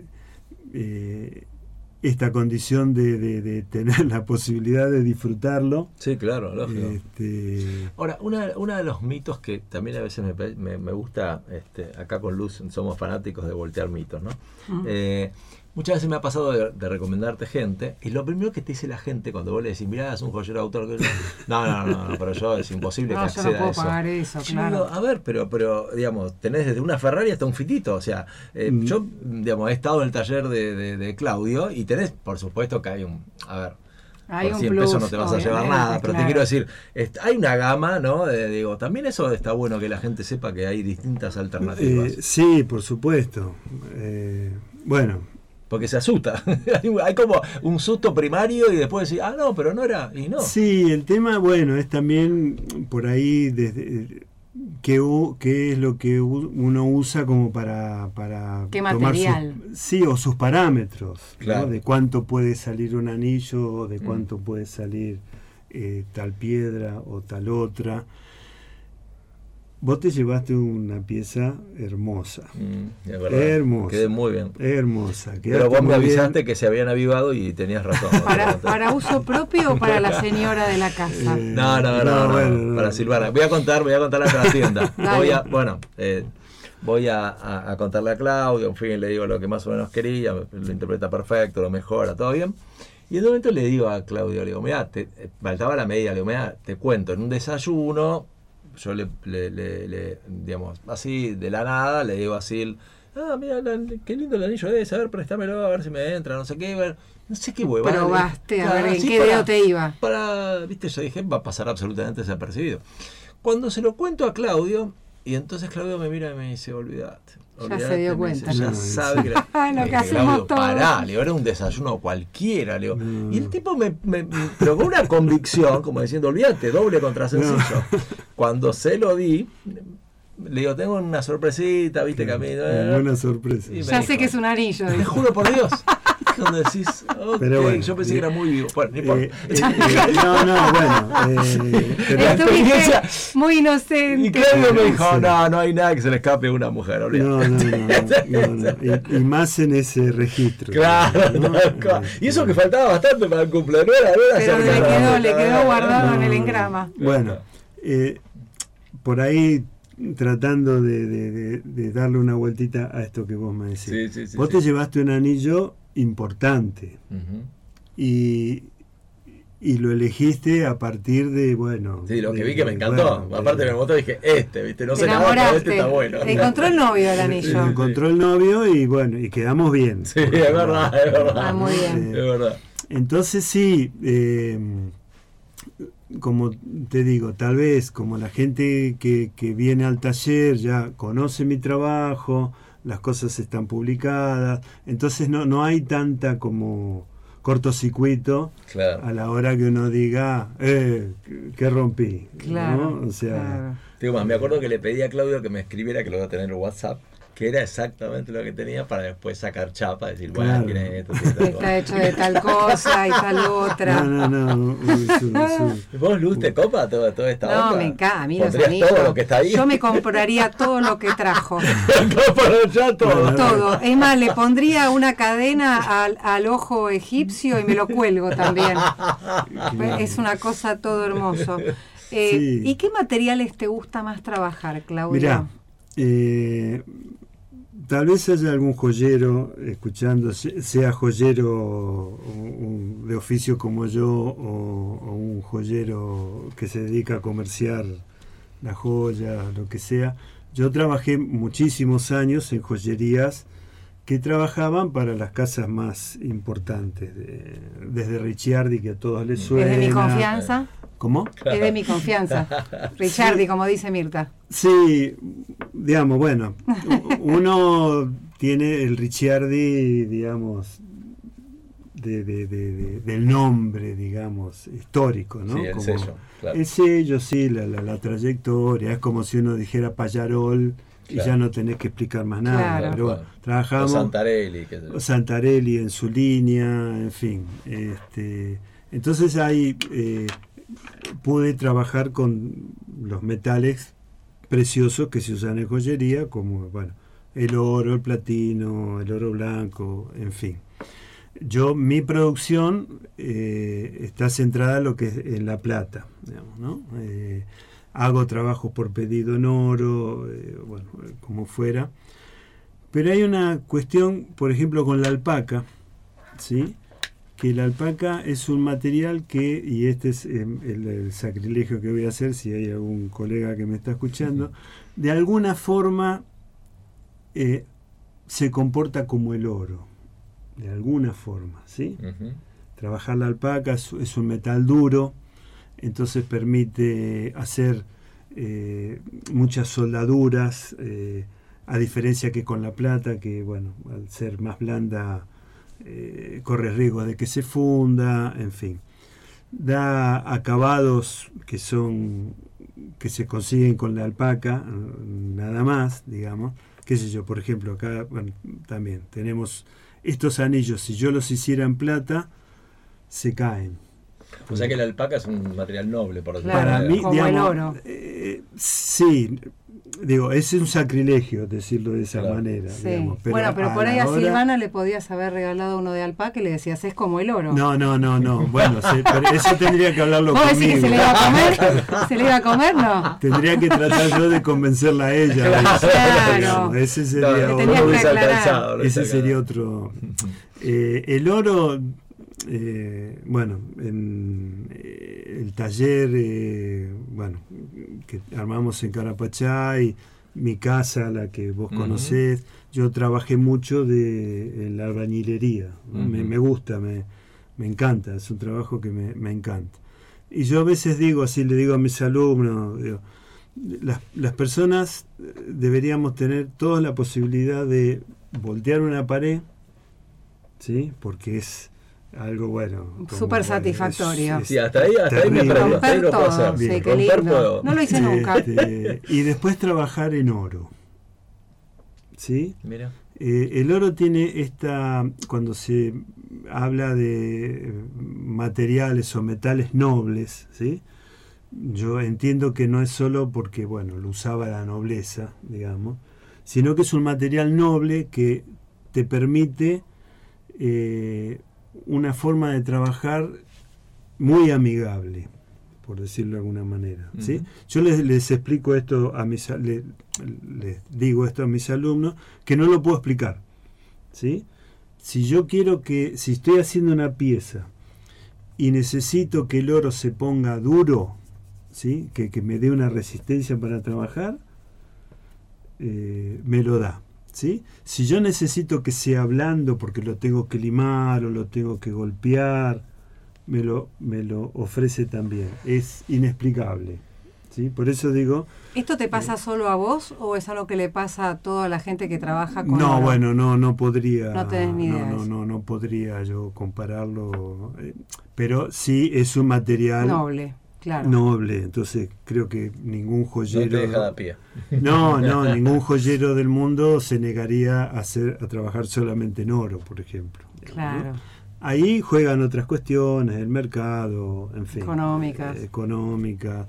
esta condición de tener la posibilidad de disfrutarlo. Sí, claro, lógico. Ahora, uno de los mitos que también a veces me gusta, acá con Luz somos fanáticos de voltear mitos, ¿no? Muchas veces me ha pasado de recomendarte gente y lo primero que te dice la gente cuando vos le decís, mirá, es un joyero de autor, no, pero yo es imposible que acceda yo no puedo a eso. Pagar eso, claro. Digo, a ver, pero digamos, tenés desde una Ferrari hasta un fitito, o sea, yo, digamos, he estado en el taller de Claudio y tenés, por supuesto que hay por 100 pesos no te vas a llevar nada, pero claro, te quiero decir, hay una gama, ¿no? Digo, también eso está bueno que la gente sepa que hay distintas alternativas. Sí, por supuesto. Bueno. Porque se asusta. Hay como un susto primario y después decir, no, pero no era, y no. Sí, el tema, bueno, es también por ahí desde qué es lo que uno usa como para ¿qué tomar material? O sus parámetros, claro, ¿no? De cuánto puede salir un anillo, o de cuánto puede salir tal piedra o tal otra. Vos te llevaste una pieza hermosa. Es verdad. Hermosa. Quedé muy bien. Hermosa. Pero vos me avisaste que se habían avivado y tenías razón. ¿Para uso propio o para la señora de la casa? No, bueno, para Silvana. Voy a contar la trastienda. voy a contarle a Claudio, en fin, le digo lo que más o menos quería, lo interpreta perfecto, lo mejora, todo bien. Y en un momento le digo a Claudio, le digo, mirá, faltaba la medida, le digo, mirá, te cuento, en un desayuno, yo le digamos, así, de la nada, le digo así, mira, qué lindo el anillo ese, a ver, préstamelo, a ver si me entra, no sé qué, ver, no sé qué huevada. Probaste, a ver, ¿en qué dedo te iba? Viste, yo dije, va a pasar absolutamente desapercibido. Cuando se lo cuento a Claudio, y entonces Claudio me mira y me dice, olvídate. Ya se dio cuenta. Dice, ya sabe que lo que hacemos Claudio, todos. pará, le digo, era un desayuno cualquiera, le digo. Y el tipo pero con una convicción, como diciendo, olvídate, doble contra sencillo. Cuando se lo di, le digo, tengo una sorpresita, viste, que a mí... Buena sorpresa. Ya sé que es un anillo. Te juro por Dios. Cuando decís, pero bueno, yo pensé que era muy vivo. Bueno, no importa. Estuviste muy inocente. Y Claudio me dijo, no hay nada que se le escape a una mujer. No. Y más en ese registro. Claro, ¿no? Y eso que faltaba bastante para el cumpleaños. Pero le quedó guardado en el engrama. Bueno, por ahí tratando de darle una vueltita a esto que vos me decís. Sí, vos te llevaste un anillo importante y lo elegiste a partir de, bueno... Sí, lo que vi que me encantó. Aparte me gustó, dije, viste, no sé nada, pero este está bueno. Encontró el novio el anillo. Encontró el novio y bueno, y quedamos bien. Sí, es verdad. Muy bien. Es verdad. Entonces sí, como te digo, tal vez como la gente que viene al taller ya conoce mi trabajo, las cosas están publicadas, entonces no hay tanta como cortocircuito, claro, a la hora que uno diga, que rompí. Claro, ¿no? O sea, claro. Digo más, me acuerdo que le pedí a Claudio que me escribiera, que lo voy a tener en WhatsApp, que era exactamente lo que tenía para después sacar chapa, decir, bueno, claro, tiene esto, Está hecho de tal cosa y tal otra. No. ¿Vos, Luz, te copa toda esta onda? No, me encanta, a mí los ¿Pondrías anillos. todo lo que está ahí? Yo me compraría todo lo que trajo. ya todo. Todo. Es más, le pondría una cadena al ojo egipcio y me lo cuelgo también. Es una cosa todo hermoso. Sí. ¿Y qué materiales te gusta más trabajar, Claudio? Mirá, tal vez haya algún joyero escuchando, sea joyero de oficio como yo o un joyero que se dedica a comerciar la joya, lo que sea. Yo trabajé muchísimos años en joyerías que trabajaban para las casas más importantes, desde Ricciardi, que a todos les suena. ¿Es de mi confianza? ¿Cómo? Es de mi confianza. Ricciardi, como dice Mirta. Sí, digamos, bueno, uno tiene el Ricciardi, digamos, del nombre, digamos, histórico, ¿no? Sí, el como sello, claro. El sello, sí, la trayectoria, es como si uno dijera Pallarol, claro, y ya no tenés que explicar más nada. Claro. Pero bueno, trabajamos... Santarelli en su línea, en fin. Entonces ahí pude trabajar con los metales preciosos que se usan en joyería, como, bueno, el oro, el platino, el oro blanco, en fin. Mi producción está centrada en lo que es en la plata, digamos, ¿no? Hago trabajos por pedido en oro, bueno, como fuera. Pero hay una cuestión, por ejemplo, con la alpaca, ¿sí? Que la alpaca es un material que, y este es el sacrilegio que voy a hacer si hay algún colega que me está escuchando, de alguna forma se comporta como el oro, de alguna forma, ¿sí? Trabajar la alpaca es un metal duro, entonces permite hacer muchas soldaduras, a diferencia que con la plata, que bueno, al ser más blanda corre riesgo de que se funda, en fin. Da acabados que se consiguen con la alpaca, nada más, digamos. Qué sé yo, por ejemplo, acá bueno, también tenemos estos anillos, si yo los hiciera en plata, se caen. O sea que la alpaca es un material noble, por decirlo claro, para mí, como digamos, el oro. Sí, digo, es un sacrilegio decirlo de esa Claro. manera. Sí. Digamos, Bueno, pero a por ahí la a hora- Silvana le podías haber regalado uno de alpaca y le decías, es como el oro. No. Bueno, pero eso tendría que hablarlo ¿Vos decís conmigo. que se le iba a comer? ¿Se le iba a comer? No. Tendría que tratar yo de convencerla a ella. Claro. Ese No, sería Le otro. tenías no que hubiese aclarar. alcanzado, no Ese hubiese sería alcanzado. otro. El oro, bueno, en el taller, bueno, que armamos en Carapachay, mi casa, la que vos conocés, yo trabajé mucho en la albañilería, ¿no? Me gusta, me encanta, es un trabajo que me encanta. Y yo a veces digo, así le digo a mis alumnos, digo, las personas deberíamos tener toda la posibilidad de voltear una pared, ¿sí? Porque es algo bueno. Súper satisfactorio. Sí, hasta ahí me terrible. prendo, hasta ahí lo puedo Romper hacer. todo, sí, qué Romper lindo. puedo. No lo hice nunca. Y después trabajar en oro. ¿Sí? Mira. El oro tiene cuando se habla de materiales o metales nobles, ¿sí? Yo entiendo que no es solo porque, bueno, lo usaba la nobleza, digamos, sino que es un material noble que te permite una forma de trabajar muy amigable, por decirlo de alguna manera, ¿sí? Yo les explico esto les digo esto a mis alumnos, que no lo puedo explicar, ¿sí? Si estoy haciendo una pieza y necesito que el oro se ponga duro, ¿sí? Que me dé una resistencia para trabajar, me lo da, ¿sí? Si yo necesito que sea blando porque lo tengo que limar o lo tengo que golpear, me lo ofrece también. Es inexplicable, ¿sí? Por eso digo... ¿Esto te pasa solo a vos o es algo que le pasa a toda la gente que trabaja con No, oro? bueno, no podría... No tenés ni idea de eso. No podría yo compararlo, pero sí es un material Noble, claro. noble, entonces creo que ningún No joyero... te deja de pie. No, ningún joyero del mundo se negaría a trabajar solamente en oro, por ejemplo. Claro. ¿no? Ahí juegan otras cuestiones, el mercado, en fin. Económicas. Económicas,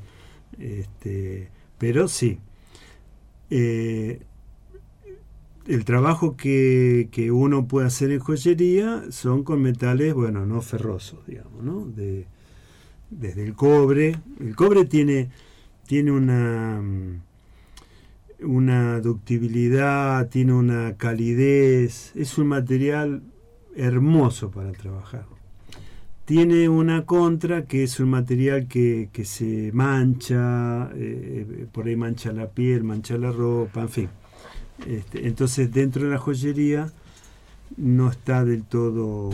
pero sí. El trabajo que uno puede hacer en joyería son con metales, bueno, no ferrosos, digamos, ¿no? Desde el cobre. El cobre tiene una ductibilidad, tiene una calidez, es un material hermoso para trabajar. Tiene una contra que es un material que se mancha, por ahí mancha la piel, mancha la ropa, en fin. Entonces dentro de la joyería no está del todo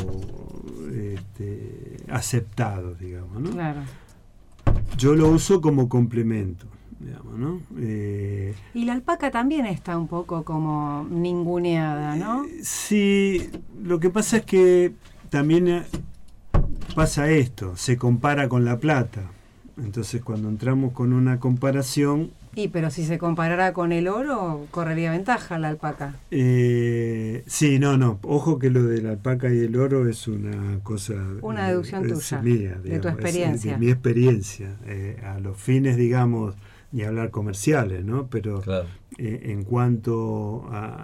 aceptado, digamos, ¿no? Claro. Yo lo uso como complemento, digamos, ¿no? Y la alpaca también está un poco como ninguneada, ¿no? Sí, lo que pasa es que también pasa esto, se compara con la plata. Entonces cuando entramos con una comparación... Pero si se comparara con el oro, correría ventaja la alpaca. Sí, no, ojo que lo de la alpaca y el oro es una cosa... Una deducción tuya, mía, de tu digamos, experiencia. de mi experiencia, a los fines, digamos, ni hablar comerciales, ¿no? Pero Claro. En cuanto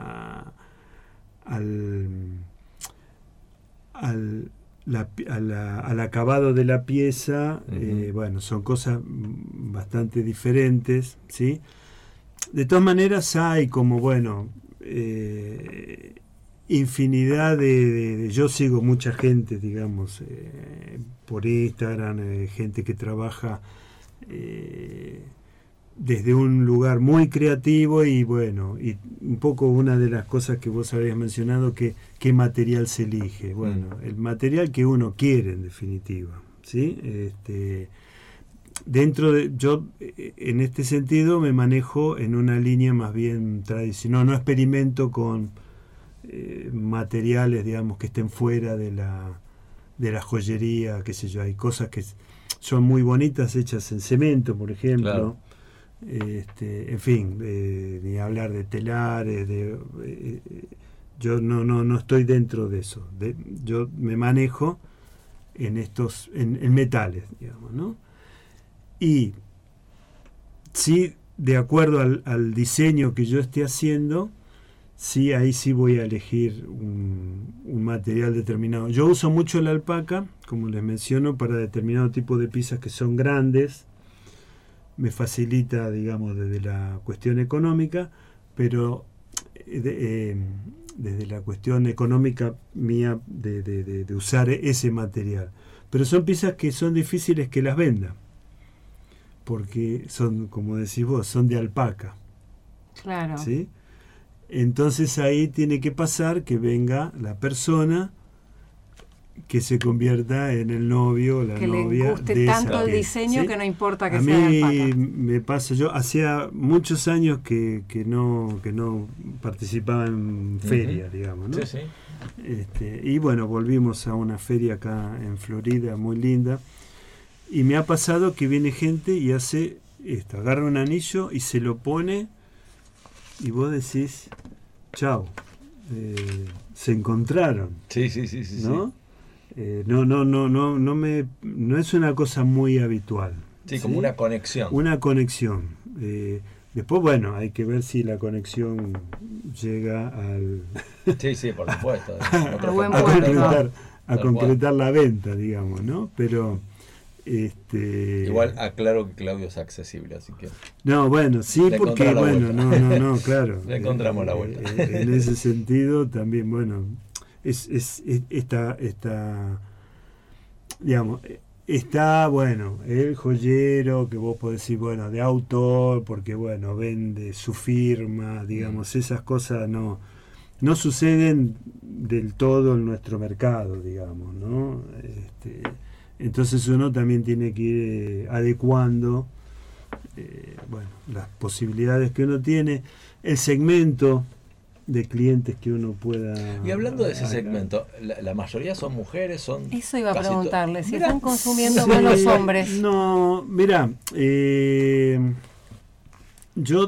al acabado de la pieza, bueno, son cosas bastante diferentes, ¿sí? De todas maneras hay como, bueno, infinidad yo sigo mucha gente, digamos, por Instagram, gente que trabaja desde un lugar muy creativo y bueno, y un poco una de las cosas que vos habías mencionado, que qué material se elige. Bueno, el material que uno quiere, en definitiva, ¿sí? Yo en este sentido me manejo en una línea más bien tradicional, no experimento con materiales, digamos, que estén fuera de la joyería, qué sé yo. Hay cosas que son muy bonitas hechas en cemento, por ejemplo. Claro. En fin, ni hablar de telares, yo no estoy dentro de eso. Yo me manejo en metales, digamos, ¿no? Y sí de acuerdo al diseño que yo esté haciendo, sí, ahí sí voy a elegir un material determinado. Yo uso mucho la alpaca, como les menciono, para determinado tipo de piezas que son grandes. Me facilita, digamos, desde la cuestión económica, pero desde la cuestión económica mía de usar ese material. Pero son piezas que son difíciles que las venda, porque son, como decís vos, son de alpaca. Claro. ¿Sí? Entonces ahí tiene que pasar que venga la persona que se convierta en el novio o la que novia le guste de tanto esa el pieza, diseño, ¿sí? que no importa que a sea de mí alpaca. me pasa, yo hacía muchos años que no participaba en feria, digamos, ¿no? Sí, sí. Y bueno, volvimos a una feria acá en Florida muy linda, y me ha pasado que viene gente y hace esto, agarra un anillo y se lo pone, y vos decís, chao, se encontraron. Sí, ¿no? No es una cosa muy habitual. Sí, como una conexión. Una conexión. Después, bueno, hay que ver si la conexión llega al Sí, por supuesto. a concretar la venta, digamos, ¿no? Pero igual aclaro que Claudio es accesible, así que no, bueno, sí, le porque bueno, vuelta. no, claro. Le encontramos la vuelta. En ese sentido también, bueno, esta digamos, está, bueno, el joyero que vos podés decir, bueno, de autor, porque bueno, vende su firma, digamos, esas cosas no suceden del todo en nuestro mercado, digamos, ¿no? Entonces uno también tiene que ir adecuando bueno, las posibilidades que uno tiene, el segmento de clientes que uno pueda... Y hablando de ese segmento, la mayoría son mujeres, son... Eso iba a casi preguntarle, si Mirá, están consumiendo más los hombres. No, mira, yo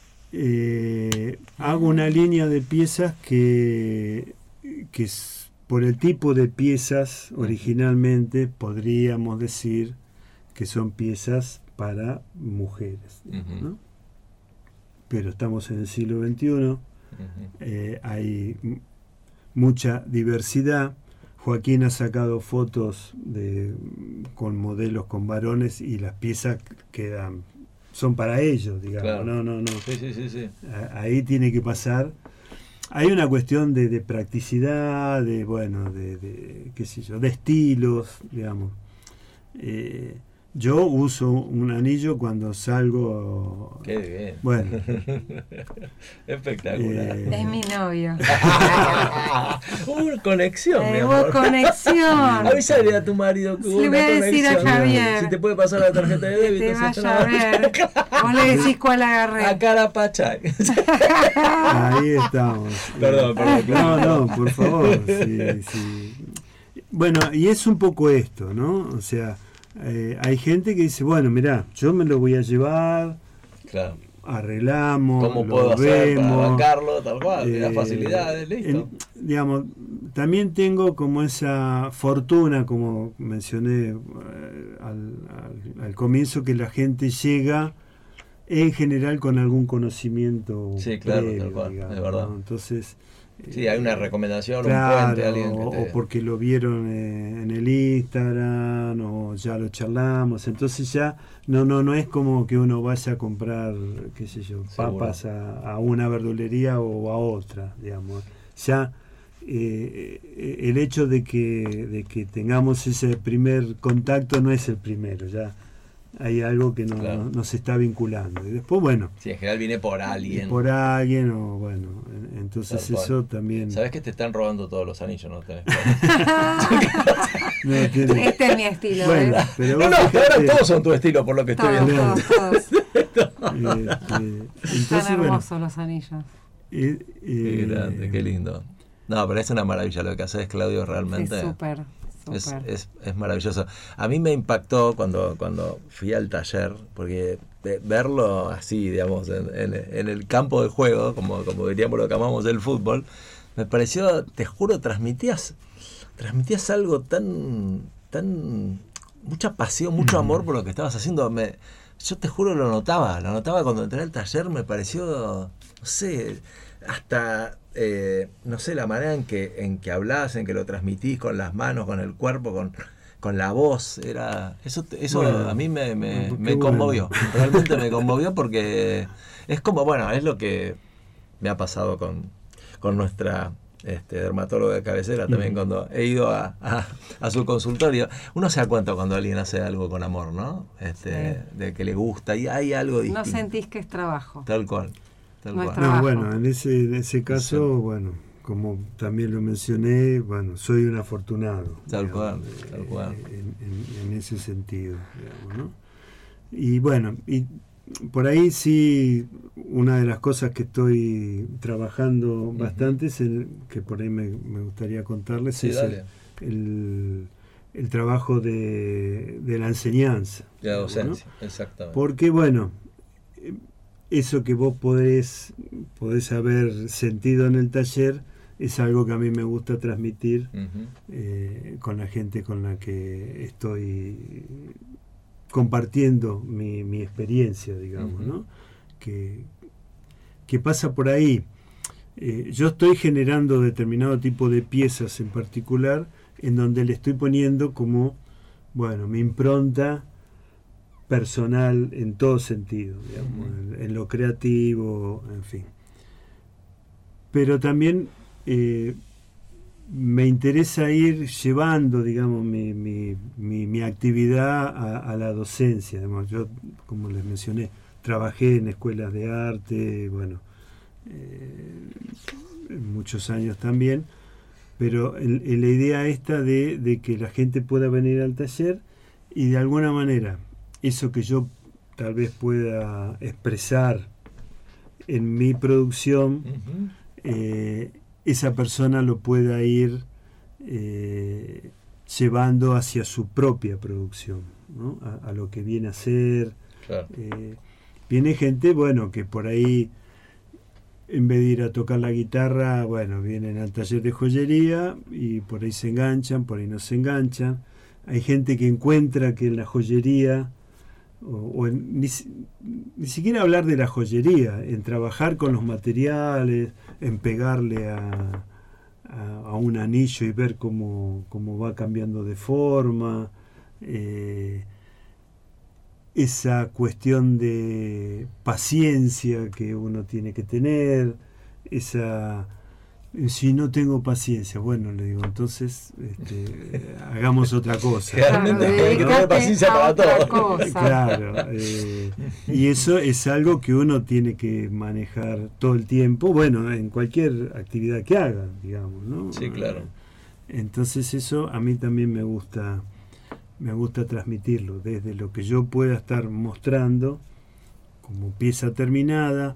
hago una línea de piezas que por el tipo de piezas originalmente podríamos decir que son piezas para mujeres, ¿no? Pero estamos en el siglo XXI, hay mucha diversidad. Joaquín ha sacado fotos con modelos con varones y las piezas son para ellos, digamos. Claro. No. Sí. Ahí tiene que pasar. Hay una cuestión de practicidad, de qué sé yo, de estilos, digamos. Yo uso un anillo cuando salgo. Qué bien. Bueno. Espectacular. Es mi novio. Una conexión, mi Hubo amor. conexión. Avísale a tu marido que hubo Le voy una a decir a conexión. Javier. Si te puede pasar la tarjeta de débito. Te si vaya a ver. Vos le decís cuál agarré. A Carapachay. Ahí estamos. Perdón. No, por favor. Sí. Bueno, y es un poco esto, ¿no? O sea, hay gente que dice, bueno, mirá, yo me lo voy a llevar, Claro. arreglamos, ¿Cómo lo puedo hacer para vemos, bancarlo? Tal cual, las facilidades, listo. Digamos, también tengo como esa fortuna, como mencioné al comienzo, que la gente llega en general con algún conocimiento Sí, claro, previo, tal cual, digamos, es verdad. ¿no? Entonces, Sí, hay una recomendación, claro, un puente, alguien que o porque lo vieron en el Instagram, o ya lo charlamos. Entonces ya no es como que uno vaya a comprar, qué sé yo, papas a una verdulería o a otra, digamos. Ya el hecho de que tengamos ese primer contacto no es el primero, ya hay algo que nos está vinculando. Y después, bueno. Sí, en general viene por alguien. O bueno, entonces eso también. Sabes que te están robando todos los anillos, ¿no? Tenés Este es mi estilo. Bueno, pero no, ahora todos son tu estilo, por lo que estoy viendo. Todos. Entonces, Están hermosos los anillos. Qué grande, qué lindo. No, pero es una maravilla lo que haces, Claudio, realmente. Sí, súper. Es maravilloso. A mí me impactó cuando fui al taller, porque verlo así, digamos, en el campo de juego, como diríamos lo que amamos del fútbol, me pareció, te juro, transmitías algo tan mucha pasión, mucho amor por lo que estabas haciendo. yo te juro lo notaba cuando entré al taller, me pareció, no sé, hasta, no sé, la manera en que hablás, en que lo transmitís con las manos, con el cuerpo, con la voz, eso bueno, a mí me conmovió, realmente me conmovió porque es como, bueno, es lo que me ha pasado con nuestra dermatóloga de cabecera también cuando he ido a su consultorio. Uno se da cuenta cuando alguien hace algo con amor, ¿no? De que le gusta y hay algo distinto. No sentís que es trabajo. Tal cual. No, bueno, en ese caso, bueno, como también lo mencioné, bueno, soy un afortunado. Tal cual. En ese sentido, digamos, ¿no? Y bueno, y por ahí sí, una de las cosas que estoy trabajando bastante, es que por ahí me gustaría contarles, sí, es el trabajo de la enseñanza. De la docencia, ¿no? Exactamente. Porque bueno, eso que vos podés haber sentido en el taller es algo que a mí me gusta transmitir con la gente con la que estoy compartiendo mi experiencia, digamos, ¿no? Que pasa por ahí. Yo estoy generando determinado tipo de piezas en particular en donde le estoy poniendo como, bueno, mi impronta personal en todo sentido, digamos, en lo creativo, en fin. Pero también me interesa ir llevando, digamos, mi actividad a la docencia. Además, yo, como les mencioné, trabajé en escuelas de arte, bueno, muchos años también, pero la idea esta de que la gente pueda venir al taller y de alguna manera eso que yo tal vez pueda expresar en mi producción, esa persona lo pueda ir llevando hacia su propia producción, ¿no? A lo que viene a ser. Claro. Viene gente, bueno, que por ahí, en vez de ir a tocar la guitarra, bueno, vienen al taller de joyería y por ahí se enganchan, por ahí no se enganchan. Hay gente que encuentra que en la joyería, ni siquiera hablar de la joyería, en trabajar con los materiales, en pegarle a un anillo y ver cómo va cambiando de forma, esa cuestión de paciencia que uno tiene que tener, si no tengo paciencia, bueno, le digo, entonces hagamos otra cosa. Realmente no hay paciencia para todo. Claro, y eso es algo que uno tiene que manejar todo el tiempo, bueno, en cualquier actividad que haga, digamos, ¿no? Sí, claro. Entonces eso a mí también me gusta transmitirlo, desde lo que yo pueda estar mostrando como pieza terminada,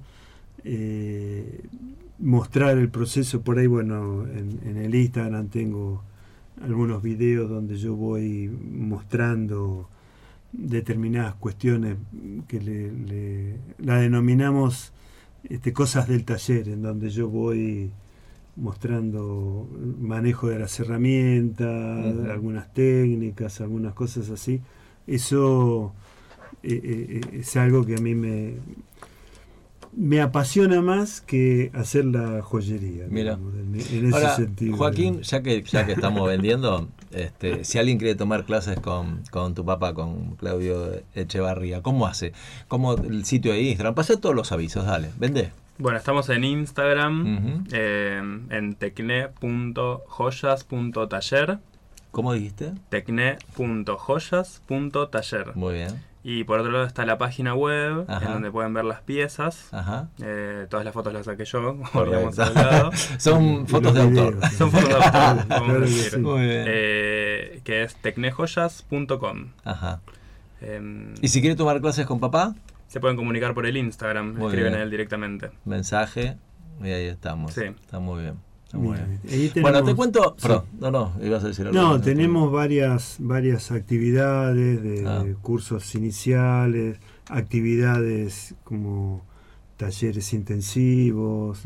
mostrar el proceso. Por ahí, bueno, en el Instagram tengo algunos videos donde yo voy mostrando determinadas cuestiones que la denominamos cosas del taller, en donde yo voy mostrando manejo de las herramientas, algunas técnicas, algunas cosas así. Eso es algo que a mí me apasiona más que hacer la joyería. Mira, digamos, en ese ahora, sentido. Joaquín, ya que estamos vendiendo, si alguien quiere tomar clases con tu papá, con Claudio Echevarría, ¿cómo hace? ¿Cómo el sitio de Instagram? Pasa todos los avisos, dale, vende. Bueno, estamos en Instagram, en tecne.joyas.taller. ¿Cómo dijiste? tecne.joyas.taller. Muy bien. Y por otro lado está la página web, Ajá. en donde pueden ver las piezas. Ajá. Todas las fotos las saqué yo, como Correcto. habíamos hablado. Son fotos de autor. Son fotos de autor, vamos Claro a que decir. sí. Muy bien. Que es tecnejoyas.com. Ajá. ¿Y si quiere tomar clases con papá? Se pueden comunicar por el Instagram, Muy escriben bien. a él directamente. Mensaje, y ahí estamos. Sí. Está muy bien. Está muy bien. Ahí tenemos, Bueno, te cuento. sí. Perdón, ibas a decir algo. No, tenemos varias actividades de cursos iniciales, actividades como talleres intensivos,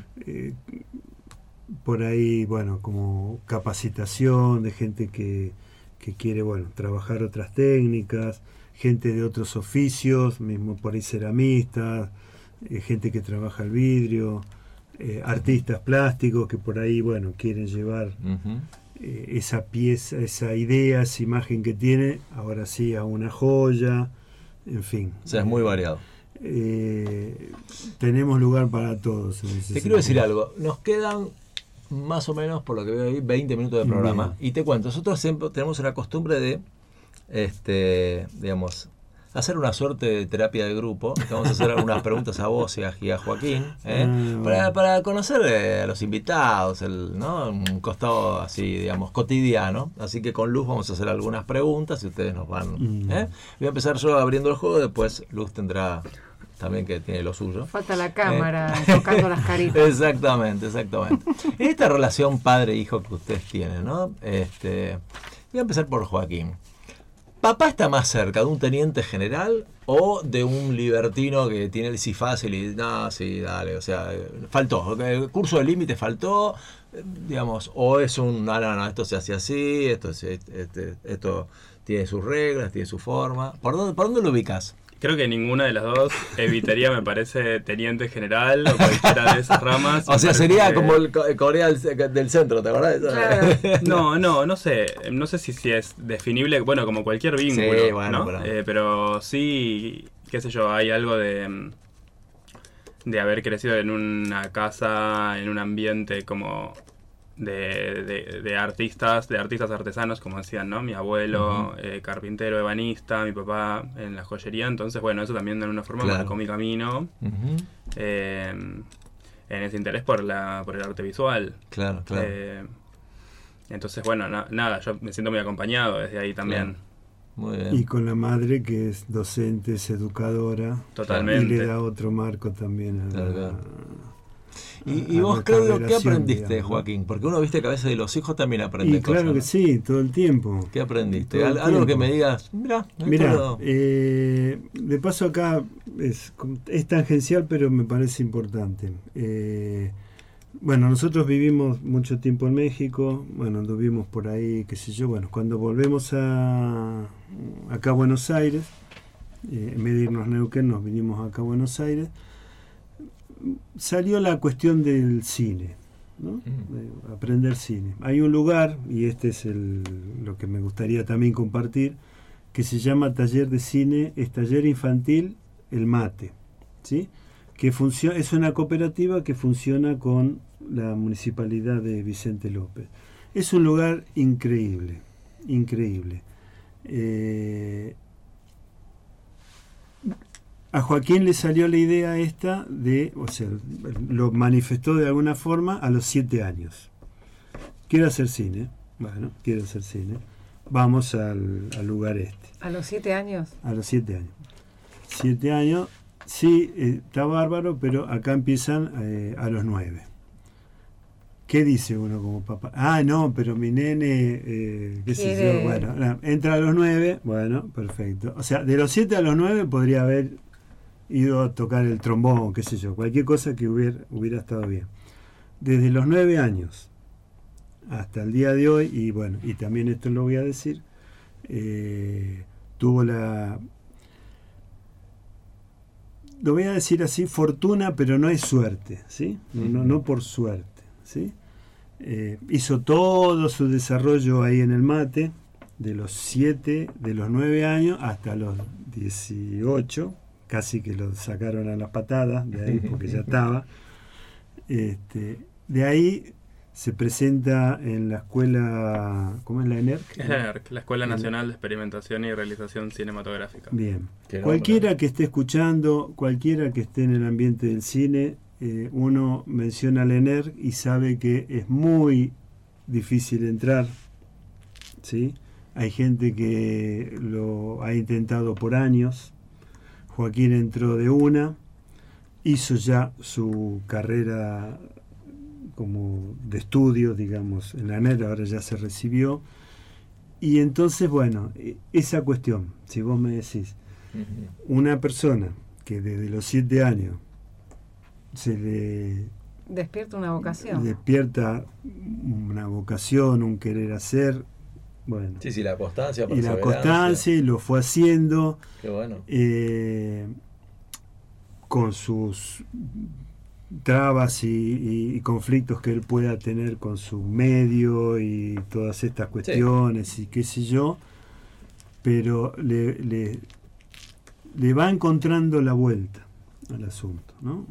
por ahí, bueno, como capacitación de gente que quiere, bueno, trabajar otras técnicas, gente de otros oficios, mismo por ahí ceramistas, gente que trabaja el vidrio, artistas plásticos que por ahí, bueno, quieren llevar esa pieza, esa idea, esa imagen que tiene, ahora sí a una joya, en fin. O sea, es muy variado. Tenemos lugar para todos. Te quiero decir algo, nos quedan más o menos, por lo que veo ahí, 20 minutos de programa. Bien. Y te cuento, nosotros siempre tenemos una costumbre de, digamos, hacer una suerte de terapia de grupo. Vamos a hacer algunas preguntas a vos y a Joaquín, para conocer a los invitados, ¿no? Un costado así, digamos, cotidiano. Así que con Luz vamos a hacer algunas preguntas y ustedes nos van. Voy a empezar yo abriendo el juego, después Luz tendrá también, que tiene lo suyo. Falta la cámara, tocando las caritas. Exactamente. En esta relación padre-hijo que ustedes tienen, ¿no? Voy a empezar por Joaquín. ¿Papá está más cerca de un teniente general o de un libertino que tiene el sí fácil y no, sí, dale, o sea, faltó, el curso de límite faltó, digamos, o es un, no, esto se hace así, esto tiene sus reglas, tiene su forma? ¿Por dónde lo ubicas? Creo que ninguna de las dos evitaría, me parece, teniente general o cualquiera de esas ramas. O sea, sería como el Corea del Centro, ¿te acordás? Claro. No sé. No sé si es definible, bueno, como cualquier vínculo, sí, bueno, ¿no? Pero sí, qué sé yo, hay algo de haber crecido en una casa, en un ambiente como de artistas artesanos, como decían, ¿no? Mi abuelo, carpintero, ebanista, mi papá en la joyería. Entonces, bueno, eso también de alguna forma marcó mi camino en ese interés por el arte visual. Claro. Entonces, bueno, nada, yo me siento muy acompañado desde ahí también. Claro. Muy bien. Y con la madre, que es docente, es educadora. Totalmente. Y le da otro marco también a ¿Y vos, Claudio, qué aprendiste, digamos, Joaquín? Porque uno, viste que a veces de los hijos también aprende cosas. Claro que sí, todo el tiempo. ¿Qué aprendiste? Algo que me digas, mirá, de paso acá es tangencial, pero me parece importante. Bueno, nosotros vivimos mucho tiempo en México, bueno, anduvimos por ahí, qué sé yo, bueno, cuando volvemos acá a Buenos Aires, en vez de irnos a Neuquén, nos vinimos acá a Buenos Aires. Salió la cuestión del cine, ¿no? De aprender cine. Hay un lugar, y este es lo que me gustaría también compartir, que se llama Taller de Cine, es Taller Infantil El Mate, ¿sí? Que es una cooperativa que funciona con la Municipalidad de Vicente López. Es un lugar increíble. A Joaquín le salió la idea esta o sea, lo manifestó de alguna forma a los 7 años. Quiero hacer cine. Bueno, quiero hacer cine. Vamos al lugar este. ¿A los 7 años? A los 7 años. 7 años, sí, está bárbaro, pero acá empiezan a los 9. ¿Qué dice uno como papá? No, pero mi nene, qué sé yo, bueno, entra a los 9, bueno, perfecto. O sea, de los 7 a los 9 podría haber ido a tocar el trombón, qué sé yo, cualquier cosa que hubiera estado bien. Desde los 9 años hasta el día de hoy, y bueno, y también esto lo voy a decir, tuvo lo voy a decir así, fortuna, pero no es suerte, ¿sí? No por suerte, ¿sí? Hizo todo su desarrollo ahí en el mate, de los 9 años hasta los 18, casi que lo sacaron a las patadas de ahí porque ya estaba. De ahí se presenta en la escuela, ¿cómo es la ENERC? Es la ENERC, la Escuela Nacional de Experimentación y Realización Cinematográfica. Bien. Cualquiera que esté escuchando, cualquiera que esté en el ambiente del cine, uno menciona la ENERC y sabe que es muy difícil entrar, ¿sí? Hay gente que lo ha intentado por años. Joaquín entró de una, hizo ya su carrera como de estudio, digamos, en la ENERC, ahora ya se recibió. Y entonces, bueno, esa cuestión, si vos me decís, una persona que desde los 7 años se le despierta una vocación, un querer hacer, bueno. Sí, la constancia, y la constancia, y lo fue haciendo. Qué bueno. Con sus trabas y conflictos que él pueda tener con su medio y todas estas cuestiones y qué sé yo, pero le va encontrando la vuelta al asunto, ¿no?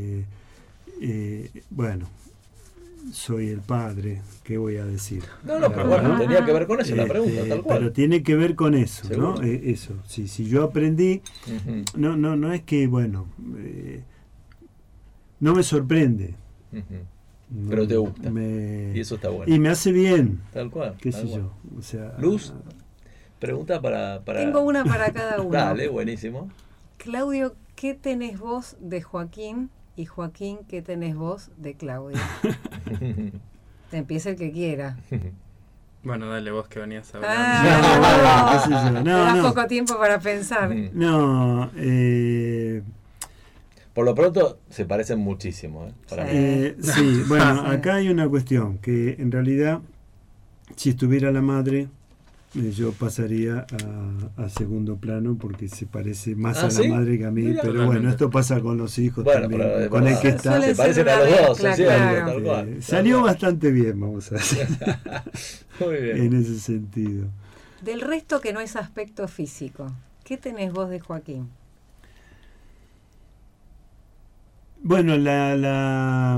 Bueno, soy el padre, ¿qué voy a decir? No, pero bueno, tenía que ver con eso la pregunta, tal cual. Pero tiene que ver con eso, ¿seguro? ¿no? Eso, si yo aprendí, no es que, bueno, no me sorprende. Pero te gusta. Y eso está bueno. Y me hace bien. Tal cual. ¿Qué sé yo? O sea, Luz, pregunta para... Tengo una para cada uno. Dale, buenísimo. Claudio, ¿qué tenés vos de Joaquín? Y Joaquín, ¿qué tenés vos de Claudio? Te empieza el que quiera. Bueno, dale vos que venías hablando. No, poco tiempo para pensar. No, por lo pronto se parecen muchísimo. Para mí. Sí, bueno, acá hay una cuestión, que en realidad, si estuviera la madre, yo pasaría a segundo plano porque se parece más a la madre que a mí. Mira, pero totalmente. Bueno, esto pasa con los hijos también. Con el que está. Se parecen a los dos, claro. Tal cual. Salió bastante bien, vamos a decir. Muy bien. En ese sentido. Del resto que no es aspecto físico, ¿qué tenés vos de Joaquín? Bueno, la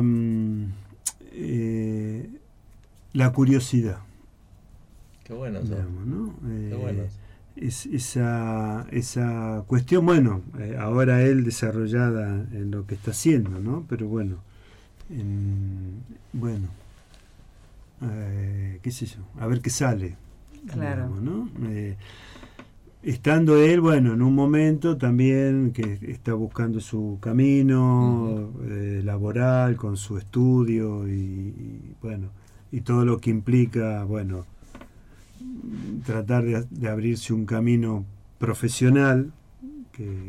curiosidad. Qué bueno, digamos, ¿no? Qué bueno. Esa cuestión, bueno, ahora él desarrollada en lo que está haciendo, ¿no? Pero bueno, qué sé yo, a ver qué sale. Claro. Digamos, ¿no? Estando él, bueno, en un momento también que está buscando su camino laboral, con su estudio y bueno, y todo lo que implica, bueno, tratar de abrirse un camino profesional que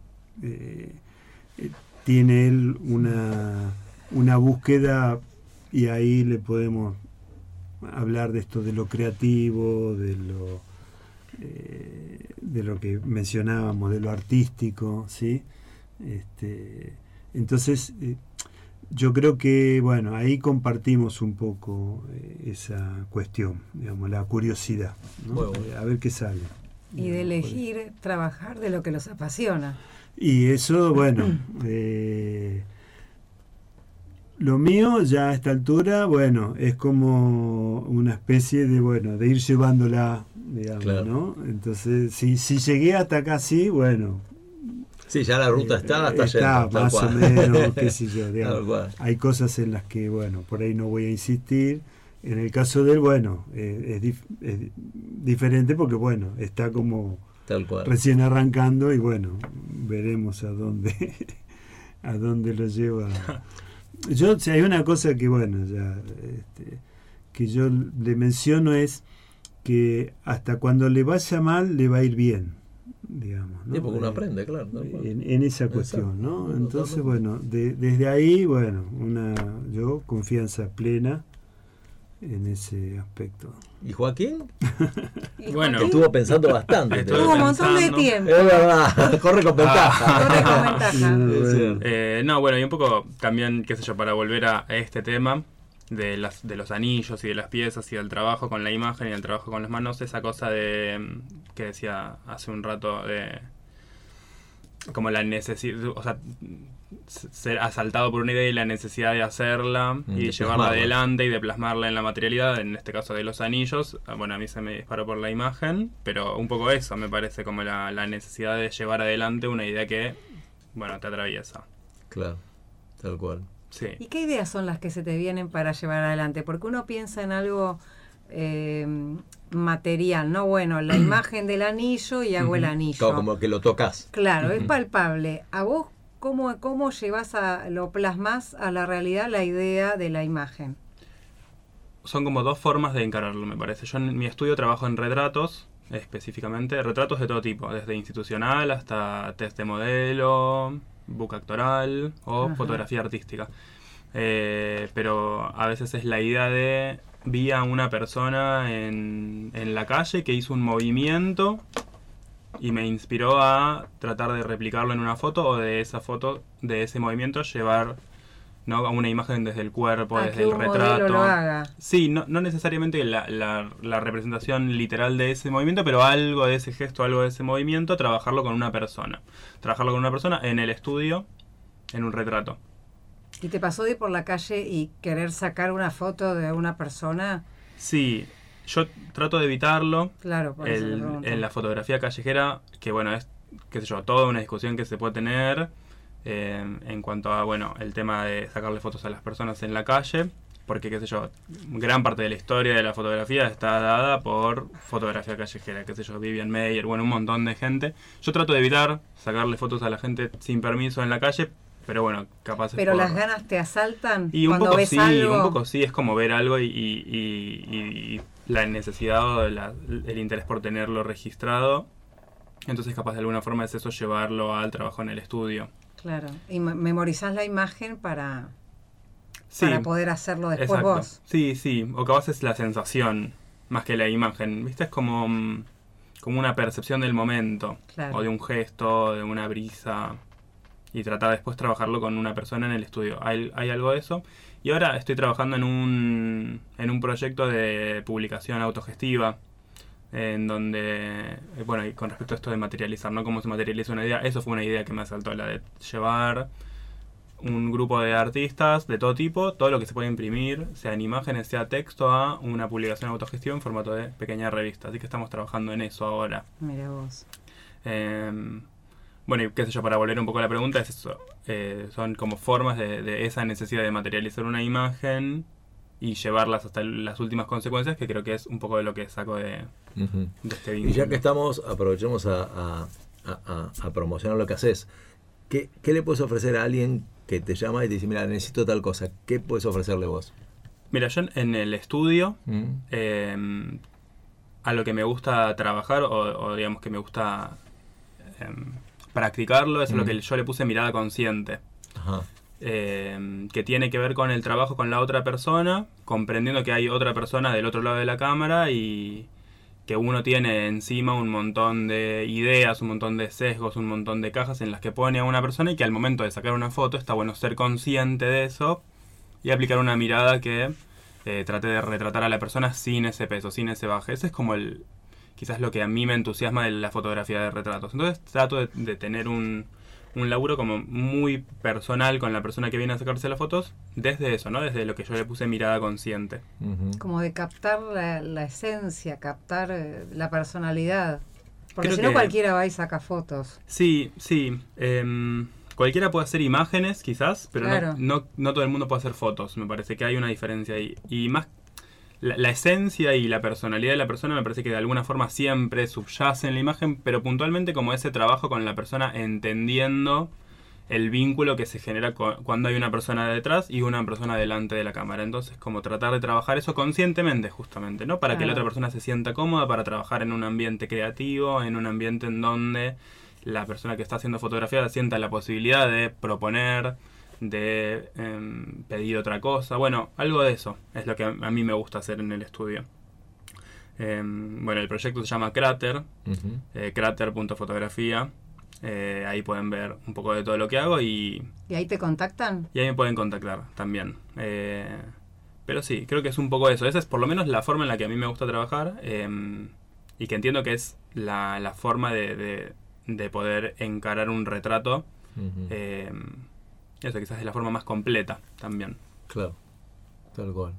tiene él una búsqueda, y ahí le podemos hablar de esto, de lo creativo, de lo que mencionábamos, de lo artístico, ¿sí? Entonces yo creo que, bueno, ahí compartimos un poco esa cuestión, digamos, la curiosidad, ¿no? A ver qué sale. Y de elegir trabajar de lo que los apasiona. Y eso, bueno, lo mío ya a esta altura, bueno, es como una especie de, bueno, de ir llevándola, digamos, claro, ¿no? Entonces, si llegué hasta acá, sí, bueno. Sí, ya la ruta está yendo, más o menos, qué sé yo, digamos. Hay cosas en las que, bueno, por ahí no voy a insistir. En el caso de él, bueno, es diferente porque, bueno, está como recién arrancando y, bueno, veremos a dónde lo lleva. Yo, si hay una cosa que, bueno, ya que yo le menciono es que hasta cuando le vaya mal, le va a ir bien, digamos, ¿no? Sí, porque uno aprende, claro. En esa cuestión, ¿no? Entonces, bueno, desde ahí, bueno, yo confianza plena en ese aspecto. ¿Y Joaquín? Bueno, estuvo pensando bastante. Tuvo un montón de tiempo. Es verdad, corre con ventaja. Corre con ventaja. No, bueno, y un poco también, qué sé yo, para volver a este tema de los anillos y de las piezas y del trabajo con la imagen y del trabajo con las manos, esa cosa de que decía hace un rato de como la necesidad, o sea, ser asaltado por una idea y la necesidad de hacerla y de llevarla adelante y de plasmarla en la materialidad, en este caso de los anillos. Bueno, a mí se me disparó por la imagen, pero un poco eso me parece como la necesidad de llevar adelante una idea que, bueno, te atraviesa. Claro, tal cual. Sí. ¿Y qué ideas son las que se te vienen para llevar adelante? Porque uno piensa en algo material, ¿no? Bueno, la imagen del anillo y hago el anillo. Claro, como que lo tocas. Claro, es palpable. ¿A vos cómo llevas lo plasmás a la realidad la idea de la imagen? Son como dos formas de encararlo, me parece. Yo en mi estudio trabajo en retratos, específicamente, retratos de todo tipo, desde institucional hasta test de modelo, book actoral o fotografía artística. Pero a veces es la idea de vi a una persona en la calle que hizo un movimiento y me inspiró a tratar de replicarlo en una foto, o de esa foto, de ese movimiento, llevar, ¿no?, a una imagen desde el cuerpo, desde el retrato. Lo haga. Sí, no necesariamente la representación literal de ese movimiento, pero algo de ese gesto, algo de ese movimiento, trabajarlo con una persona. Trabajarlo con una persona en el estudio, en un retrato. ¿Y te pasó de ir por la calle y querer sacar una foto de una persona? Sí, yo trato de evitarlo. Claro, por eso te pregunto. En la fotografía callejera, que bueno, es, qué sé yo, toda una discusión que se puede tener en cuanto a, bueno, el tema de sacarle fotos a las personas en la calle, porque, qué sé yo, gran parte de la historia de la fotografía está dada por fotografía callejera, qué sé yo, Vivian Maier, bueno, un montón de gente. Yo trato de evitar sacarle fotos a la gente sin permiso en la calle, pero bueno, capaz. Pero las ganas te asaltan y un cuando poco ves sí, algo. un poco sí, es como ver algo y la necesidad o el interés por tenerlo registrado. Entonces capaz de alguna forma es eso, llevarlo al trabajo en el estudio. Claro, y memorizás la imagen para Sí, poder hacerlo después exacto. vos. Sí, o capaz es la sensación más que la imagen, ¿viste? Es como una percepción del momento, Claro. o de un gesto, de una brisa, y tratar después trabajarlo con una persona en el estudio. Hay algo de eso. Y ahora estoy trabajando en un proyecto de publicación autogestiva, en donde, bueno, y con respecto a esto de materializar, ¿no? Cómo se materializa una idea, eso fue una idea que me asaltó, la de llevar un grupo de artistas de todo tipo, todo lo que se puede imprimir, sea en imágenes, sea texto, a una publicación autogestiva en formato de pequeña revista. Así que estamos trabajando en eso ahora. Mira vos. Bueno, y qué sé yo, para volver un poco a la pregunta, es eso. Son como formas de esa necesidad de materializar una imagen y llevarlas hasta las últimas consecuencias, que creo que es un poco de lo que saco de este vínculo. Y ya que estamos, aprovechemos a promocionar lo que haces. ¿Qué le puedes ofrecer a alguien que te llama y te dice, mira, necesito tal cosa? ¿Qué puedes ofrecerle vos? Mira, yo en el estudio, a lo que me gusta trabajar, o digamos que me gusta practicarlo, es a lo que yo le puse mirada consciente. Ajá. Que tiene que ver con el trabajo con la otra persona, comprendiendo que hay otra persona del otro lado de la cámara y que uno tiene encima un montón de ideas, un montón de sesgos, un montón de cajas en las que pone a una persona, y que al momento de sacar una foto está bueno ser consciente de eso y aplicar una mirada que trate de retratar a la persona sin ese peso, sin ese baje. Ese es como quizás lo que a mí me entusiasma de la fotografía de retratos. Entonces trato de tener un laburo como muy personal con la persona que viene a sacarse las fotos, desde eso, ¿no? Desde lo que yo le puse mirada consciente. Como de captar la esencia, captar la personalidad. Porque Creo si no que cualquiera va y saca fotos. Sí. Cualquiera puede hacer imágenes, quizás, pero Claro. no todo el mundo puede hacer fotos. Me parece que hay una diferencia ahí. Y más, la esencia y la personalidad de la persona me parece que de alguna forma siempre subyace en la imagen, pero puntualmente como ese trabajo con la persona, entendiendo el vínculo que se genera cuando hay una persona detrás y una persona delante de la cámara. Entonces, como tratar de trabajar eso conscientemente, justamente, ¿no? Para que la otra persona se sienta cómoda, para trabajar en un ambiente creativo, en un ambiente en donde la persona que está haciendo fotografía sienta la posibilidad de proponer, de pedir otra cosa. Bueno, algo de eso es lo que a mí me gusta hacer en el estudio. Bueno, el proyecto se llama Cráter, cráter.fotografía. Ahí pueden ver un poco de todo lo que hago y ¿Y ahí te contactan? ahí me pueden contactar también. Pero sí, creo que es un poco eso. Esa es por lo menos la forma en la que a mí me gusta trabajar, y que entiendo que es la forma de poder encarar un retrato. Eso quizás es la forma más completa también. Claro, tal cual.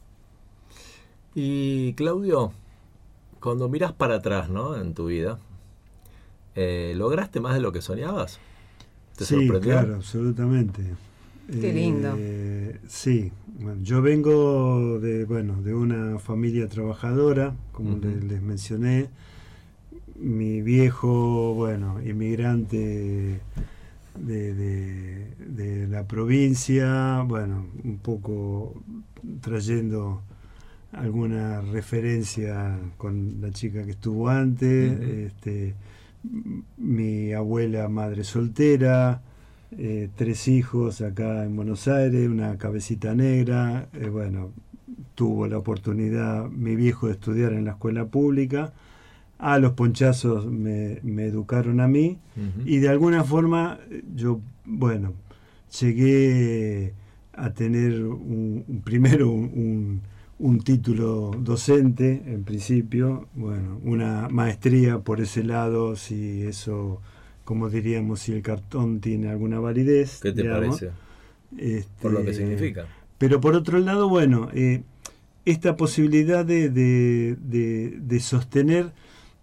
Y Claudio, cuando miras para atrás, ¿no? En tu vida, ¿lograste más de lo que soñabas? ¿Te Sí, sorprendió? claro, absolutamente. Qué lindo. Sí, bueno, yo vengo de una familia trabajadora, como les mencioné. Mi viejo, inmigrante de la provincia, un poco trayendo alguna referencia con la chica que estuvo antes. Mi abuela madre soltera, 3 hijos acá en Buenos Aires, una cabecita negra, tuvo la oportunidad mi viejo de estudiar en la escuela pública. A los ponchazos me educaron a mí, y de alguna forma yo, bueno, llegué a tener primero un título docente en principio, bueno, una maestría por ese lado, si eso, como diríamos, si el cartón tiene alguna validez. ¿Qué te parece? Por lo que significa. Pero por otro lado, bueno, esta posibilidad de sostener,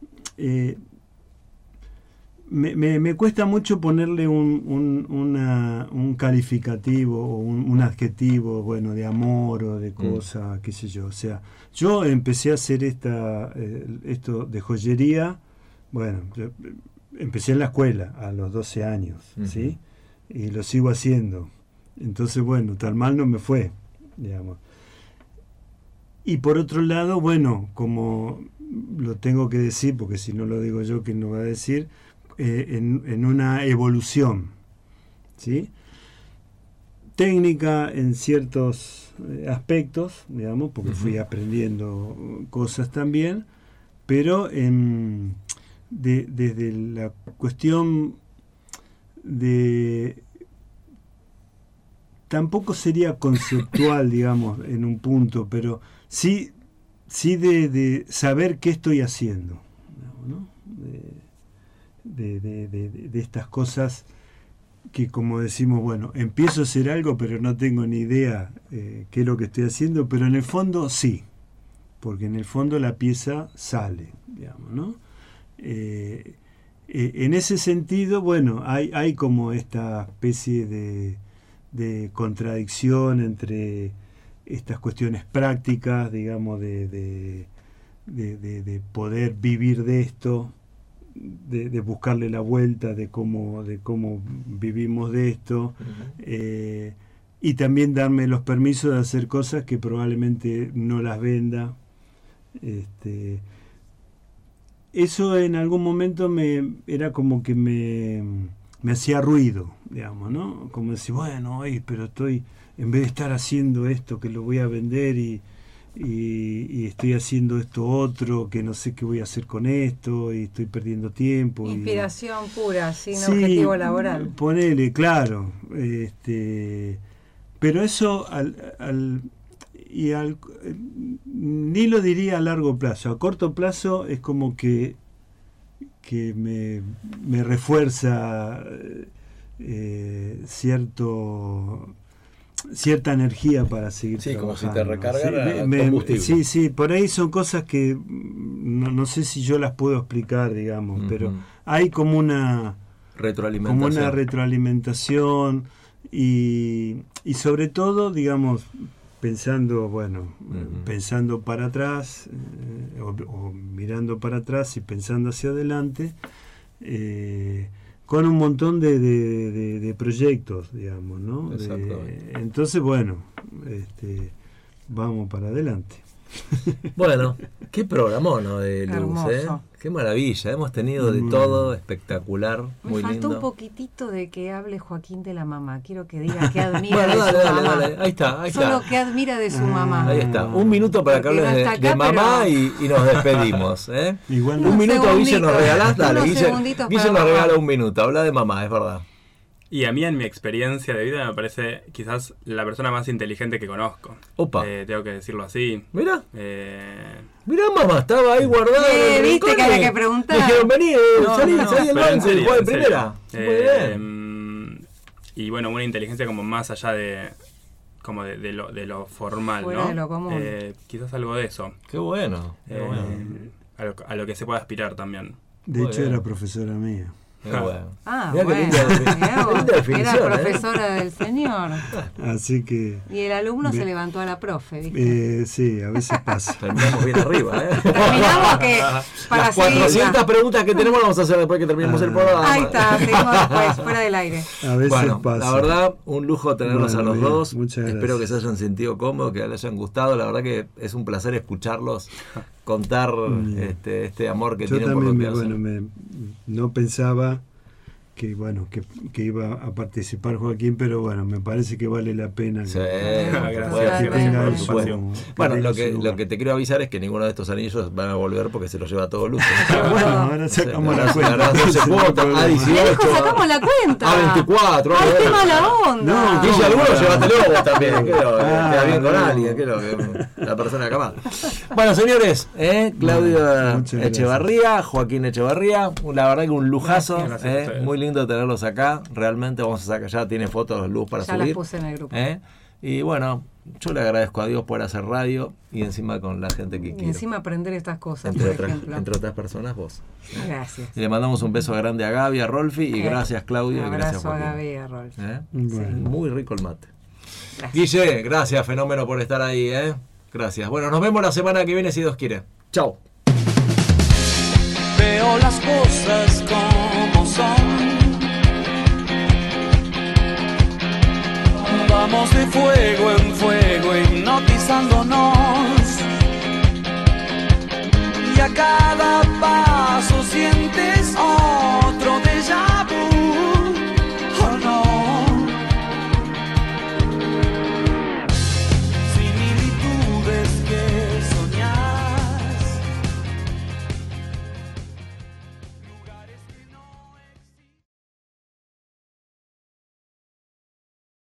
me cuesta mucho ponerle un calificativo o un adjetivo, bueno, de amor o de cosa, qué sé yo. O sea, yo empecé a hacer esto de joyería, bueno, empecé en la escuela a los 12 años, ¿sí? Y lo sigo haciendo. Entonces, bueno, tan mal no me fue, digamos. Y por otro lado, bueno, como lo tengo que decir, porque si no lo digo yo, ¿quién lo va a decir? En una evolución, ¿sí? Técnica en ciertos aspectos, digamos, porque fui aprendiendo cosas también, pero desde la cuestión de... Tampoco sería conceptual, digamos, en un punto, pero sí de saber qué estoy haciendo, ¿no? De estas cosas que, como decimos, bueno, empiezo a hacer algo, pero no tengo ni idea qué es lo que estoy haciendo, pero en el fondo sí, porque en el fondo la pieza sale, digamos, ¿no? En ese sentido, bueno, hay como esta especie de contradicción entre estas cuestiones prácticas, digamos, de poder vivir de esto, de buscarle la vuelta de cómo vivimos de esto, y también darme los permisos de hacer cosas que probablemente no las venda. Eso en algún momento era como que me hacía ruido, digamos, ¿no? Como decir, bueno, pero estoy, en vez de estar haciendo esto que lo voy a vender y estoy haciendo esto otro, que no sé qué voy a hacer con esto, y estoy perdiendo tiempo. Inspiración pura, sin objetivo laboral. Ponele, claro. Pero eso ni lo diría a largo plazo. A corto plazo es como que me refuerza cierta energía para seguir trabajando. Como si te recargara combustible. Sí, por ahí son cosas que no sé si yo las puedo explicar, digamos, pero hay como una retroalimentación y sobre todo, digamos, pensando para atrás, o mirando para atrás y pensando hacia adelante, con un montón de proyectos, digamos, ¿no? Entonces, bueno, vamos para adelante. Bueno, qué programón, ¿no? De Luz, qué maravilla, hemos tenido de todo, espectacular, muy lindo. Me faltó un poquitito de que hable Joaquín de la mamá, quiero que diga que admira de su mamá. Dale. Ahí está. Solo que admira de su mamá. Ahí está, un minuto para que hables de mamá y nos despedimos, Igual un minuto, Guille, nos regalás, dale, Guille nos regala un minuto, habla de mamá, es verdad. Y a mí, en mi experiencia de vida, me parece quizás la persona más inteligente que conozco. Opa. Tengo que decirlo así. Mirá, mamá, estaba ahí guardada. ¿Viste que había que preguntar? Me dijeron, vení, salí del banco y juega de primera. Y bueno, una inteligencia como más allá de lo formal, fuera ¿no? de lo común. Quizás algo de eso. Qué bueno. A lo que se pueda aspirar también. De hecho, era profesora mía. Bueno. Mirá qué linda definición, era profesora del señor. Así que... Y el alumno se levantó a la profe, ¿viste? Sí, a veces pasa. Terminamos bien arriba, Terminamos que... Para las 400 preguntas que tenemos las vamos a hacer después que terminemos el programa. Ahí está, seguimos después, fuera del aire. A veces pasa. La verdad, un lujo tenerlos a los dos. Muchas gracias. Espero que se hayan sentido cómodos, que les hayan gustado. La verdad que es un placer escucharlos contar este amor que tienen por lo que hacen. No pensaba bueno, que iba a participar Joaquín, pero bueno, me parece que vale la pena Sí, que tenga por su- supuesto. Bueno, tenga lo su que lugar. te quiero avisar es que ninguno de estos anillos van a volver porque se los lleva todo Luce. Bueno, ahora sacamos la cuenta. Ahora 12 cuotas, Me A18, dijo, sacamos la cuenta. A24. Ay, qué mala onda. No, Y si alguno, llévatelo vos también. Creo, Ah, queda bien con no. alguien. Creo que la persona acá más. Bueno, señores, Claudio Muchas Echevarría, Joaquín Echevarría, la verdad que un lujazo. Gracias a ustedes. Muy lindo tenerlos acá. Realmente vamos a sacar, ya tiene fotos, luz para Ya subir. las puse en el grupo. Y bueno, yo le agradezco a Dios por hacer radio y encima con la gente que Y quiero. encima aprender estas cosas, Entre por otras, ejemplo. entre otras personas, vos. Gracias. Y le mandamos un beso grande a Gaby, a Rolfi y gracias Claudio y gracias Abrazo a Joaquín. Gaby y a Rolf. Bueno. Muy rico el mate. Gracias. Guille, gracias, fenómeno, por estar ahí, Gracias. Bueno, nos vemos la semana que viene si Dios quiere. Chau. Veo las cosas como son. Vamos de fuego en fuego, hipnotizándonos.